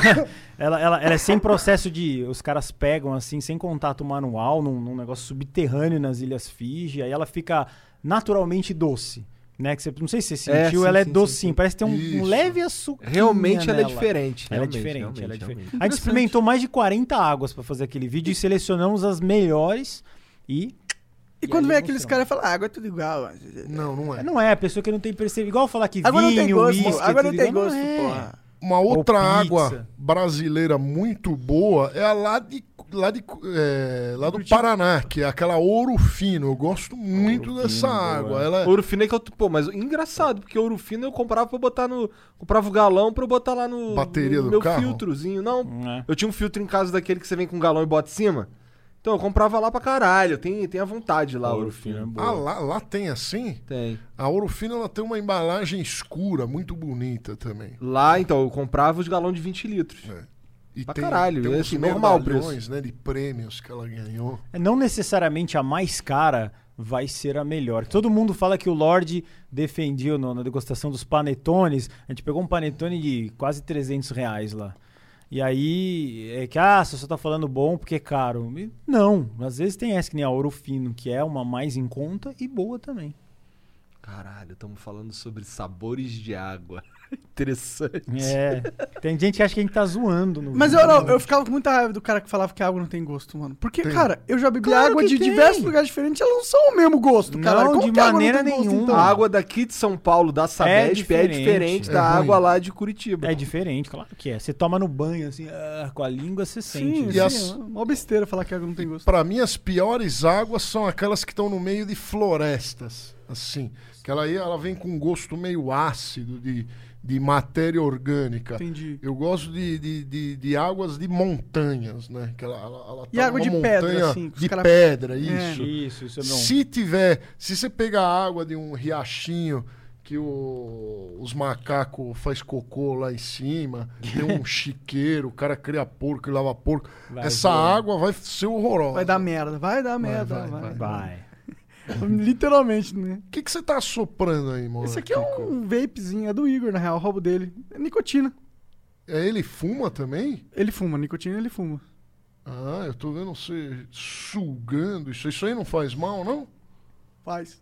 ela, ela, ela é sem processo de... Os caras pegam, assim, sem contato manual, num, num negócio subterrâneo nas Ilhas Fiji, aí ela fica naturalmente doce. Né? Que você, não sei se você É, sentiu, sim, ela é sim, sim, docinho, sim. parece ter um, um Isso. leve açúcar. Realmente ela é diferente. Ela é realmente, diferente, realmente, ela é diferente. realmente. A gente experimentou mais de quarenta águas pra fazer aquele vídeo e selecionamos as melhores e... E, quando aí vem aqueles emociona. caras e falam, ah, água é tudo igual. Não, não é. Não é, a pessoa que não tem percebido. Igual falar que Água não tem vinho, gosto, uísque... água não tudo tem igual, gosto, é. porra. Uma outra pizza. água brasileira muito boa é a lá, de, lá, de, é, lá do Paraná, que é aquela Ouro Fino. Eu gosto muito Ouro dessa Fino, água. boa. Ela é- Ouro fino é que eu. Pô, mas engraçado, porque ouro fino eu comprava pra botar no. Comprava o galão pra eu botar lá no. Bateria no do meu carro? filtrozinho. Não. É. Eu tinha um filtro em casa daquele que você vem com um galão e bota em cima. Então eu comprava lá pra caralho. Tem, tem à vontade lá, ouro fino. é boa. Ah, lá, lá tem assim? Tem. A Ouro Fino ela tem uma embalagem escura, muito bonita também. Lá, então, eu comprava os galões de vinte litros. É. E Pra caralho, tem é uns assim, normal o medalhões, né, de prêmios que ela ganhou. Não necessariamente a mais cara vai ser a melhor. Todo mundo fala que o Lorde defendia no- na degustação dos panetones. A gente pegou um panetone de quase trezentos reais lá. E aí, é que, ah, você só tá falando bom porque é caro. E não, às vezes tem essa que nem a Ouro Fino, que é uma mais em conta e boa também. Caralho, estamos falando sobre sabores de água. Interessante. É, tem gente que acha que a gente tá zoando. No Mas vídeo. eu, não, eu ficava com muita raiva do cara que falava que a água não tem gosto, mano. Porque, Tem. cara, eu já bebi Claro água que de tem. diversos lugares diferentes e elas não são o mesmo gosto, cara. Não, de maneira nenhuma. A água daqui de São Paulo, da Sabesp, é diferente. diferente, É da ruim. água lá de Curitiba. É diferente, claro que é. Você toma no banho, assim, ah, com a língua, você sente. Sim, né? E sim, as- é uma besteira falar que a água não tem gosto. Pra mim, as piores águas são aquelas que estão no meio de florestas, assim. Que ela aí ela vem com um gosto meio ácido de, de matéria orgânica. Entendi. Eu gosto de, de, de, de águas de montanhas, né? Que ela, ela, ela E tá água numa de pedra, montanha assim, que os de cara- pedra, isso. Isso, isso é bom. Se tiver, se você pegar a água de um riachinho que o- os macacos faz cocô lá em cima, tem um chiqueiro, o cara cria porco e lava porco, Vai essa ver. água vai ser horrorosa. Vai dar merda, vai dar Vai, merda, vai, vai. vai. Vai. Literalmente, né? O que que você tá soprando aí, mano? Esse aqui é um vapezinho, é do Igor, na real, o roubo dele. É nicotina. É, ele fuma também? Ele fuma, nicotina ele fuma. Ah, eu tô vendo você sugando isso. Isso aí não faz mal, não? Faz.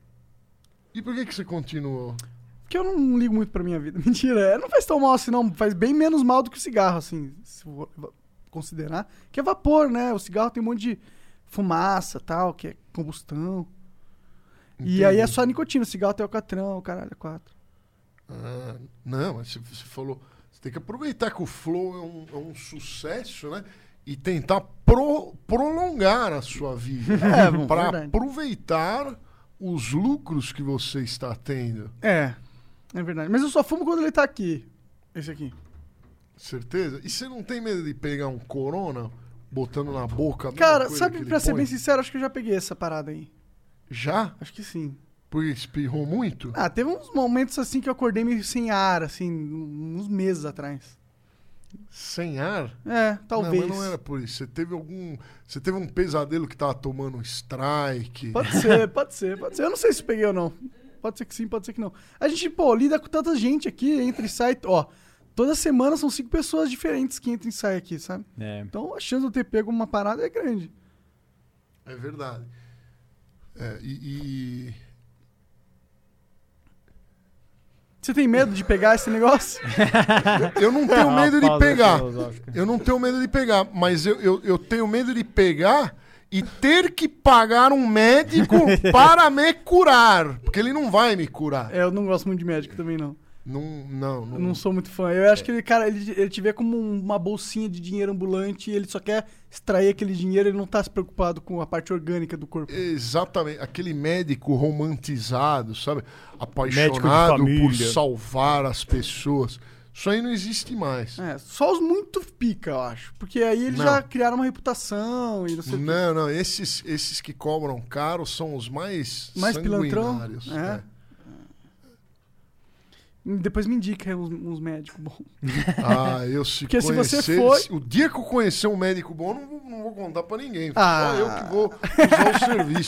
E por que que você continuou? Porque eu não ligo muito pra minha vida. Mentira, é, não faz tão mal assim, não. Faz bem menos mal do que o cigarro, assim, se for considerar. Que é vapor, né? O cigarro tem um monte de fumaça tal, que é combustão. E Entendi. aí é só nicotina. O cigarro tem alcatrão, caralho, é quatro. Ah, não, mas você, você falou... Você tem que aproveitar que o Flow é um, é um sucesso, né? E tentar pro, prolongar a sua vida. É, bom, para verdade. aproveitar os lucros que você está tendo. É, é verdade. Mas eu só fumo quando ele tá aqui. Esse aqui. Certeza? E você não tem medo de pegar um corona botando na boca? a mesma Cara, coisa sabe, que ele pra ser põe? bem sincero, acho que eu já peguei essa parada aí. Já? Acho que sim. Porque espirrou muito? Ah, teve uns momentos assim que eu acordei meio sem ar, assim, uns meses atrás. Sem ar? É, talvez. Não, mas não era por isso. Você teve algum. Você teve um pesadelo que tava tomando um strike. Pode ser, pode ser, pode ser. Eu não sei se peguei ou não. Pode ser que sim, pode ser que não. A gente, pô, lida com tanta gente aqui, entra e sai. Ó, toda semana são cinco pessoas diferentes que entram e saem aqui, sabe? É. Então a chance de eu ter pego uma parada é grande. É verdade. É, e. e- Você tem medo de pegar esse negócio? Eu não tenho Uma medo de pausa pegar. filosófica. Eu não tenho medo de pegar, mas eu, eu, eu tenho medo de pegar e ter que pagar um médico para me curar. Porque ele não vai me curar. É, eu não gosto muito de médico também, não. Não, não, não. Eu não sou muito fã. Eu acho que ele, cara, ele, ele te vê como um- uma bolsinha de dinheiro ambulante e ele só quer extrair aquele dinheiro, ele não tá se preocupado com a parte orgânica do corpo. Exatamente. Aquele médico romantizado, sabe? Médico Apaixonado de família. por salvar as pessoas. Isso aí não existe mais. É, só os muito pica, eu acho. Porque aí eles Não. já criaram uma reputação e não sei o quê. Não, não. Esses, esses que cobram caro são os mais Mais pilantrão? sanguinários. É. Depois me indica uns, uns médicos bons. Ah, eu se Porque se conhecer... você for- O dia que eu conhecer um médico bom, eu não, vou- não vou contar pra ninguém. Ah. Só eu que vou usar o serviço.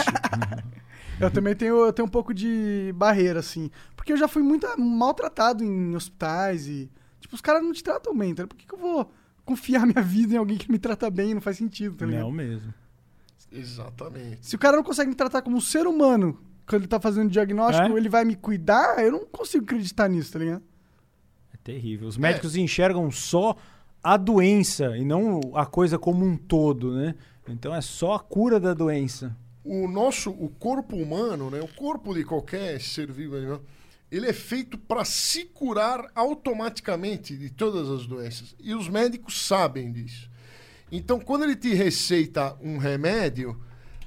Eu também tenho, eu tenho um pouco de barreira, assim. Porque eu já fui muito maltratado em hospitais e... Tipo, os caras não te tratam bem, então por que, que eu vou confiar minha vida em alguém que me trata bem? Não faz sentido, tá ligado? Não mesmo. Exatamente. Se o cara não consegue me tratar como um ser humano quando ele tá fazendo diagnóstico, É? ele vai me cuidar, eu não consigo acreditar nisso, tá ligado? É terrível. Os médicos enxergam só a doença e não a coisa como um todo, né? Então é só a cura da doença. O nosso, o corpo humano, né? O corpo de qualquer ser vivo animal, ele é feito para se curar automaticamente de todas as doenças. E os médicos sabem disso. Então, quando ele te receita um remédio,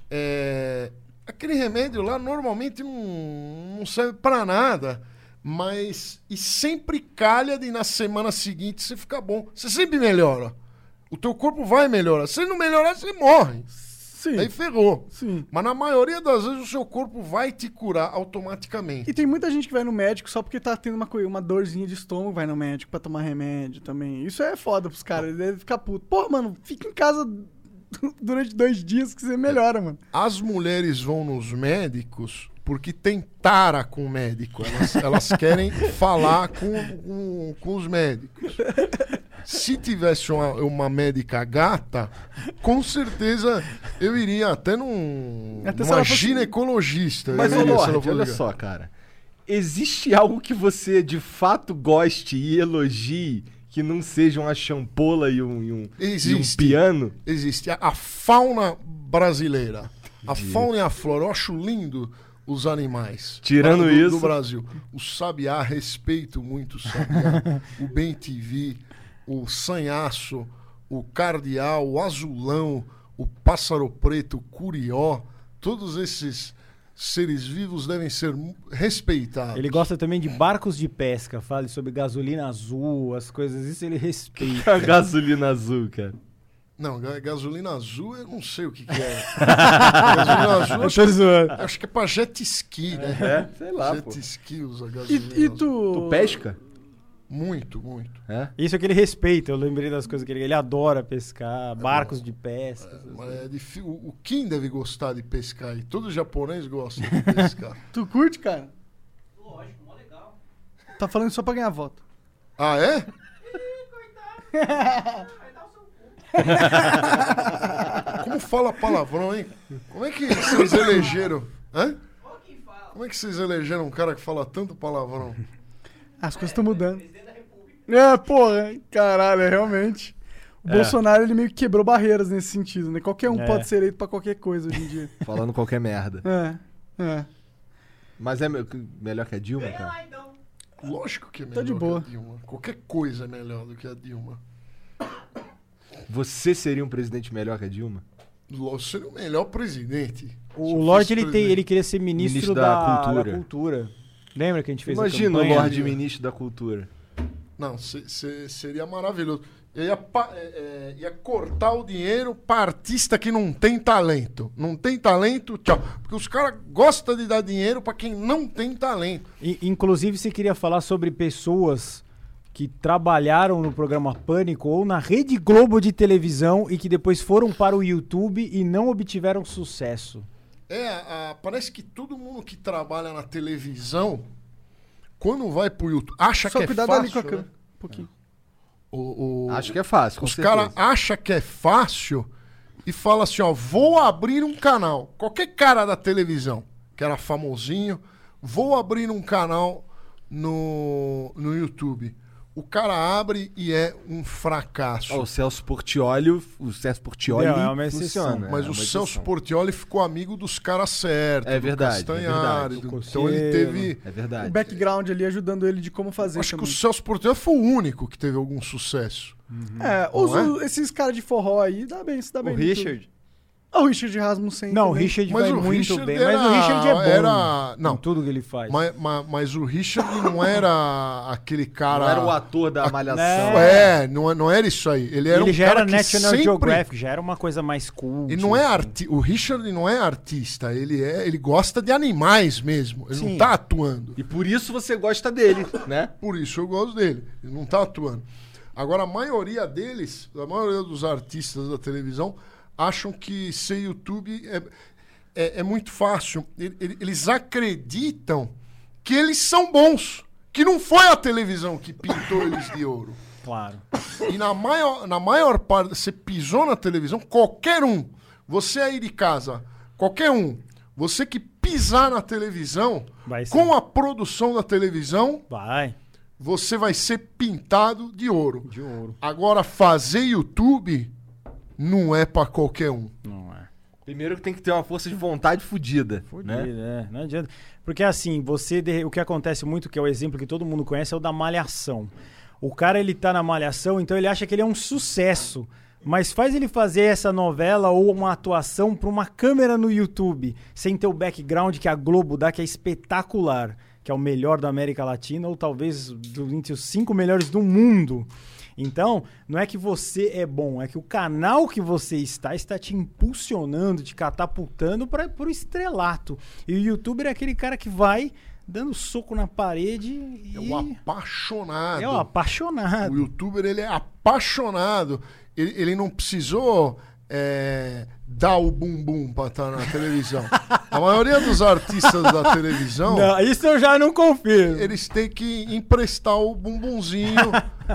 é, aquele remédio lá normalmente não, não serve para nada, mas e sempre calha de na semana seguinte você ficar bom. Você sempre melhora. O teu corpo vai melhorar. Se ele não melhorar, você morre. Sim. Aí ferrou. Sim. Mas na maioria das vezes o seu corpo vai te curar automaticamente. E tem muita gente que vai no médico só porque tá tendo uma, coi- uma dorzinha de estômago, vai no médico pra tomar remédio também. Isso é foda pros caras, eles devem ficar putos. Pô, mano, fica em casa durante dois dias que você melhora, mano. As mulheres vão nos médicos porque tem tara com o médico. Elas, elas querem falar com, com, com os médicos. Se tivesse uma, uma médica gata, com certeza eu iria até num Até se uma ela fosse- ginecologista. Mas, eu ô iria, se ela Lorde, for olha ligar. só, cara. Existe algo que você de fato goste e elogie que não seja uma champola e um, e um, e um Existe. piano? Existe a, a fauna brasileira. A fauna e a flora. Eu acho lindo os animais. Tirando do, isso- do Brasil. O sabiá, respeito muito o sabiá. O bem-te-vi, o sanhaço, o cardeal, o azulão, o pássaro preto, o curió. Todos esses seres vivos devem ser mu- respeitados. Ele gosta também de barcos de pesca, fale sobre gasolina azul, as coisas, isso ele respeita. A gasolina azul, cara. Não, ga- gasolina azul eu não sei o que, que é. Gasolina azul acho, Tô zoando. acho que é pra jet ski, né? É, sei lá, jet pô. ski usa E, gasolina e azul. tu... Tu pesca? Muito, muito. É? Isso é que ele respeita, eu lembrei das coisas que ele, ele adora pescar, barcos de pesca. essas Mas coisas. é difí- o, o Kim deve gostar de pescar e todo japonês gosta de pescar. Tu curte, cara? Lógico, mó legal. Tá falando só pra ganhar voto. Ah, é? Vai dar o seu cu. Como fala palavrão, hein? Como é que vocês elegeram? Hã? Ó quem fala. Como é que vocês elegeram um cara que fala tanto palavrão? As coisas estão mudando. Presidente da República. É, porra, caralho, é, realmente. O É. Bolsonaro, ele meio que quebrou barreiras nesse sentido, né? Qualquer um É. pode ser eleito pra qualquer coisa hoje em dia. Falando qualquer merda. É, é. Mas é me- melhor que a Dilma, Ganha cara? lá então. Lógico que é melhor Tá de boa. que a Dilma. Qualquer coisa é melhor do que a Dilma. Você seria um presidente melhor que a Dilma? Lógico, seria o melhor presidente. Se O eu Lorde, fosse ele, tem, presidente. ele queria ser ministro, Ministro da, da da Cultura. cultura. Lembra que a gente fez Imagina a o campanha? Lorde Ministro da Cultura. Não, se- se- seria maravilhoso. Eu ia, pa- é, é, ia cortar o dinheiro pra artista que não tem talento. Não tem talento, tchau. Porque os caras gostam de dar dinheiro pra quem não tem talento. I- Inclusive, você queria falar sobre pessoas que trabalharam no programa Pânico ou na Rede Globo de televisão e que depois foram para o YouTube e não obtiveram sucesso. É, a- parece que todo mundo que trabalha na televisão, quando vai pro YouTube, acha Só que é cuidado fácil. ali com a né? câmera. Um pouquinho. O- o- Acho que é fácil, com Os certeza. caras acham que é fácil e falam assim, ó, vou abrir um canal. Qualquer cara da televisão, que era famosinho, vou abrir um canal no, no YouTube. O cara abre e é um fracasso. Ó, o Celso Portiolli, o Celso Portiolli Não, é uma exceção. funciona. Mas é o uma Celso exceção. Portiolli ficou amigo dos caras certos. É do verdade, é Castanhari, verdade. do- Do então ele Cossielo. teve... É verdade. O background ali ajudando ele de como fazer Acho que o também. Celso Portiolli foi o único que teve algum sucesso. É, Não os, é? esses caras de forró aí, dá bem, se dá O bem. no YouTube. Richard. Ah, o Richard Rasmussen. Não, o também. Richard Mas vai o muito Richard bem. era- Mas o Richard é bom era- em não. tudo que ele faz. Mas, mas, mas o Richard não era aquele cara... Não era o ator da a- Malhação. né? É, não, não era isso aí. Ele era ele um já cara era que National sempre... Geographic, já era uma coisa mais cool. E não é arti... O Richard não é artista, ele, é... ele gosta de animais mesmo. Ele não Sim. tá atuando. E por isso você gosta dele, né? Por isso eu gosto dele. Ele não tá atuando. Agora, a maioria deles, a maioria dos artistas da televisão, acham que ser YouTube é, é, é muito fácil. Ele- ele- Eles acreditam que eles são bons. Que não foi a televisão que pintou eles de ouro. Claro. E na maior, na maior parte, você pisou na televisão, qualquer um, você aí de casa, qualquer um, você que pisar na televisão, Vai ser. com a produção da televisão, Vai. você vai ser pintado de ouro. De ouro. Agora, fazer YouTube não é pra qualquer um. Não é. Primeiro que tem que ter uma força de vontade fodida, Fudido, né? é. Não adianta. Porque assim, você. de- O que acontece muito, que é o exemplo que todo mundo conhece, é o da Malhação. O cara, ele tá na Malhação, então ele acha que ele é um sucesso. Mas faz ele fazer essa novela ou uma atuação pra uma câmera no YouTube, sem ter o background que a Globo dá, que é espetacular, que é o melhor da América Latina, ou talvez do- entre os cinco melhores do mundo. Então, não é que você é bom, é que o canal que você está está te impulsionando, te catapultando para o estrelato. E o youtuber é aquele cara que vai dando soco na parede e É um apaixonado. é um apaixonado. O youtuber, ele é apaixonado. Ele, ele não precisou é, dar o bumbum pra estar na televisão. A maioria dos artistas da televisão, Não, isso eu já não confio. eles têm que emprestar o bumbumzinho,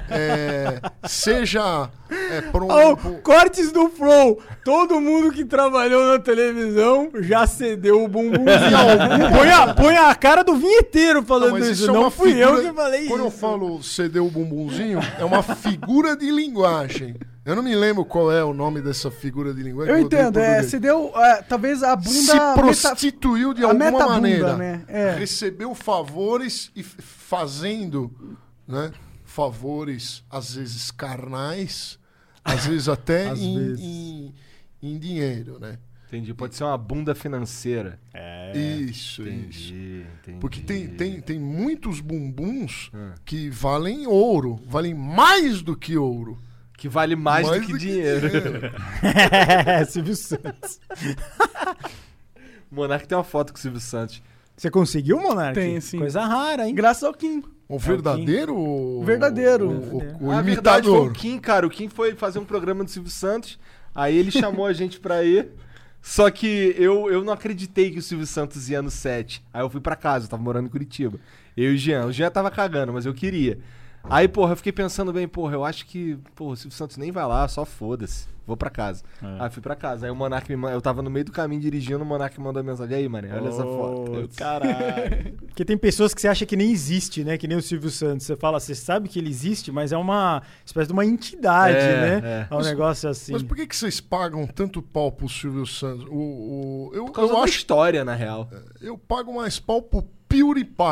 é, seja é, pra um... Oh, pra um- cortes do Flow. Todo mundo que trabalhou na televisão já cedeu o bumbumzinho. põe, a, põe a cara do vinheteiro falando Não, mas isso. isso é Não uma fui eu figura- que falei Quando eu isso. falo ceder o bumbumzinho, é uma figura de linguagem. Eu não me lembro qual é o nome dessa figura de linguagem. Eu odeio entendo, é, português. você deu, é, talvez a bunda... Se meta- prostituiu de a alguma metabunda, maneira. né? É. Recebeu favores e f- fazendo, né? Favores, às vezes carnais, às vezes até Às em, vezes. em- em dinheiro, né? Entendi. Pode ser uma bunda financeira. É. Isso, isso. Entendi, entendi. Porque tem, tem, tem muitos bumbuns Ah. que valem ouro, valem mais do que ouro. Que vale mais, do que dinheiro. É, Silvio Santos. O Monark tem uma foto com o Silvio Santos. Você conseguiu, Monark? Tem, sim. Coisa rara, hein? Graças ao Kim. O verdadeiro? O verdadeiro. O, o- o Ah, verdade, foi imitador. o Kim, cara. O Kim foi fazer um programa do Silvio Santos. Aí ele chamou a gente pra ir. Só que eu, eu não acreditei que o Silvio Santos ia no set. Aí eu fui pra casa, eu tava morando em Curitiba. Eu e o Jean. O Jean tava cagando, mas eu queria. Aí, porra, eu fiquei pensando bem, porra, eu acho que, porra, o Silvio Santos nem vai lá, só foda-se. Vou pra casa. É. Aí fui pra casa. Aí o Monark me mandou. Eu tava no meio do caminho dirigindo, o Monark me mandou a mensagem. E aí, mané, olha essa foto. Eu, Putz. caralho. Porque tem pessoas que você acha que nem existe, né? Que nem o Silvio Santos. Você fala, você sabe que ele existe, mas é uma espécie de uma entidade, É, né? é. É um Mas- negócio assim. Mas por que, que vocês pagam tanto pau pro Silvio Santos? O, o- eu, Por causa eu da acho história, na real. eu pago mais pau pro PewDiePie.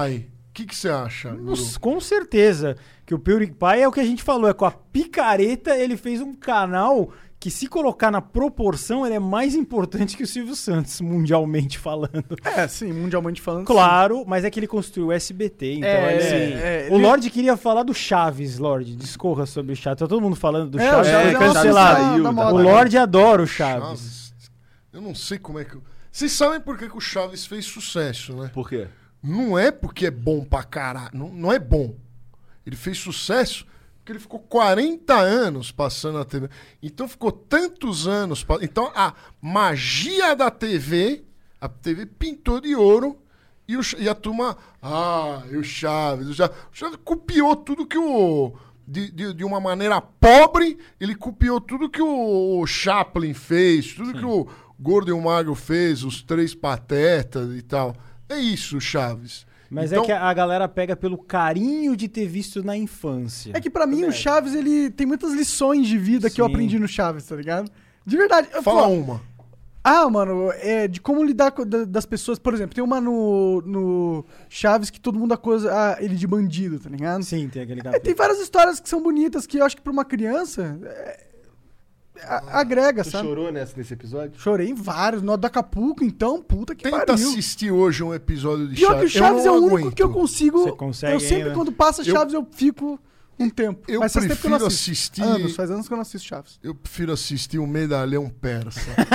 que que você acha, Guru? Nos- Com certeza. Que o PewDiePie é o que a gente falou. É com a picareta, ele fez um canal que, se colocar na proporção, ele é mais importante que o Silvio Santos, mundialmente falando. É, sim, mundialmente falando. Claro, mas é que ele construiu o S B T, então É, ele sim, é... é, O ele- Lorde queria falar do Chaves, Lorde. Discorra sobre o Chaves. Tá todo mundo falando do É, Chaves, o Chaves foi é uma cancelado. coisa da- da moda, O né? Lorde adora o Chaves. Chaves. Eu não sei como é que... Vocês sabem por que, que o Chaves fez sucesso, né? Por quê? Não é porque é bom pra caralho. Não, não é bom. Ele fez sucesso porque ele ficou quarenta anos passando na T V. Então ficou tantos anos... pa- Então a magia da T V... A T V pintou de ouro e, o, Ch- e a turma... Ah, e o Chaves, o Chaves... O Chaves copiou tudo que o... De, de, de uma maneira pobre, ele copiou tudo que o Chaplin fez, tudo que o Gordo e o Magro fez, os Três Patetas e tal. É isso, Chaves. Mas Então- é que a galera pega pelo carinho de ter visto na infância. É que pra mim o Chaves, ele tem muitas lições de vida que eu Sim. aprendi no Chaves, tá ligado? De verdade. eu- Fala pô, uma. Ah, mano, é de como lidar com da- das pessoas. Por exemplo, tem uma no, no Chaves que todo mundo acusa ah, ele de bandido, tá ligado? Sim, tem aquele É, capítulo. tem várias histórias que são bonitas que eu acho que pra uma criança é, a- agrega, Tu sabe? chorou nessa, nesse episódio? Chorei em vários. No do Acapulco, então, puta que Tenta pariu. assistir hoje um episódio de Pior que o Chaves. Chaves é eu o não único aguento. que eu consigo. Você consegue eu sempre, ainda? quando passa Eu- Chaves, eu fico um tempo. Eu Mas faz tempo que eu não prefiro assisto. assistir- Anos, faz anos que eu não assisto Chaves. Eu prefiro assistir o Medalhão Persa.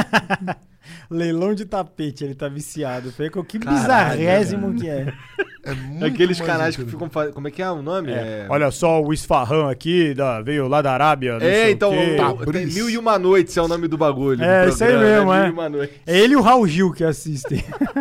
Leilão de tapete, ele tá viciado. Foi com que Caralho, bizarrésimo que é. É muito Aqueles mais canais que incrível. ficam fazendo. Como é que é o nome? É, Olha só, o Isfahan aqui, da, veio lá da Arábia. não É, sei então. o quê. o- Tabriz. tem Mil e Uma Noites é o nome do bagulho. É, do isso aí programa, mesmo, né? é. Mil e Uma Noites. É ele e o Raul Gil que assistem.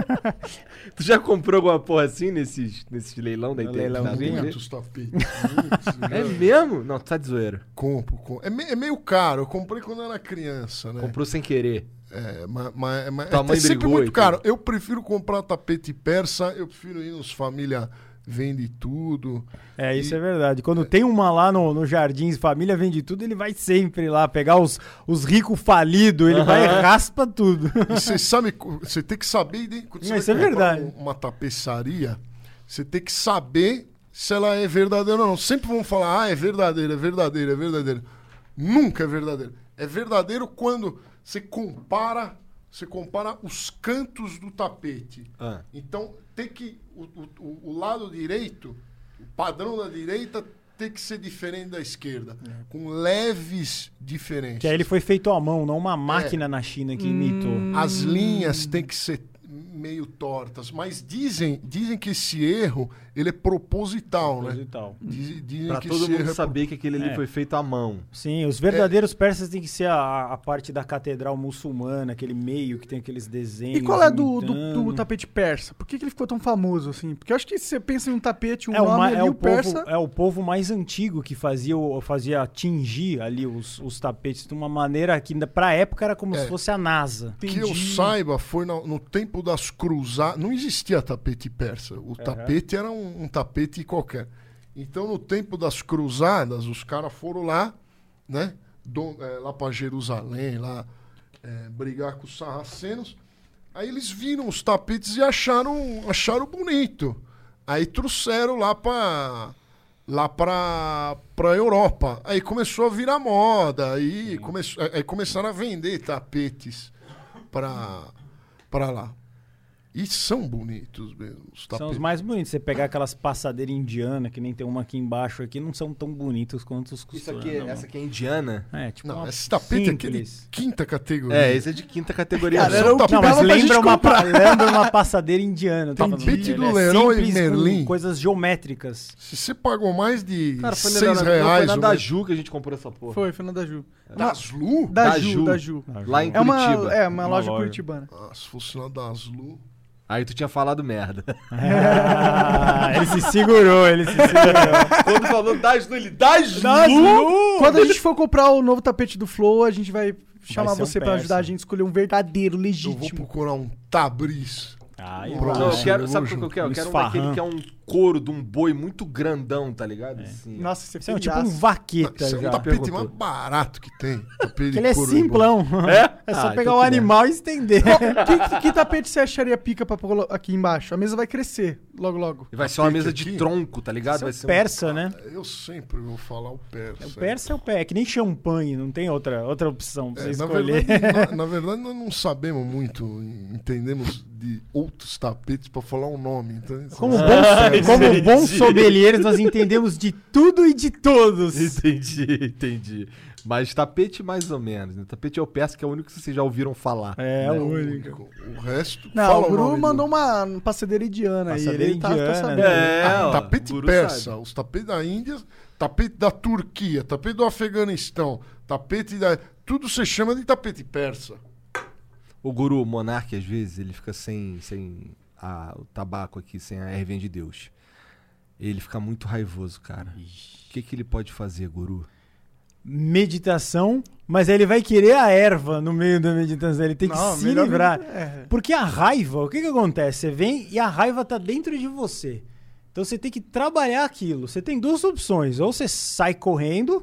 Tu já comprou alguma porra assim nesses, nesses leilão da No internet? leilãozinho? da T V? Muitos tapetes. muitos, É né? mesmo? Não, tu tá de zoeira. Compro, compro. É, me- é meio caro. Eu comprei quando era criança, né? Comprou sem querer. É, mas, mas, mas Tua é, mãe é sempre brigou muito e caro. tudo. Eu prefiro comprar tapete persa, eu prefiro ir nos família vende tudo. É, isso E- é verdade. Quando tem uma lá no, no Jardins, família vende tudo, ele vai sempre lá pegar os, os ricos falidos, ele vai e raspa tudo. E você sabe, co- você tem que saber, ide- quando você Não, vai isso é comprar verdade. um- uma tapeçaria, você tem que saber se ela é verdadeira ou não. Sempre vão falar, ah, é verdadeira, é verdadeira, é verdadeira. Nunca é verdadeiro. É verdadeiro quando você compara, você compara os cantos do tapete. Ah. Então, tem que. O, o- o lado direito, o padrão da direita tem que ser diferente da esquerda. Com leves diferenças. Que aí ele foi feito à mão, não uma máquina na China que imitou. As linhas têm que ser meio tortas. Mas dizem, dizem que esse erro ele é proposital, Coisa né? e tal. Diz- Dizem Pra que todo esse mundo erro é saber que aquele ali É. foi feito à mão. Sim, os verdadeiros persas tem que ser a, a parte da catedral muçulmana, aquele meio que tem aqueles desenhos. E qual é do, do, imitando. do tapete persa? Por que, que ele ficou tão famoso assim? Porque eu acho que se você pensa em um tapete, um É o, nome ma- ali, é, o, o povo, persa. é o povo mais antigo que fazia, o- fazia tingir ali os, os tapetes de uma maneira que ainda pra época era como É. se fosse a NASA. Que eu saiba, foi no, no tempo das cruzadas. Não existia tapete persa. O tapete era um, um tapete qualquer. Então, no tempo das cruzadas, os caras foram lá, né? Do- é, lá para Jerusalém, lá é, brigar com os sarracenos. Aí eles viram os tapetes e acharam, acharam bonito. Aí trouxeram lá para lá para para Europa. Aí começou a virar moda. Aí, começou, aí começaram a vender tapetes para para lá. E são bonitos mesmo os São tapetes. os mais bonitos. Você pegar aquelas passadeiras indianas, que nem tem uma aqui embaixo aqui, não são tão bonitos quanto os Isso costurados. aqui, não. essa aqui é indiana. É, tipo Não, uma esse tapete aqui é de simples. quinta categoria. É, esse é de quinta categoria. Cara, São era o tapete- que Não, mas dava pra gente lembra uma, pa- comprar. lembra uma passadeira indiana. eu tô falando. Tapete Ele do é Leroy simples, com Merlin. coisas geométricas. Se você pagou mais de Cara, foi, seis na, reais... não, foi na um da metro- Ju que a gente comprou essa porra. Foi, foi na da Ju. Daslu? Da, Da Ju, Ju. da Ju. Lá em É uma, Curitiba. é uma, Uma loja, loja. curitibana. Ah, se fosse na Daslu... Aí tu tinha falado merda. Ah, ele se segurou, ele se segurou. Quando falou das Lu, ele das Quando a gente for comprar o novo tapete do Flow, a gente vai chamar ser um você pra persa. ajudar a gente a escolher um verdadeiro, Eu vou legítimo. procurar um Tabriz. Ai, Não, bom. Não, eu Sim, quero, eu sabe o vou que eu quero? Eu um quero um esfarrão. daquele que é um couro de um boi muito grandão, tá ligado? Assim, Nossa, você Isso é um, fez tipo um vaqueta Isso é já. um tapete perguntou. mais barato que tem. Tapete de Ele é couro de simplão. É? É só Ah, pegar então o que animal e estender. que, que tapete você acharia pica pra pôr aqui embaixo? A mesa vai crescer logo, logo. E vai ser uma Tapete mesa de aqui? tronco, tá ligado? Vai ser um- Persa, né? boi. Eu sempre vou falar o persa. O persa é o pé, é que nem champanhe, não tem outra, outra opção pra você É, na, escolher. verdade, na, na verdade, nós não sabemos muito, entendemos de outros tapetes pra falar um nome. Então, Como, Ah, bons, como entendi. bons sommeliers, nós entendemos de tudo e de todos. Entendi, entendi. Mas tapete mais ou menos, né? Tapete é o persa, que é o único que vocês já ouviram falar. É, é o o único. único. O resto. Não, fala o Guru nome mandou do- uma passadeira indiana aí. Passadeira Ele tá, tá indiana, sabendo. né? É, ó, tapete Guru persa, sabe. os tapetes da Índia, tapete da Turquia, tapete do Afeganistão, tapete da. Tudo você chama de tapete persa. O guru monarca, às vezes, ele fica sem, sem a- o tabaco aqui, sem a erva de Deus. Ele fica muito raivoso, cara. O que, que ele pode fazer, guru? Meditação, mas aí ele vai querer a erva no meio da meditação. Ele tem que Não, se melhor livrar. medita- é. Porque a raiva, o que que acontece? Você vem e a raiva tá dentro de você. Então você tem que trabalhar aquilo. Você tem duas opções. Ou você sai correndo,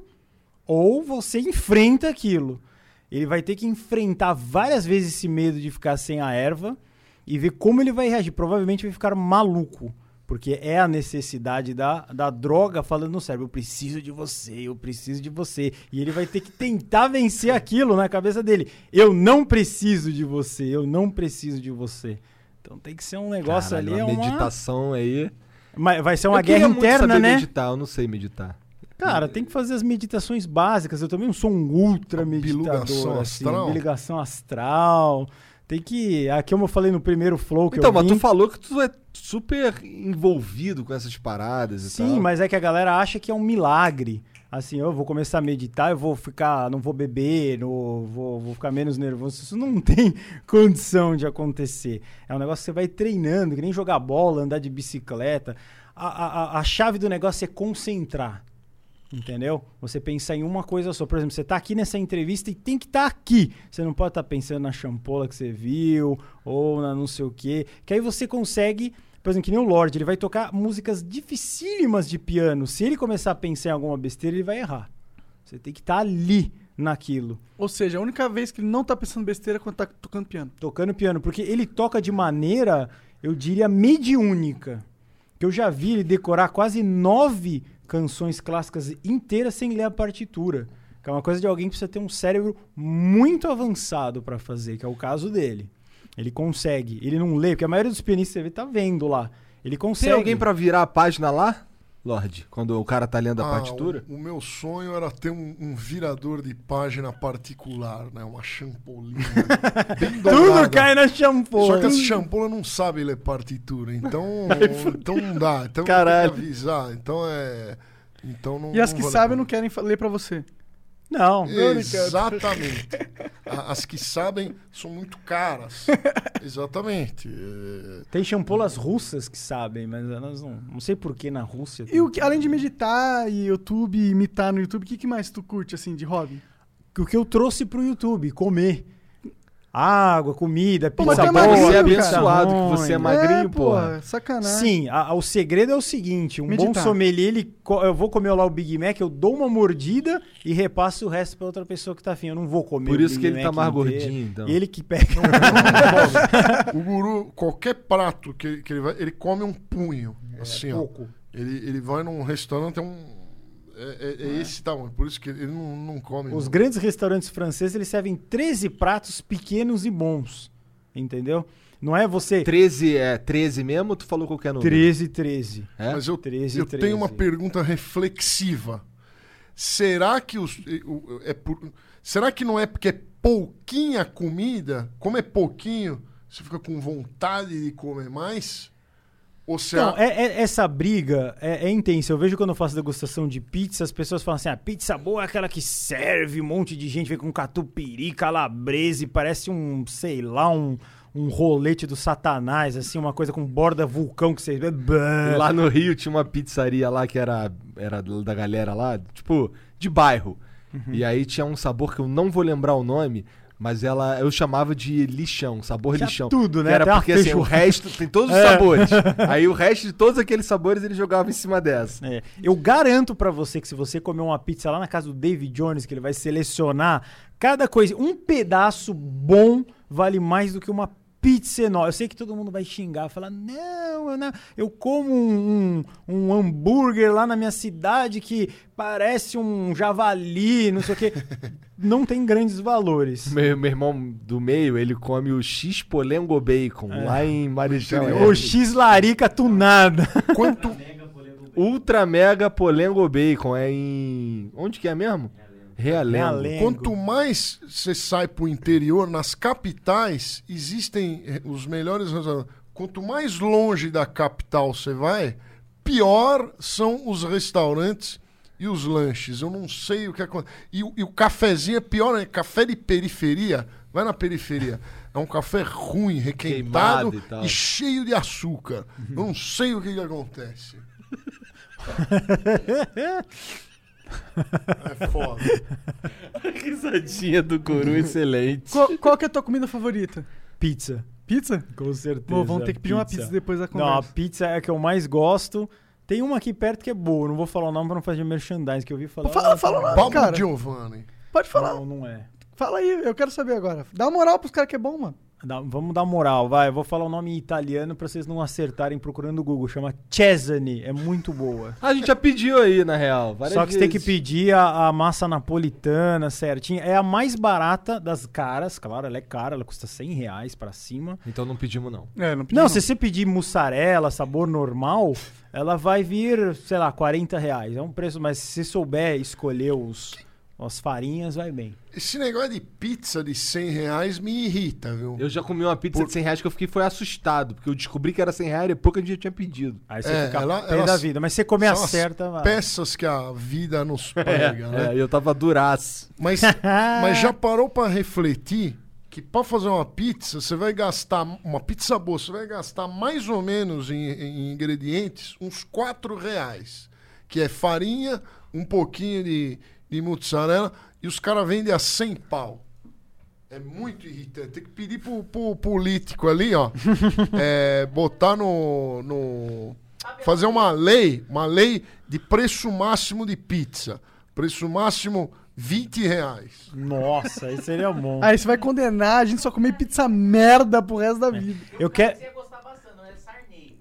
ou você enfrenta aquilo. Ele vai ter que enfrentar várias vezes esse medo de ficar sem a erva e ver como ele vai reagir. Provavelmente vai ficar maluco. Porque é a necessidade da, da droga falando no cérebro. Eu preciso de você, eu preciso de você. E ele vai ter que tentar vencer aquilo na cabeça dele. Eu não preciso de você, eu não preciso de você. Então tem que ser um negócio Caralho, ali. É uma uma... meditação aí. Mas vai ser uma Eu queria guerra muito interna, saber né? meditar, eu não sei meditar. Cara, tem que fazer as meditações básicas. Eu também não sou um ultra A meditador. bilugação assim, astral? Bilugação astral. Tem que. Aqui como eu falei no primeiro flow que Então, eu mas vim, tu falou que tu é super envolvido com essas paradas e tal. Sim, mas é que a galera acha que é um milagre. Assim, eu vou começar a meditar, eu vou ficar, não vou beber, não vou, vou ficar menos nervoso. Isso não tem condição de acontecer. É um negócio que você vai treinando, que nem jogar bola, andar de bicicleta. A, a, a chave do negócio é concentrar. Entendeu? Você pensar em uma coisa só. Por exemplo, você tá aqui nessa entrevista e tem que estar aqui. Você não pode estar pensando na champola que você viu ou na não sei o quê. Que aí você consegue, por exemplo, que nem o Lorde, ele vai tocar músicas dificílimas de piano. Se ele começar a pensar em alguma besteira, ele vai errar. Você tem que estar ali naquilo. Ou seja, a única vez que ele não tá pensando besteira é quando tá tocando piano. Tocando piano, porque ele toca de maneira, eu diria, mediúnica. Que eu já vi ele decorar quase nove canções clássicas inteiras sem ler a partitura. Que é uma coisa de alguém que precisa ter um cérebro muito avançado para fazer, que é o caso dele. Ele consegue, ele não lê, porque a maioria dos pianistas que você vê tá vendo lá. Ele consegue. Tem alguém pra virar a página lá, Lorde? Quando o cara tá lendo a Ah, partitura? O, o meu sonho era ter um, um virador de página particular, né? Uma champolina. bem Tudo dourada. cai na shampoo. Só que essa champola não sabe ler partitura, então, então não dá. Então Caralho. tem que avisar. Então é. Então não, E as não que vale sabem a não querem fa- ler pra você. Não. Exatamente. A- As que sabem são muito caras. Exatamente. É, Tem champolas russas que sabem, mas elas não. Não sei por que na Rússia. E o que, além de meditar e YouTube, imitar no YouTube, o que, que mais tu curte, assim, de hobby? O que eu trouxe pro YouTube, comer. Água, comida, Pô, pizza mas boa, tu é Você é magrinho, pizza abençoado, ruim. que você é magrinho, é, porra. Sacanagem. Sim, a- a- o segredo é o seguinte, um bom Meditar. sommelier, ele, co- eu vou comer lá o Big Mac, eu dou uma mordida e repasso o resto pra outra pessoa que tá afim. Eu não vou comer Por o isso Big que ele tá Mac mais inteiro. gordinho, então. Ele que pega. o guru, qualquer prato que, ele- que ele vai, ele come um punho. assim, ó. pouco. Ele, ele vai num restaurante, é um. É, é- é esse tamanho. Por isso que ele não, não come. Os não. grandes restaurantes franceses, eles servem treze pratos pequenos e bons, entendeu? Não é você... treze é treze mesmo ou tu falou qualquer número? treze, treze. É? Mas eu, treze, eu tenho uma treze. pergunta reflexiva. Será que os, o- é por, será que não é porque é pouquinha comida? Como é pouquinho, você fica com vontade de comer mais? Ou se Então, a- é- é- essa briga é, é intensa. Eu vejo quando eu faço degustação de pizza, as pessoas falam assim, a pizza boa é aquela que serve um monte de gente, vem com catupiry, calabrese, parece um, sei lá, um, um rolete do satanás, assim, uma coisa com borda vulcão que você... Lá no Rio tinha uma pizzaria lá que era, era da galera lá, tipo, de bairro. E aí tinha um sabor que eu não vou lembrar o nome, mas ela eu chamava de lixão, sabor Tinha lixão. tudo, né? Que era Até uma porque assim, o feijoada. resto tem todos os É. sabores. Aí o resto de todos aqueles sabores ele jogava em cima dessa. É, eu garanto pra você que se você comer uma pizza lá na casa do David Jones, que ele vai selecionar cada coisa, um pedaço bom vale mais do que uma pizza enorme. Eu sei que todo mundo vai xingar, falar, não, eu, não, eu como um, um, um hambúrguer lá na minha cidade que parece um javali, não sei o quê. Não tem grandes valores. Meu, meu irmão do meio, ele come o X Polengo Bacon, lá em Marechal. interior. O X-larica tunada. Quanto, Ultra Mega Polengo Bacon, é em... Onde que é mesmo? Realengo. Realengo. quanto mais você sai pro interior, nas capitais, existem eh, os melhores restaurantes. Quanto mais longe da capital você vai, pior são os restaurantes e os lanches. Eu não sei o que acontece. E, o- e o cafezinho é pior, né? Café de periferia. Vai na periferia. É um café ruim, requentado Queimado e e, tal. cheio de açúcar. Eu não sei o que, que acontece. É foda. Risadinha do Coru, excelente. Qual, qual que é a tua comida favorita? Pizza. Pizza? Com certeza. Pô, vamos ter que pedir uma pizza depois da Não, a conversa. pizza é a que eu mais gosto. Tem uma aqui perto que é boa. Não vou falar o nome pra não fazer merchandising, que eu ouvi falar. Fala, fala o nome, Pablo cara. Giovanni. Pode falar. Não, não é. Fala aí, eu quero saber agora. Dá uma moral pros caras que é bom, mano. Dá- vamos dar moral, vai. Eu vou falar o nome em italiano pra vocês não acertarem procurando no Google. Chama Cesani. É muito boa. A gente já pediu aí, na real. várias Só que você tem que vezes. pedir a, a massa napolitana certinha. É a mais barata das caras. Claro, ela é cara. Ela custa cem reais pra cima. Então não pedimos, não. É, não Não, se você pedir mussarela, sabor normal, ela vai vir, sei lá, quarenta reais. É um preço, mas se você souber escolher os, as farinhas, vai bem. Esse negócio de pizza de cem reais me irrita, viu? Eu já comi uma pizza Por- de cem reais que eu fiquei foi assustado, porque eu descobri que era cem reais depois que a gente já tinha pedido. Aí você É, fica ela- pé elas da vida. Mas se você comer a São as certa, vai. peças que a vida nos prega, né? É, eu tava duraço. Mas, mas já parou pra refletir que pra fazer uma pizza, você vai gastar, uma pizza boa, você vai gastar mais ou menos em, em ingredientes uns quatro reais. Que é farinha, um pouquinho de, de mussarela, e os caras vendem a cem pau. É muito irritante. Tem que pedir pro, pro político ali, ó, é, botar no, no... Fazer uma lei, uma lei de preço máximo de pizza. Preço máximo vinte reais. Nossa, aí seria bom. Aí você vai condenar a gente só comer pizza merda pro resto da vida. Eu quero. Você ia gostar bastante, não é Sarney.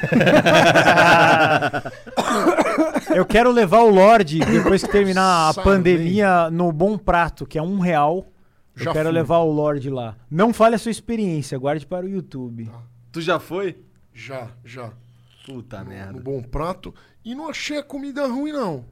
Eu quero levar o Lorde, depois que terminar a Sarney. pandemia, no Bom Prato, que é um real. Eu Já quero fui. levar o Lorde lá. Não fale a sua experiência, guarde para o YouTube. Tu já foi? Já, já. Puta No merda. Bom Prato. E não achei a comida ruim, não.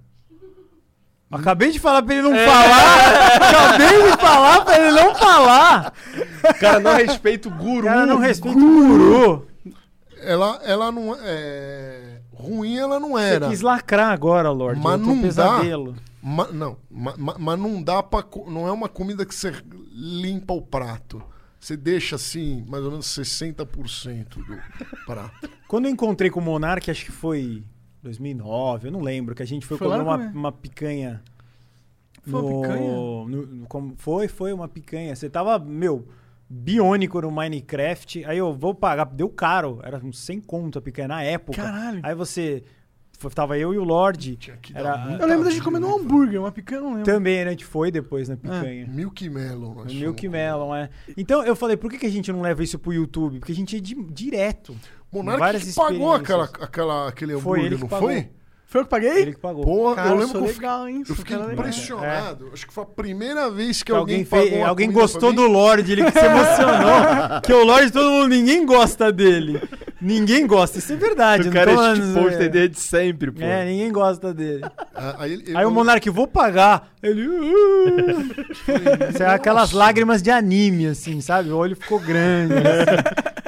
Acabei de falar pra ele não falar! Acabei de falar pra ele não falar! O cara não respeita o guru. O cara não respeita o guru. Ela, ela não é. Ruim ela não Você era. quis lacrar agora, Lorde. Mas eu tô não dá. pesadelo. Ma- não, ma- ma- mas não dá pra. co- Não é uma comida que você limpa o prato. Você deixa assim, mais ou menos sessenta por cento do prato. Quando eu encontrei com o Monark, acho que foi dois mil e nove, eu não lembro, que a gente foi, Foi lá comer no uma, comer. uma picanha. Foi uma picanha? no- no- como- foi, foi uma picanha. Você tava, meu, biônico no Minecraft. Aí eu vou pagar, deu caro, era uns cem conto a picanha na época. Caralho. Aí você, foi- tava eu e o Lorde. Tinha que dar Era, muito. Eu lembro da gente Tá comendo um vivo, hambúrguer, uma picanha, eu não lembro. também, né, a gente foi depois na picanha. Milk Melon. nós No fomos Milk comer. Melon, é. Então eu falei, por que, que a gente não leva isso pro YouTube? Porque a gente ia di- direto. Monark Várias que pagou aquela, experiências. aquela, aquele Foi hambúrguer, ele que não pagou. foi? Foi eu que paguei? Ele que pagou. Porra, Cara, eu eu lembro sou que eu fiquei, legal, hein? eu Sou fiquei cara legal. impressionado. Acho que foi a primeira vez que, Que alguém, pagou fez, uma alguém comida gostou pra do mim. Lorde, ele que se emocionou. Que o Lorde, todo mundo, ninguém gosta dele. Ninguém gosta, isso é verdade. O não cara tô é falando- shitposter desde sempre, pô. É, ninguém gosta dele. Ah, Aí, ele- Aí eu- o Monark, vou pagar. Ele. "Uh". Isso é aquelas lágrimas de anime, assim, sabe? O olho ficou grande. assim.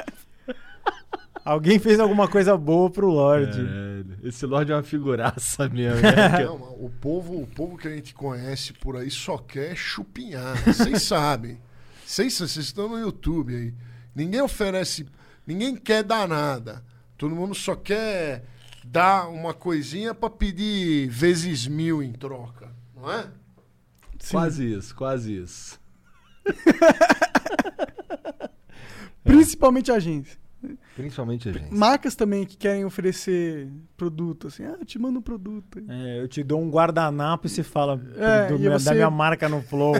Alguém fez alguma coisa boa pro Lorde. Caralho, esse Lorde é uma figuraça mesmo. né? Não, mas o povo, o povo que a gente conhece por aí só quer chupinhar. Vocês sabem. Vocês vocês estão no YouTube aí. Ninguém oferece. Ninguém quer dar nada. Todo mundo só quer dar uma coisinha pra pedir vezes mil em troca. Não é? Quase isso, quase isso. Principalmente agência. Principalmente a gente. Marcas também que querem oferecer produto, assim, ah, eu te mando um produto. É, eu te dou um guardanapo e você fala É, do- e da você- minha marca no Flow.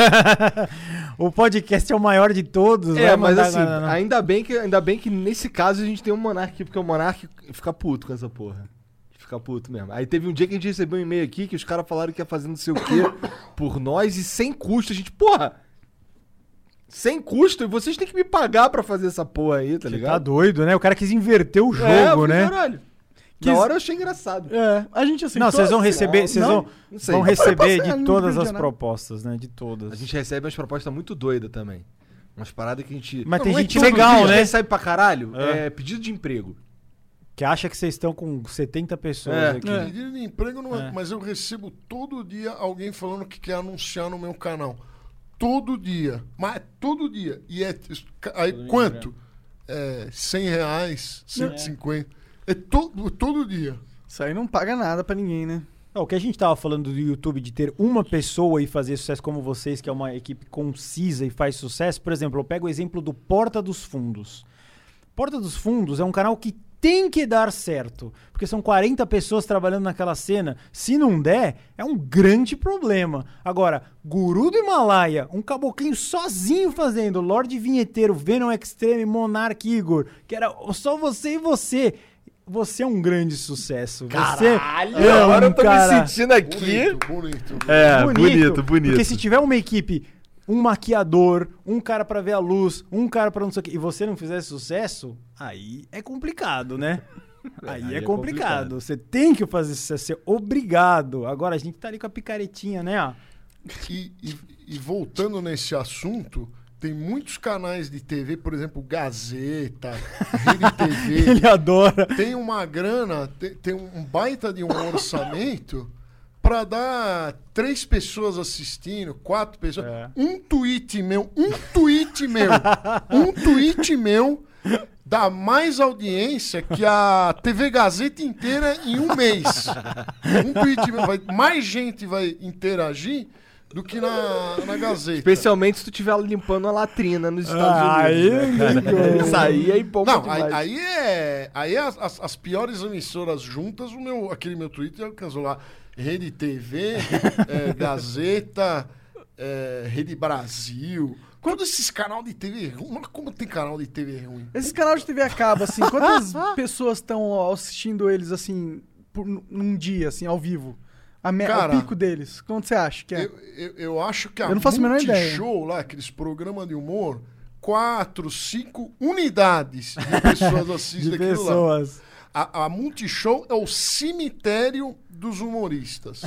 O podcast é o maior de todos. É, vai mas mandar assim, guardanapo. ainda bem, que, ainda bem que nesse caso a gente tem um Monark aqui, porque o Monark fica puto com essa porra. Fica puto mesmo. Aí teve um dia que a gente recebeu um e-mail aqui que os caras falaram que ia fazer não sei o quê por nós e sem custo. A gente, porra! Sem custo, e vocês têm que me pagar pra fazer essa porra aí, tá Você tá ligado? doido, né? O cara quis inverter o jogo, É, eu falei, né? Caralho. Quis- Na hora eu achei engraçado. É, a gente aceitou. Não, vocês vão receber, vocês Não? vão, Não sei. vão Eu receber passei, de não todas entendi as nada. propostas, né? De todas. A gente recebe umas propostas muito doidas também. Umas paradas que a gente. Mas tem não é gente todo legal, a gente né? recebe pra caralho. É. É pedido de emprego. Que acha que vocês estão com setenta pessoas É. aqui. É. Pedido de emprego não é, É. mas eu recebo todo dia alguém falando que quer anunciar no meu canal. Todo dia. Mas todo dia. E é. Aí quanto? É, cem reais, cento e cinquenta. É todo, todo dia. Isso aí não paga nada pra ninguém, né? Não, o que a gente tava falando do YouTube de ter uma pessoa e fazer sucesso como vocês, que é uma equipe concisa e faz sucesso, por exemplo, eu pego o exemplo do Porta dos Fundos. Porta dos Fundos é um canal que tem que dar certo, porque são quarenta pessoas trabalhando naquela cena. Se não der, é um grande problema. Agora, Guru do Himalaia, um caboclinho sozinho fazendo, Lorde Vinheteiro, Venom Extreme, Monark Igor, que era só você e você. Você é um grande sucesso. Caralho, você é agora um eu tô cara me sentindo aqui. Bonito, bonito. É, bonito, bonito. Porque se tiver uma equipe, um maquiador, um cara pra ver a luz, um cara pra não sei o que, e você não fizesse sucesso, aí é complicado, né? Aí, aí é, é complicado. complicado. Você tem que fazer sucesso, você é obrigado. Agora a gente tá ali com a picaretinha, né? ó. E, e- e voltando nesse assunto, tem muitos canais de T V, por exemplo, Gazeta, Rede T V. Ele adora. Tem uma grana, tem, tem um baita de um orçamento pra dar três pessoas assistindo, quatro pessoas. É. Um tweet meu, um tweet meu, um tweet meu dá mais audiência que a T V Gazeta inteira em um mês. Um tweet meu, vai, mais gente vai interagir do que na, na Gazeta. Especialmente se tu estiver limpando a latrina nos Estados Aí, Unidos. Né, cara? Isso aí é empolga Não, demais. aí, aí é. Aí é as, as- as piores emissoras juntas, o meu, aquele meu Twitter alcançou lá. Rede T V, é, Gazeta, é, Rede Brasil. Todos esses canal de T V ruim. Mas como tem canal de T V ruim? Esses canais de T V a cabo, assim, quantas pessoas estão assistindo eles, assim, por, num dia, assim, ao vivo? A me- Cara, o pico deles. Quanto você acha que é? Eu, eu, eu acho que a Eu não faço a menor ideia. Multishow lá, aqueles programas de humor, quatro, cinco unidades de pessoas assistem De aquilo lá. pessoas. A, a Multishow é o cemitério dos humoristas.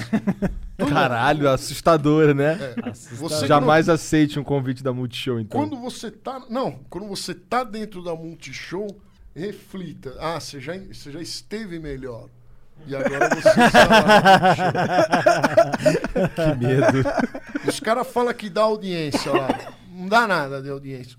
Caralho, assustador, né? Você Jamais aceite um convite da Multishow, então. Quando você tá. Não, quando você tá dentro da Multishow, reflita. Ah, você já, você já esteve melhor. E agora você está lá na Multishow. Que medo. Os caras falam que dá audiência lá. Não dá nada de audiência.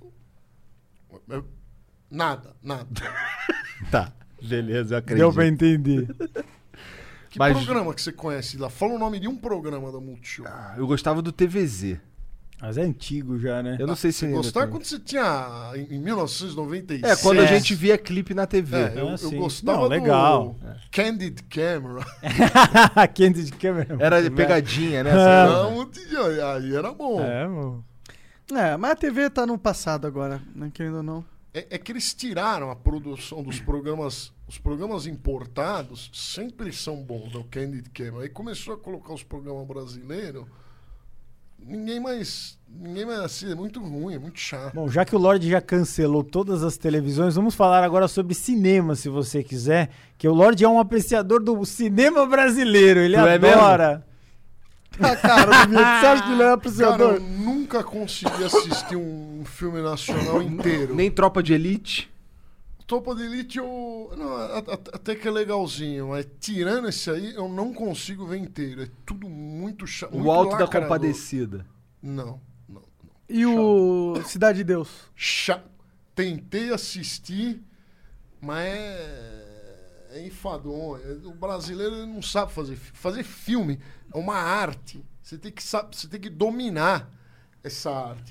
Nada, nada. Tá, beleza, eu acredito. Deu pra entender. Que Mas- programa que você conhece lá? Fala o nome de um programa da Multishow. Eu gostava do T V Z. Mas é antigo já, né? Eu não sei se ainda Gostava tem. quando você tinha. Em em mil novecentos e noventa e seis. É, quando a gente via clipe na T V. É, eu, Ah, eu sim. gostava Não, legal. do Candid Camera. Candid Camera. Era pegadinha, né? Ah. essa- Não, Multishow, aí era bom. É, mano. É, mas a T V tá no passado agora, né? Querendo ou não. É, é que eles tiraram a produção dos programas. Os programas importados sempre são bons, né? O Candid Camera. Aí começou a colocar os programas brasileiros. Ninguém mais. Ninguém mais assiste. É muito ruim, é muito chato. Bom, já que o Lorde já cancelou todas as televisões, vamos falar agora sobre cinema, se você quiser. Que o Lorde é um apreciador do cinema brasileiro. Ele Tu é adora. Ah, cara, Vitor, você acha que ele é Cara, apreciador? eu nunca consegui assistir um filme nacional inteiro. Nem Tropa de Elite. Tropa de Elite eu. Não, a- a- até que é legalzinho, mas tirando esse aí, eu não consigo ver inteiro. É tudo muito chato. O muito Alto da lacrador. Compadecida. Não, não. E o Cidade de Deus? Cha- Tentei assistir, mas é, é enfadonho. É- O brasileiro ele não sabe fazer fi- fazer filme. É uma arte. Você tem que saber, você tem que dominar essa arte.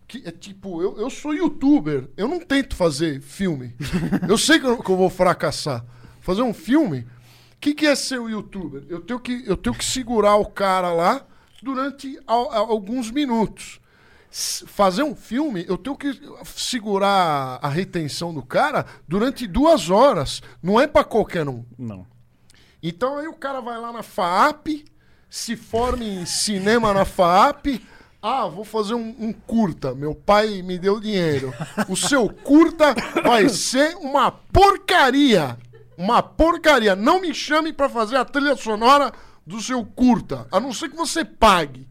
que é tipo, eu, eu sou youtuber, eu não tento fazer filme. Eu sei que eu, que eu vou fracassar. Fazer um filme, o que, que é ser o youtuber? Eu tenho, que, eu tenho que segurar o cara lá durante a, a, alguns minutos. S- Fazer um filme, eu tenho que segurar a retenção do cara durante duas horas. Não é pra qualquer um. Não. Então aí o cara vai lá na FAAP, se forma em cinema na FAAP. Ah, vou fazer um, um curta. Meu pai me deu dinheiro. O seu curta vai ser uma porcaria. Uma porcaria. Não me chame pra fazer a trilha sonora do seu curta. A não ser que você pague.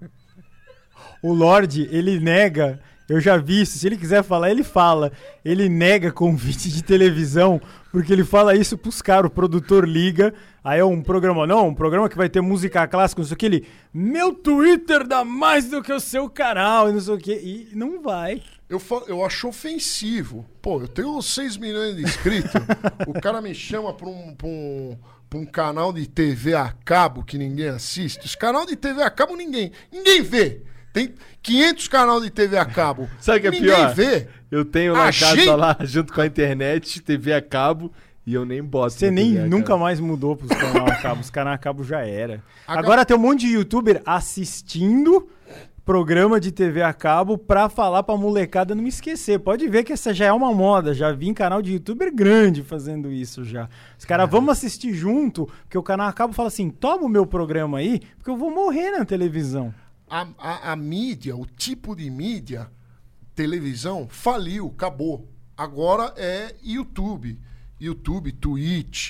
O Lorde, ele nega, eu já vi isso, se ele quiser falar, ele fala. Ele nega convite de televisão, porque ele fala isso pros caras, o produtor liga, aí é um programa, não, um programa que vai ter música clássica, não sei o que, ele, meu Twitter dá mais do que o seu canal, e não sei o que, e não vai. Eu, fa- eu acho ofensivo. Pô, eu tenho seis milhões de inscritos. O cara me chama pra um, pra, um, pra um canal de T V a cabo que ninguém assiste. Os canal de T V a cabo ninguém. Ninguém vê. Tem quinhentos canal de T V a cabo. Sabe o que é ninguém pior? vê. Eu tenho lá A em casa gente- lá, junto com a internet, T V a cabo, e eu nem boto. Você na nem T V a nunca cabo. mais mudou pros canal a cabo, os canal a cabo já era. Agora- Agora tem um monte de youtuber assistindo programa de T V a cabo pra falar pra molecada não me esquecer. Pode ver que essa já é uma moda, já vi em canal de youtuber grande fazendo isso já. Os caras, vamos assistir junto, porque o canal a cabo fala assim, toma o meu programa aí, porque eu vou morrer na televisão. A, a, a mídia, o tipo de mídia, televisão, faliu, acabou. Agora é YouTube. YouTube, Twitch,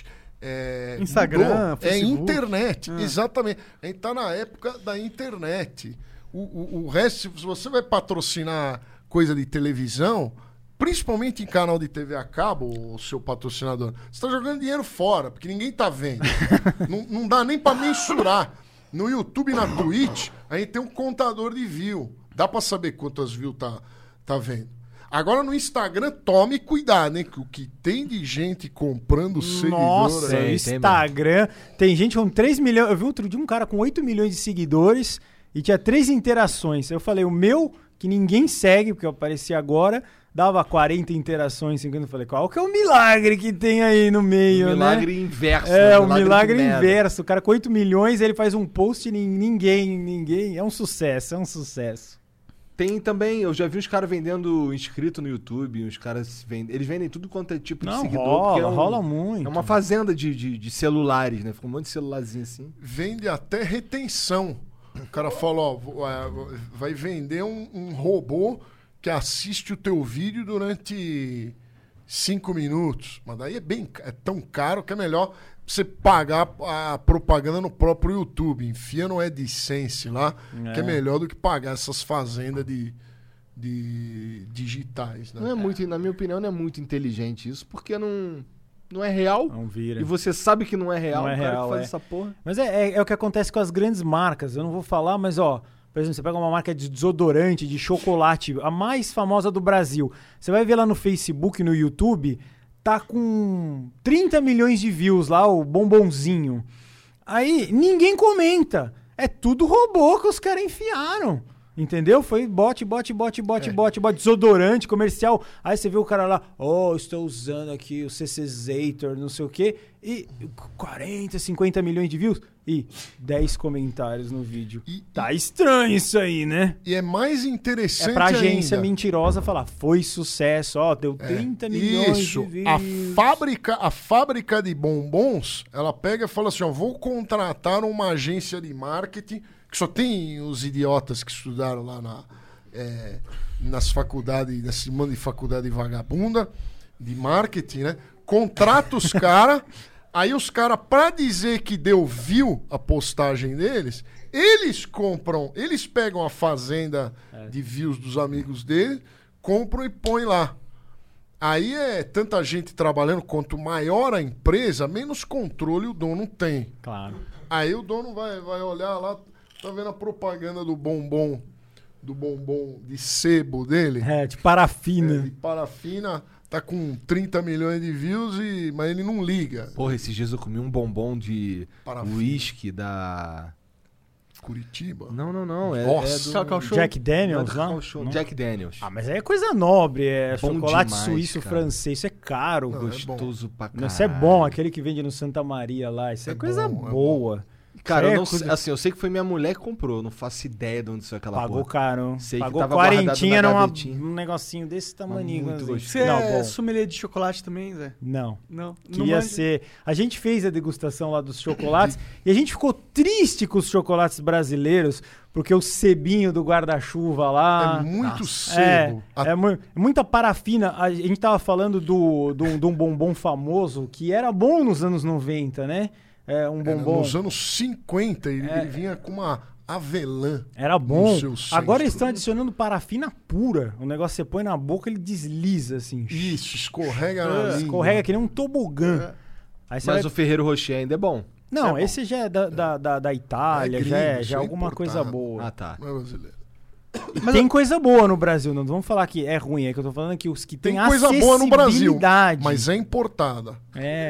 é, Instagram, mudou. É Facebook. internet, exatamente. A gente tá na época da internet. O, o, o resto, se você vai patrocinar coisa de televisão, principalmente em canal de T V a cabo, o seu patrocinador, você tá jogando dinheiro fora, porque ninguém tá vendo. não, não dá nem pra mensurar. No YouTube e na Twitch, a gente tem um contador de view. Dá pra saber quantas views tá, tá vendo. Agora no Instagram, tome cuidado, hein? Que o que tem de gente comprando seguidor Nossa, Tem, o tem Instagram. Tem, gente com três milhões. Eu vi outro dia um cara com oito milhões de seguidores e tinha três interações. Eu falei, o meu, que ninguém segue, porque eu apareci agora, dava quarenta interações, cinquenta. Eu falei, qual que é o milagre que tem aí no meio, milagre né? inverso. É, né? o milagre de merda. inverso. O cara com oito milhões, ele faz um post e nin- ninguém, ninguém. É um sucesso, é um sucesso. Tem também, eu já vi uns caras vendendo inscrito no YouTube, uns caras vendem, eles vendem tudo quanto é tipo de Não, seguidor. rola, porque é um- rola muito. É uma fazenda de, de, de celulares, né? Fica um monte de celularzinho assim. Vende até retenção. O cara fala, ó, vo- é, vai vender um, um robô que assiste o teu vídeo durante cinco minutos. Mas daí é bem é tão caro que é melhor você pagar a propaganda no próprio YouTube. Enfia no AdSense lá, É. que é melhor do que pagar essas fazendas de, de digitais, né? Não é muito, na minha opinião, não é muito inteligente isso, porque não, não é real. Não vira. E você sabe que não é real, Não é o cara real, que faz é. essa porra. Mas é, é, é o que acontece com as grandes marcas. Eu não vou falar, mas ó, por exemplo, você pega uma marca de desodorante, de chocolate, a mais famosa do Brasil. Você vai ver lá no Facebook, no YouTube, tá com trinta milhões de views lá, o bombonzinho. Aí ninguém comenta. É tudo robô que os caras enfiaram. Entendeu? Foi bot, bot, bot, bot, É. bot, bot, desodorante comercial. Aí você vê o cara lá, oh, estou usando aqui o C C Zator, não sei o quê. E quarenta, cinquenta milhões de views e dez comentários no vídeo. E- Tá estranho isso aí, né? E é mais interessante É pra agência ainda. mentirosa falar, foi sucesso, ó, deu trinta milhões Isso. de views. A fábrica, a fábrica de bombons, ela pega e fala assim, ó, vou contratar uma agência de marketing, que só tem os idiotas que estudaram lá na, é, nas faculdades, nesse mundo de faculdade vagabunda, de marketing, né? Contrata os caras, aí os caras, pra dizer que deu view a postagem deles, eles compram, eles pegam a fazenda de views dos amigos dele, compram e põem lá. Aí é tanta gente trabalhando, quanto maior a empresa, menos controle o dono tem. Claro. Aí o dono vai, vai olhar lá, tá vendo a propaganda do bombom, do bombom de sebo dele, É, de é, parafina. de parafina, tá com trinta milhões de views, e, mas ele não liga. Porra, esses dias eu comi um bombom de Parafina. uísque da... Curitiba? Não, não, não. É, Nossa. é do... Cacau Show. Jack Daniels Não é do lá? Cacau Show, Não? Jack Daniels. Ah, mas aí é coisa nobre, é Bom chocolate demais, suíço cara. francês, isso é caro. Não, é bom. Gostoso pra caralho. Não, isso é bom, aquele que vende no Santa Maria lá, isso é, É coisa bom, é boa. Cara, Isso eu é não coisa- sei, assim, eu sei que foi minha mulher que comprou, eu não faço ideia de onde saiu aquela Pagou porra. caro. Sei que Pagou tava quarentinha guardado na numa, gavetinha. um negocinho desse tamaninho. muito assim. gostoso. Você Não, é bom. sommelier de chocolate também, Zé? Não. Não. não Queria manja? ser. A gente fez a degustação lá dos chocolates e a gente ficou triste com os chocolates brasileiros, porque o sebinho do guarda-chuva lá. É muito É, sebo. A- é mu- muita parafina. A gente tava falando do, do, de um bombom famoso que era bom nos anos noventa, né? É, um é, bombom. nos anos cinquenta, ele, É. ele vinha com uma avelã. Era bom. no seu centro. Agora eles estão adicionando parafina pura. O negócio você põe na boca, ele desliza assim. Isso, escorrega na É, língua. escorrega que nem um tobogã. Aí você Mas vai- o Ferreiro Rocher ainda é bom. Não, é bom. esse já é da, da, da, da Itália, É já é, gringo, já é isso é alguma coisa importado. boa. Ah, tá. Não é brasileiro. E tem coisa boa no Brasil, não vamos falar que é ruim, é que eu tô falando que os que Tem têm coisa boa no Brasil, acessibilidade. mas é importada. É.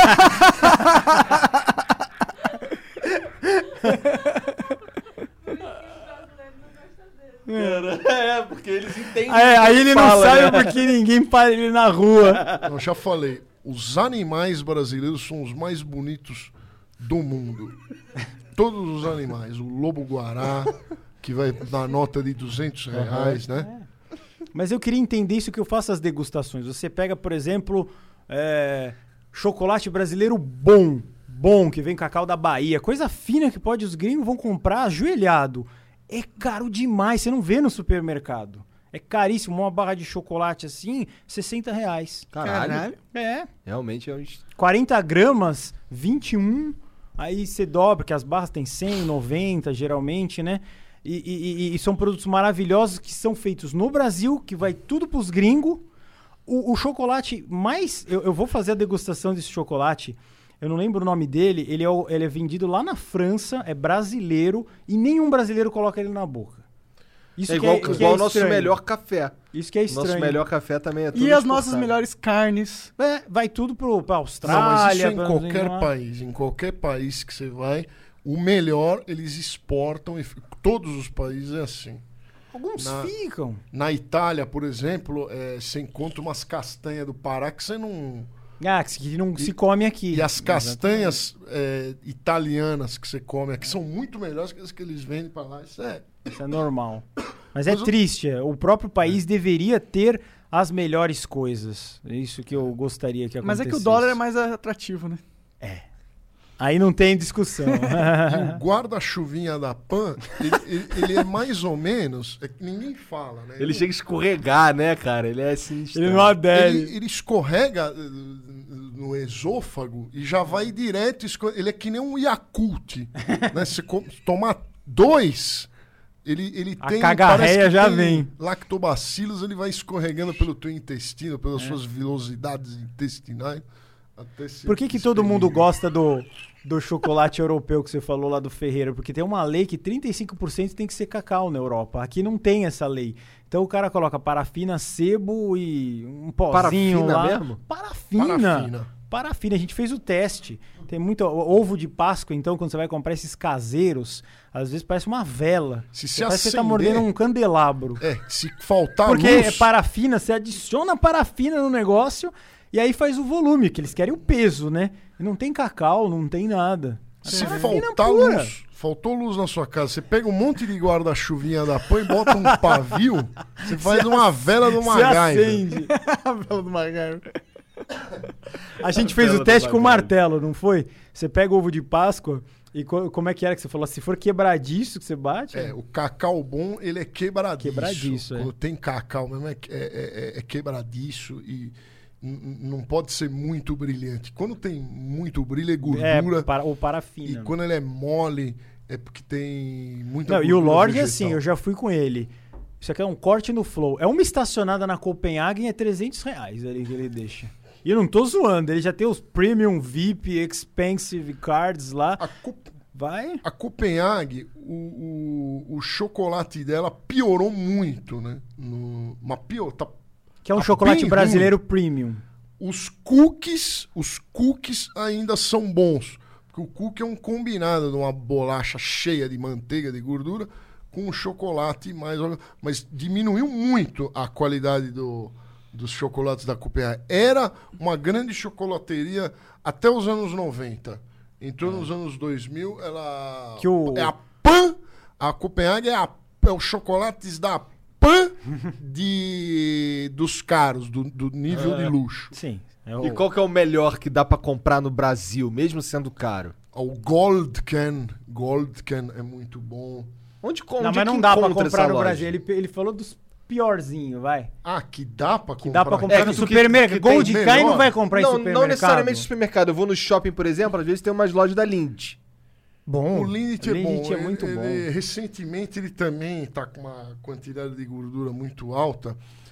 É, porque eles entendem. aí, aí ele não fala, sabe né? porque ninguém para ele na rua. Eu já falei, os animais brasileiros são os mais bonitos do mundo. Todos os animais. O lobo-guará, que vai na nota de duzentos reais, né? Mas eu queria entender isso que eu faço as degustações. Você pega, por exemplo, é, chocolate brasileiro bom, bom, que vem cacau da Bahia, coisa fina que pode os gringos vão comprar ajoelhado. É caro demais, você não vê no supermercado. É caríssimo, uma barra de chocolate assim, sessenta reais. Caralho. Caralho. É, Realmente é um... quarenta gramas, vinte e um, aí você dobra, que as barras tem cem, noventa geralmente, né? E, e- e- e são produtos maravilhosos que são feitos no Brasil, que vai tudo pros gringos. O, o chocolate mais... Eu, eu vou fazer a degustação desse chocolate, eu não lembro o nome dele, ele é, o- ele é vendido lá na França, é brasileiro, e nenhum brasileiro coloca ele na boca. Isso É que igual, que igual é o nosso estranho. melhor café. Isso que é O estranho. nosso melhor café também é tudo E as nossas exportado. melhores carnes. É, vai tudo pro, pra Não, mas Austrália. isso é em pra- qualquer lá. país. Em qualquer país que você vai, o melhor eles exportam. E f- todos os países é assim. Alguns Na- ficam. Na Itália, por exemplo, é, você encontra umas castanhas do Pará que você não... Ah, que não se come aqui. E as castanhas é, italianas que você come aqui são muito melhores que as que eles vendem pra lá. Isso é... Isso é normal. Mas é Mas o- triste. é, O próprio país deveria ter as melhores coisas. É isso que eu gostaria que Mas acontecesse. é que o dólar é mais atrativo, né? Aí não tem discussão. E o guarda-chuvinha da Pan, ele, ele- ele é mais ou menos... É que ninguém fala, né? Ele chega a escorregar, né, cara? Ele é sinistro. Ele não adere. Ele, ele escorrega eh, no esôfago e já vai direto. esco- Ele é que nem um Yakult. Né? Se co- tomar dois, ele, ele A tem. cagarreia parece que já tem vem. Lactobacilos, ele vai escorregando pelo teu intestino, pelas suas vilosidades intestinais. Até se Por que, que todo mundo expelir. gosta do, do chocolate europeu que você falou lá do Ferreira? Porque tem uma lei que trinta e cinco por cento tem que ser cacau na Europa. Aqui não tem essa lei. Então o cara coloca parafina, sebo e um pozinho Parafina lá. mesmo? Parafina. Parafina. Parafina. A gente fez o teste. Tem muito o- ovo de Páscoa, então, quando você vai comprar esses caseiros, às vezes parece uma vela. Se Você se parece que você tá acender- mordendo um candelabro. É, se faltar Porque luz. é parafina, você adiciona parafina no negócio e aí faz o volume, que eles querem o peso, né? E não tem cacau, não tem nada. Se Parafina faltar pura. luz, faltou luz na sua casa, você pega um monte de guarda-chuvinha da Pan e bota um pavio, você faz uma vela do Você MacGyver. acende. A vela do MacGyver. A gente fez vela o do teste com o MacGyver. martelo, não foi? Você pega o ovo de Páscoa e co- como é que era que você falou? Se for quebradiço que você bate... É, o cacau bom, ele é quebradiço. Quebradiço, é. Quando tem cacau mesmo, é, é, é- é quebradiço e n- n- não pode ser muito brilhante. Quando tem muito brilho, é É, gordura. para, ou e parafina. quando ele é mole, é porque tem muita Não, e o gordura Lorde é vegetal. assim, eu já fui com ele. Isso aqui é um corte no Flow. É uma estacionada na Copenhagen, é trezentos reais ali que ele deixa. E eu não tô zoando, ele já tem os Premium, V I P, Expensive Cards lá. A, Cop- Vai. a Copenhague, o, o, o chocolate dela piorou muito, né? No, mas pior, tá, Que é um Tá chocolate bem brasileiro premium. os cookies, os cookies ainda são bons. Porque que o cookie é um combinado de uma bolacha cheia de manteiga, de gordura, com um chocolate mais... Mas diminuiu muito a qualidade do, dos chocolates da Copenhague. Era uma grande chocolateria até os anos noventa. Entrou nos anos dois mil, ela... Que o- É a Pan, a Copenhague é, a, é os chocolates da Pan de, dos caros, do, do nível de luxo. Sim. É o... E qual que é o melhor que dá pra comprar no Brasil, mesmo sendo caro? O Goldcan, Goldcan é muito bom. Onde, onde Não, é mas que não dá pra encontra comprar essa no loja? Brasil. Ele, ele falou dos piorzinhos, vai. Ah, que dá pra comprar? Que dá pra comprar É, no que tu- que- supermercado. que tem Gold melhor. Kai não vai comprar em Não, supermercado. não necessariamente supermercado. Eu vou no shopping, por exemplo, às vezes tem umas lojas da Lindt. Bom. O Lindt é Lindt bom. é muito ele, bom. ele- recentemente ele também tá com uma quantidade de gordura muito alta,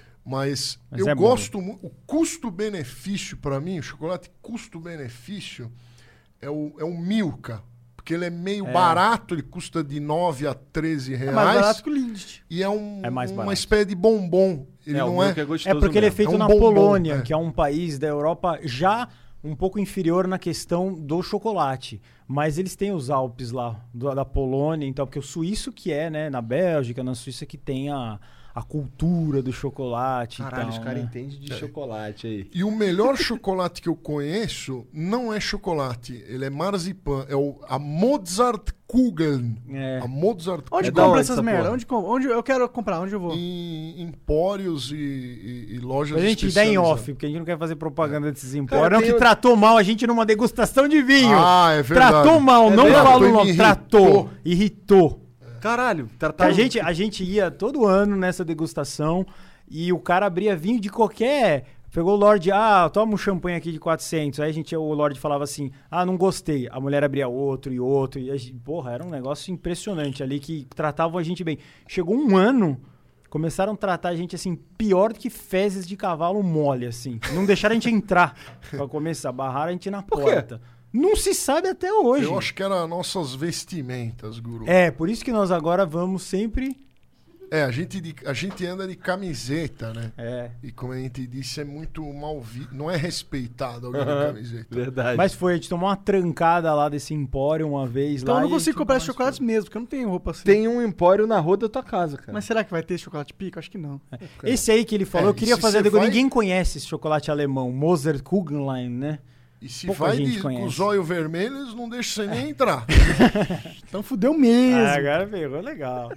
mas, Mas eu é bom. gosto muito. O custo-benefício para mim, o chocolate custo-benefício é o, é o Milka, porque ele é meio É. barato, ele custa de nove a treze É reais. mais barato que o Lindt. E é, um, É mais uma barato. espécie de bombom. Ele é, o não meu é. que é É gostoso porque ele é mesmo. feito É um na bombom, Polônia, é. que é um país da Europa já um pouco inferior na questão do chocolate. Mas eles têm os Alpes lá, do- da Polônia, então, porque o suíço que é, né, na Bélgica, na Suíça, que tem a, a cultura do chocolate Caralho, e tal, os caras né? entendem de chocolate aí. E o melhor chocolate que eu conheço não é chocolate, ele é marzipan, é o, a Mozart Kugeln. É. A Mozart Onde É da compra onde essas essa merda? porra? Onde, compra? Onde eu quero comprar? Onde eu vou? em empórios e, e, e lojas A gente dá em especializadas. off, porque a gente não quer fazer propaganda desses empórios. tem que o- tratou mal a gente numa degustação de vinho. Ah, é verdade. Tratou mal, É não verdade, falou o me nome, irritou. tratou, irritou. Caralho, Que tratar a, gente, a gente ia todo ano nessa degustação e o cara abria vinho de qualquer... Pegou o Lorde, ah, toma um champanhe aqui de quatrocentos. Aí a gente, o Lorde falava assim, ah, não gostei. A mulher abria outro e outro. E a gente, porra, era um negócio impressionante ali que tratavam a gente bem. Chegou um ano, começaram a tratar a gente assim, pior do que fezes de cavalo mole, assim. Não deixaram a gente entrar pra começar, barraram a gente na quê? porta. Não se sabe até hoje. Eu acho que eram nossas vestimentas, guru. É, por isso que nós agora vamos sempre... É, a gente, de- a gente anda de camiseta, né? É. E como a gente disse, é muito mal visto. Não é respeitado alguém de Aham, camiseta. Verdade. Mas foi, a gente tomou uma trancada lá desse empório uma vez Então lá. eu não e a consigo gente comprar nunca esses mais chocolates mesmo, porque eu não tenho roupa assim. Tem um empório na rua da tua casa, cara. Mas será que vai ter chocolate pica? Acho que não. foi. Esse aí que ele falou, É, eu queria e se fazer... você vai- Ninguém conhece esse chocolate alemão, Mozart Kugeln, né? E se Pouca vai gente de, com conhece. os olhos vermelhos, não deixa você nem entrar. Então fudeu mesmo. Ah, agora pegou legal.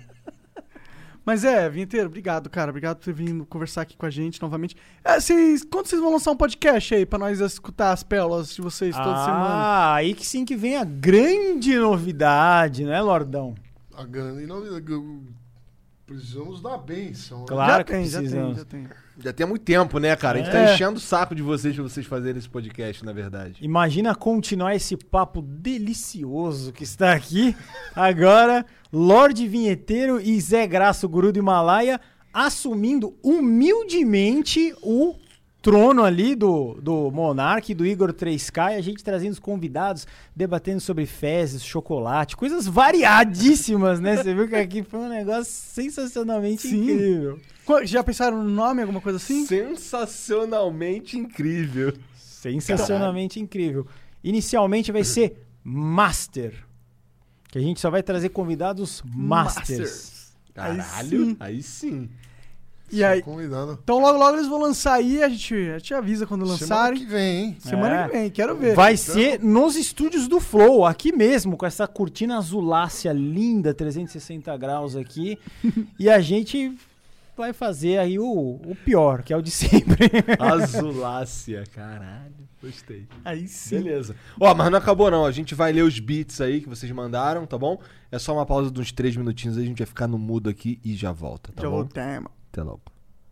Mas é, Vinheteiro, obrigado, cara. Obrigado por ter vindo conversar aqui com a gente novamente. É, vocês, quando vocês vão lançar um podcast aí pra nós escutar as pérolas de vocês toda ah, semana? aí que sim que vem a grande novidade, né, Lordão? A grande novidade. Precisamos dar benção. né? Claro já que tem, já tem, precisamos. já tem. Já tem há muito tempo, né, cara? A gente É. tá enchendo o saco de vocês pra vocês fazerem esse podcast, na verdade. Imagina continuar esse papo delicioso que está aqui. Agora, Lorde Vinheteiro e Zé Graça, o guru do Himalaia, assumindo humildemente o trono ali do, do Monark, do Igor três K, e a gente trazendo os convidados, debatendo sobre fezes, chocolate, coisas variadíssimas, né? Você viu que aqui foi um negócio sensacionalmente Sim. incrível. Qu- Já pensaram no nome, alguma coisa assim? Sensacionalmente incrível. Sensacionalmente incrível. Inicialmente vai ser Master. Que a gente só vai trazer convidados Masters. Caralho, aí sim. E aí, Convidado. então logo logo eles vão lançar aí, a gente, a gente avisa quando Semana lançarem. que vem, hein? Semana É. que vem, quero ver. Vai ser nos estúdios do Flow, aqui mesmo, com essa cortina azulácea linda, trezentos e sessenta graus aqui. E a gente vai fazer aí o, o pior, que é o de sempre. Azulácia, caralho. Gostei. Aí sim. Beleza. Ó, mas não acabou não. A gente vai ler os beats aí que vocês mandaram, tá bom? É só uma pausa de uns três minutinhos aí, a gente vai ficar no mudo aqui e já volta, tá Já bom? voltamos. Até logo.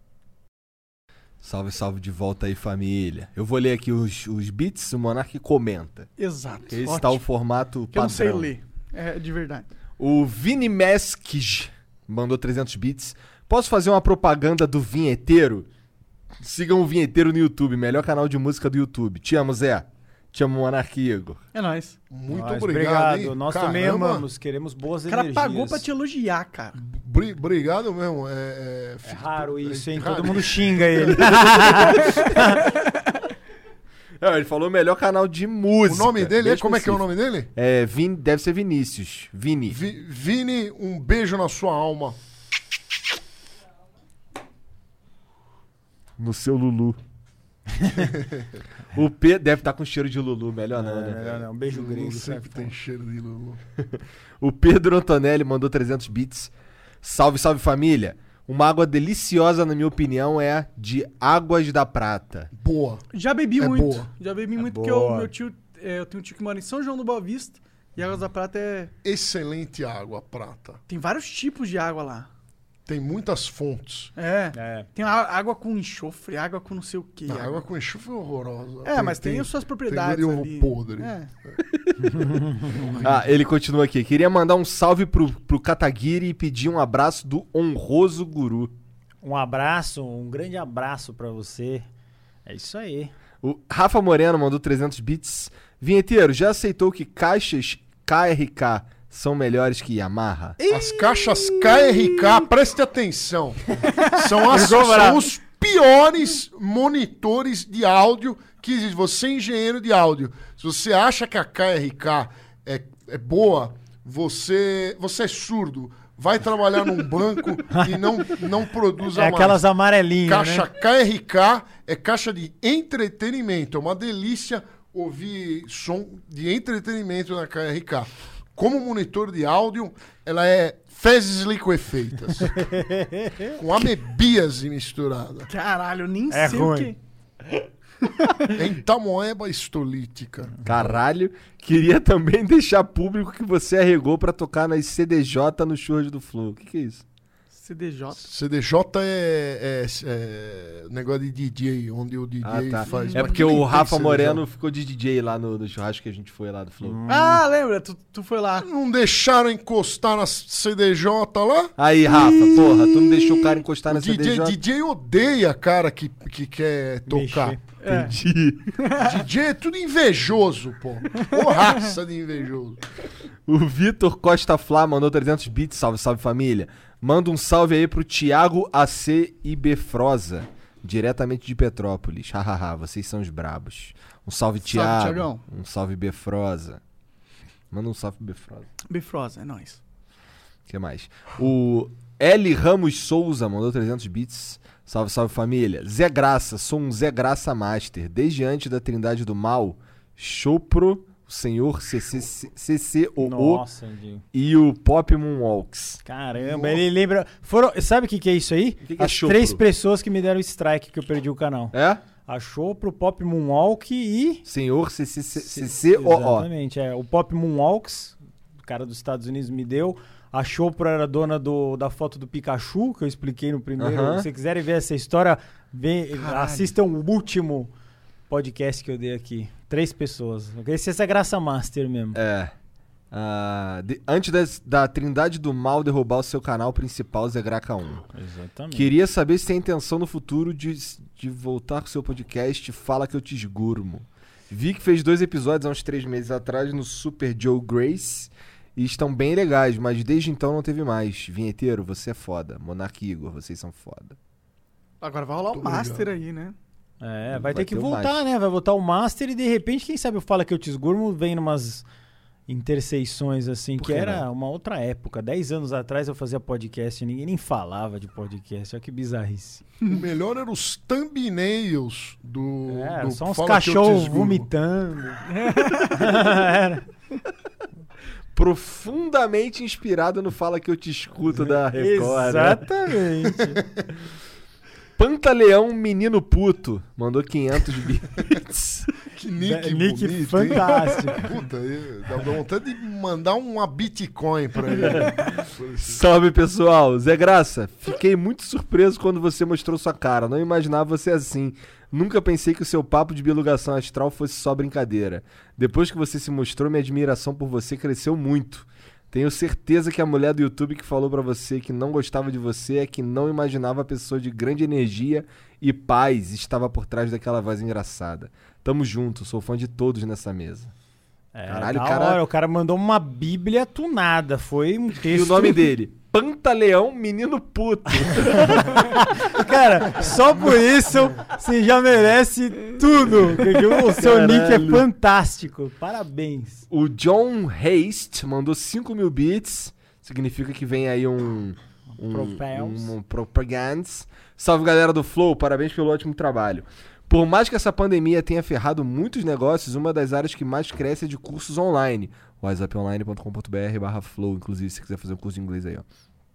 Salve, salve de volta aí, família. Eu vou ler aqui os, os beats, o Monark comenta. Exato. Esse Ótimo. tá o formato Que eu não sei padrão. ler. É de verdade. O Vini Meskij mandou trezentos bits. Posso fazer uma propaganda do Vinheteiro? Sigam o Vinheteiro no YouTube, melhor canal de música do YouTube. Te amo, Zé. Te amo, Monark Igor. É nóis. Muito Nós, obrigado. hein? Nós Caramba. também amamos, queremos boas O cara energias. pagou pra te elogiar, cara. Bri- Obrigado mesmo. É, é, É raro isso, hein? raro. Todo mundo xinga ele. Não, ele falou o melhor canal de música. O nome dele é? Bem Como é que é o específico. nome dele? É, Vin, deve ser Vinícius. Vini. Vi- Vini, um beijo na sua alma. No seu Lulu. O P deve estar com cheiro de Lulu, melhor não, né? Não, não, um beijo Lulu grego. sempre tem cheiro de Lulu. O Pedro Antonelli mandou trezentos bits. Salve, salve família. Uma água deliciosa, na minha opinião, é a de Águas da Prata. Boa. Já bebi É muito. boa. Já bebi É muito, porque boa. o meu tio, é, eu tenho um tio que mora em São João do Boa Vista. E Águas da Prata é. Excelente água prata. Tem vários tipos de água lá. Tem muitas fontes. É. É. Tem á- água com enxofre, água com não sei o quê. A água com enxofre é horrorosa. É, mas tem, as suas propriedades. Tem de ovo ali. podre. É. Ah, ele continua aqui. Queria mandar um salve pro, pro Kataguiri e pedir um abraço do honroso guru. Um abraço, um grande abraço pra você. É isso aí. O Rafa Moreno mandou trezentos bits. Vinheteiro, já aceitou que caixas K R K são melhores que Yamaha? As caixas K R K, preste atenção, são, as, são os piores monitores de áudio que existe. Você é engenheiro de áudio. Se você acha que a K R K é, é boa, você, você é surdo. Vai trabalhar num banco e não, não produza É mais. aquelas amarelinhas, Caixa né? K R K é caixa de entretenimento. É uma delícia ouvir som de entretenimento na K R K. Como monitor de áudio, ela é fezes liquefeitas. Com amebíase misturada. Caralho, eu nem É sei ruim. o que. Entamoeba histolítica. Caralho. Queria também deixar público que você arregou pra tocar nas C D J no Churras do Flow. O que, que é isso? C D J. C D J é, é- é negócio de D J, onde o D J Ah, tá. faz. É Mas porque nem o tem Rafa C D J. Moreno ficou de D J lá no, no churrasco que a gente foi lá do Flow. Ah, lembra? Tu, tu foi lá. Não deixaram encostar na C D J lá? Aí, Rafa, porra, tu não deixou o cara encostar na O D J, C D J? D J odeia cara que, que quer tocar. Mexer. É. Entendi. D J é tudo invejoso, pô. Ô raça de invejoso. O Vitor Costa Flá mandou trezentos bits. Salve, salve família. Manda um salve aí pro Thiago A C e Befrosa, diretamente de Petrópolis. Hahaha, vocês são os brabos. Um salve, Thiago. Thiagão. Um salve, Befrosa. Manda um salve, Befrosa. Bifrosa, é nóis. O que mais? O L. Ramos Souza mandou trezentos bits. Salve, salve família. Zé Graça, sou um Zé Graça Master. Desde antes da Trindade do Mal, Chopro, o Senhor C C O O Nossa, Diego. e o Pop Moonwalks. Caramba, ele lembra. Foram, sabe o que, que é isso aí? que que é As chopro? três pessoas que me deram strike que eu perdi o canal. É? Achou pro Pop Moonwalk e. Senhor C C O O. Exatamente, é. O Pop Moonwalks, o cara dos Estados Unidos me deu. A Chopra era dona do, da foto do Pikachu, que eu expliquei no primeiro. Aham. Se vocês quiserem ver essa história, vem, assistam o último podcast que eu dei aqui. Três pessoas. Esse é a Graça Master mesmo. É. Ah, de- antes das- da Trindade do Mal derrubar o seu canal principal, Zé Graca um. Exatamente. Queria saber se tem intenção no futuro de, de voltar com o seu podcast Fala Que Eu Te Esgurmo. Vi que fez dois episódios há uns três meses atrás no Super Joe Grace e estão bem legais, mas desde então não teve mais. Vinheteiro, você é foda. Monark e Igor, vocês são foda. Agora vai rolar o Tô Master aí, né? É, vai, Vai ter que ter o voltar, Master. né? Vai voltar o Master e de repente, quem sabe o Fala Que Eu Te Esgurmo vem numas interseições assim, Por que que era não? uma outra época. Dez anos atrás eu fazia podcast e ninguém nem falava de podcast. Olha que bizarrice. O melhor eram os thumbnails do. Era do só uns Fala Que Eu Te cachorros Esgurmo. vomitando. Era. Profundamente inspirado no Fala Que Eu Te Escuto da Record. né? Exatamente. Pantaleão Menino Puto mandou quinhentos bits. Que nick, Nick bonito, hein? fantástico. Puta, eu- dá vontade de mandar uma Bitcoin pra ele. Salve pessoal, Zé Graça, fiquei muito surpreso quando você mostrou sua cara, não imaginava você assim. Nunca pensei que o seu papo de bilugação astral fosse só brincadeira. Depois que você se mostrou, minha admiração por você cresceu muito. Tenho certeza que a mulher do YouTube que falou pra você que não gostava de você é que não imaginava a pessoa de grande energia e paz estava por trás daquela voz engraçada. Tamo junto, sou fã de todos nessa mesa. É, Caralho, da o cara- hora, o cara mandou uma bíblia tunada. Foi um E texto... o nome dele? Pantaleão Menino Puto. Cara, só por isso você já merece tudo. Porque o seu nick é Caralho. fantástico. Parabéns. O John Haste mandou cinco mil bits. Significa que vem aí um... Um, Propels. um, um propagandas. Salve, galera do Flow. Parabéns pelo ótimo trabalho. Por mais que essa pandemia tenha ferrado muitos negócios, uma das áreas que mais cresce é de cursos online. whatsapponline ponto com ponto b r barra flow. Inclusive, se você quiser fazer um curso de inglês aí, ó.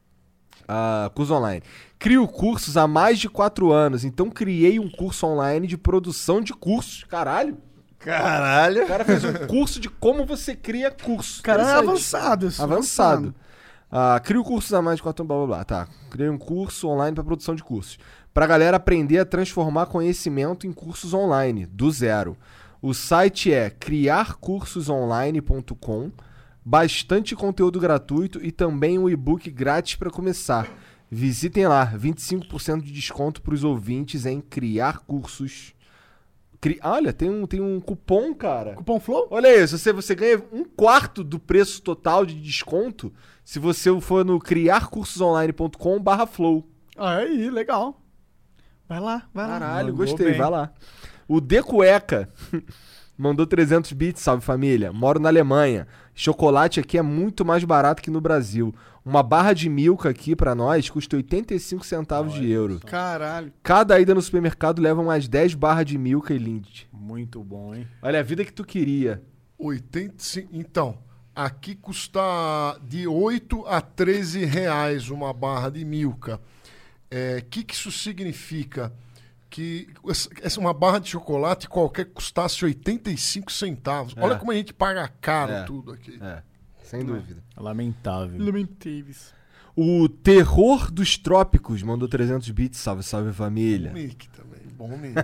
Ah, curso online. Crio cursos há mais de quatro anos, então criei um curso online de produção de cursos. Caralho! Caralho. O cara fez um curso de como você cria curso. Cara, é Interessante. avançado. isso, Avançado. Ah, crio cursos há mais de quatro... Blá, blá, blá. Tá. Criei um curso online para produção de cursos. Pra galera aprender a transformar conhecimento em cursos online, do zero. O site é criar cursos online ponto com. Bastante conteúdo gratuito e também um e-book grátis para começar. Visitem lá, vinte e cinco por cento de desconto para os ouvintes em criar cursos. Cri... Olha, tem um, tem um cupom, cara. Cupom Flow? Olha isso, você, você ganha um quarto do preço total de desconto se você for no criar cursos online ponto com barra flow. Aí, legal. Vai lá, vai lá. Caralho, Mandou gostei, bem. vai lá. O De Cueca mandou trezentos bits, salve família. Moro na Alemanha. Chocolate aqui é muito mais barato que no Brasil. Uma barra de Milka aqui pra nós custa oitenta e cinco centavos de euro. Caralho. Cada ida no supermercado leva umas dez barras de Milka e Lindt. Muito bom, hein? Olha, a vida que tu queria. oitenta e cinco. Então, aqui custa de oito a treze reais uma barra de Milka. O é, que, que isso significa? Que essa uma barra de chocolate qualquer custasse oitenta e cinco centavos. É. Olha como a gente paga caro É. tudo aqui. É, sem dúvida. Lamentável. Lamentáveis. O Terror dos Trópicos mandou trezentos bits, salve, salve família. Bom nick também, bom nick.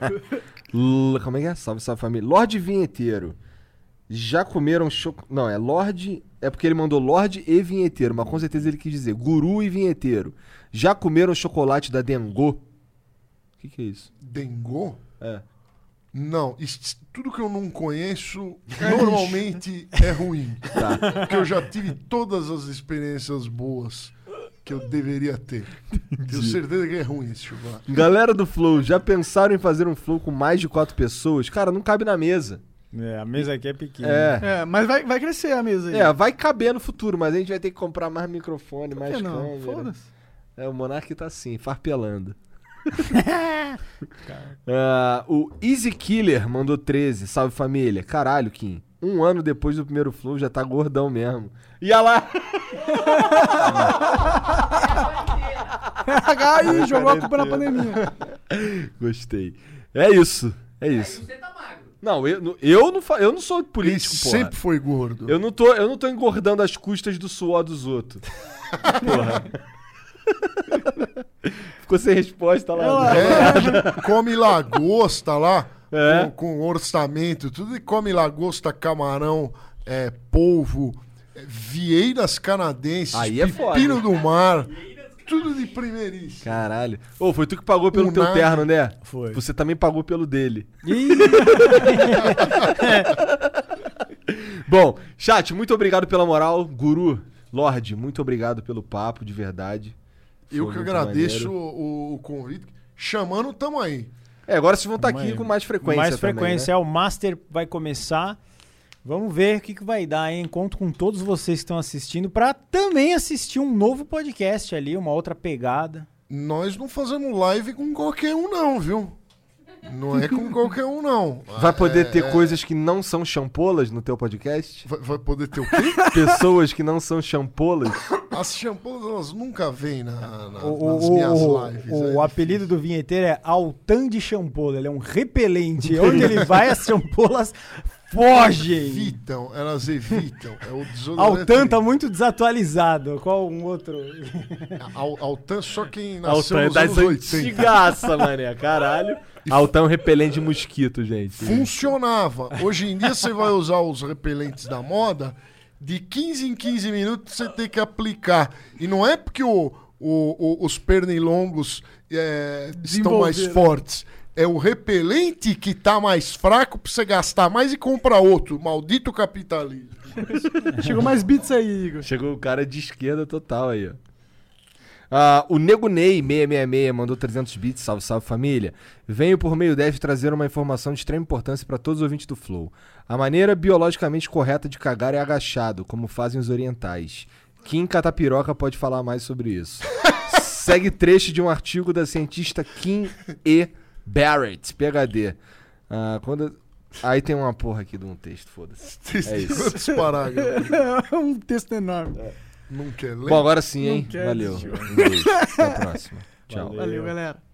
L- Como é que é? Salve, salve família. Lorde Vinheteiro. Já comeram chocolate. Não, é Lorde. É porque ele mandou Lorde e Vinheteiro, mas com certeza ele quis dizer Guru e Vinheteiro. Já comeram chocolate da Dengô? O que, que é isso? Dengô? É. Não, isso- tudo que eu não conheço normalmente é ruim. Tá. Porque eu já tive todas as experiências boas que eu deveria ter. Tenho certeza que é ruim esse chocolate. Galera do Flow, já pensaram em fazer um Flow com mais de quatro pessoas? Cara, não cabe na mesa. É, a mesa aqui é pequena. É. É, mas vai, vai crescer a mesa aí. É, vai caber no futuro, mas a gente vai ter que comprar mais microfone, Por mais que não? câmera. Foda-se. É, o Monark tá assim, farpelando. Ah, o Easy Killer mandou treze. Salve família. Caralho, Kim. Um ano depois do primeiro Flow já tá gordão mesmo. Ia lá. Aí, jogou a culpa na pandemia. Gostei. É isso. É isso. Você tá magro. Não, eu, eu, não, fa- eu não sou Ele político, porra. sempre foi gordo. Eu não, tô, eu não tô engordando as custas do suor dos outros. Porra. Ficou sem resposta lá. É, come lagosta lá, É. com, com orçamento, tudo, e come lagosta, camarão, é, polvo, é, vieiras canadenses, Aí é pepino foda. do mar, tudo de primeiríssimo. Caralho. Ô, foi tu que pagou pelo teu Unagi. terno, né? Foi. Você também pagou pelo dele. Ih, Bom, chat, muito obrigado pela moral. Guru, Lorde, muito obrigado pelo papo, de verdade. Eu Foi que muito agradeço maneiro. o, o convite. Chamando, tamo aí. É, agora vocês vão estar Tamo aqui aí. com mais frequência mais também, frequência. né? É, o Master vai começar. Vamos ver o que, que vai dar, hein? Conto com todos vocês que estão assistindo para também assistir um novo podcast ali, uma outra pegada. Nós não fazemos live com qualquer um, não, viu? Não é com qualquer um, não. Vai poder É, ter é, coisas que não são champolas no teu podcast? Vai, vai poder ter o quê? Pessoas que não são champolas? As champolas, elas nunca vêm na, na- O, nas o- minhas o- lives. o é. apelido do vinheteiro é Altan de Champola. Ele é um repelente. Onde ele vai, as champolas fogem. Evitam, elas evitam. É o desodorante. Altan tá muito desatualizado. Qual um outro? Al- Altan, só quem nasceu Altan é nos das anos oitenta. antigaça, mané. Caralho. Altan é um repelente de mosquito, gente. Funcionava. Hoje em dia você vai usar os repelentes da moda, de quinze em quinze minutos você tem que aplicar. E não é porque o, o- o- os pernilongos é, estão mais Desenvolveram. fortes. É o repelente que tá mais fraco pra você gastar mais e comprar outro. Maldito capitalismo. Chegou mais bits aí, Igor. Chegou o cara de esquerda total aí, ó. Ah, o Nego Ney seiscentos e sessenta e seis mandou trezentos bits, salve, salve família. Venho por meio deve trazer uma informação de extrema importância para todos os ouvintes do Flow. A maneira biologicamente correta de cagar é agachado, como fazem os orientais. Kim Catapiroca pode falar mais sobre isso. Segue trecho de um artigo da cientista Kim E. Barrett, P H D. Ah, quando... Aí tem uma porra aqui de um texto, foda-se. É isso. Quantos parágrafos? É um texto enorme. Não quer ler? Bom, agora sim, hein? Não quer, Valeu. desistiu. Um beijo. Até a próxima. Tchau. Valeu, galera.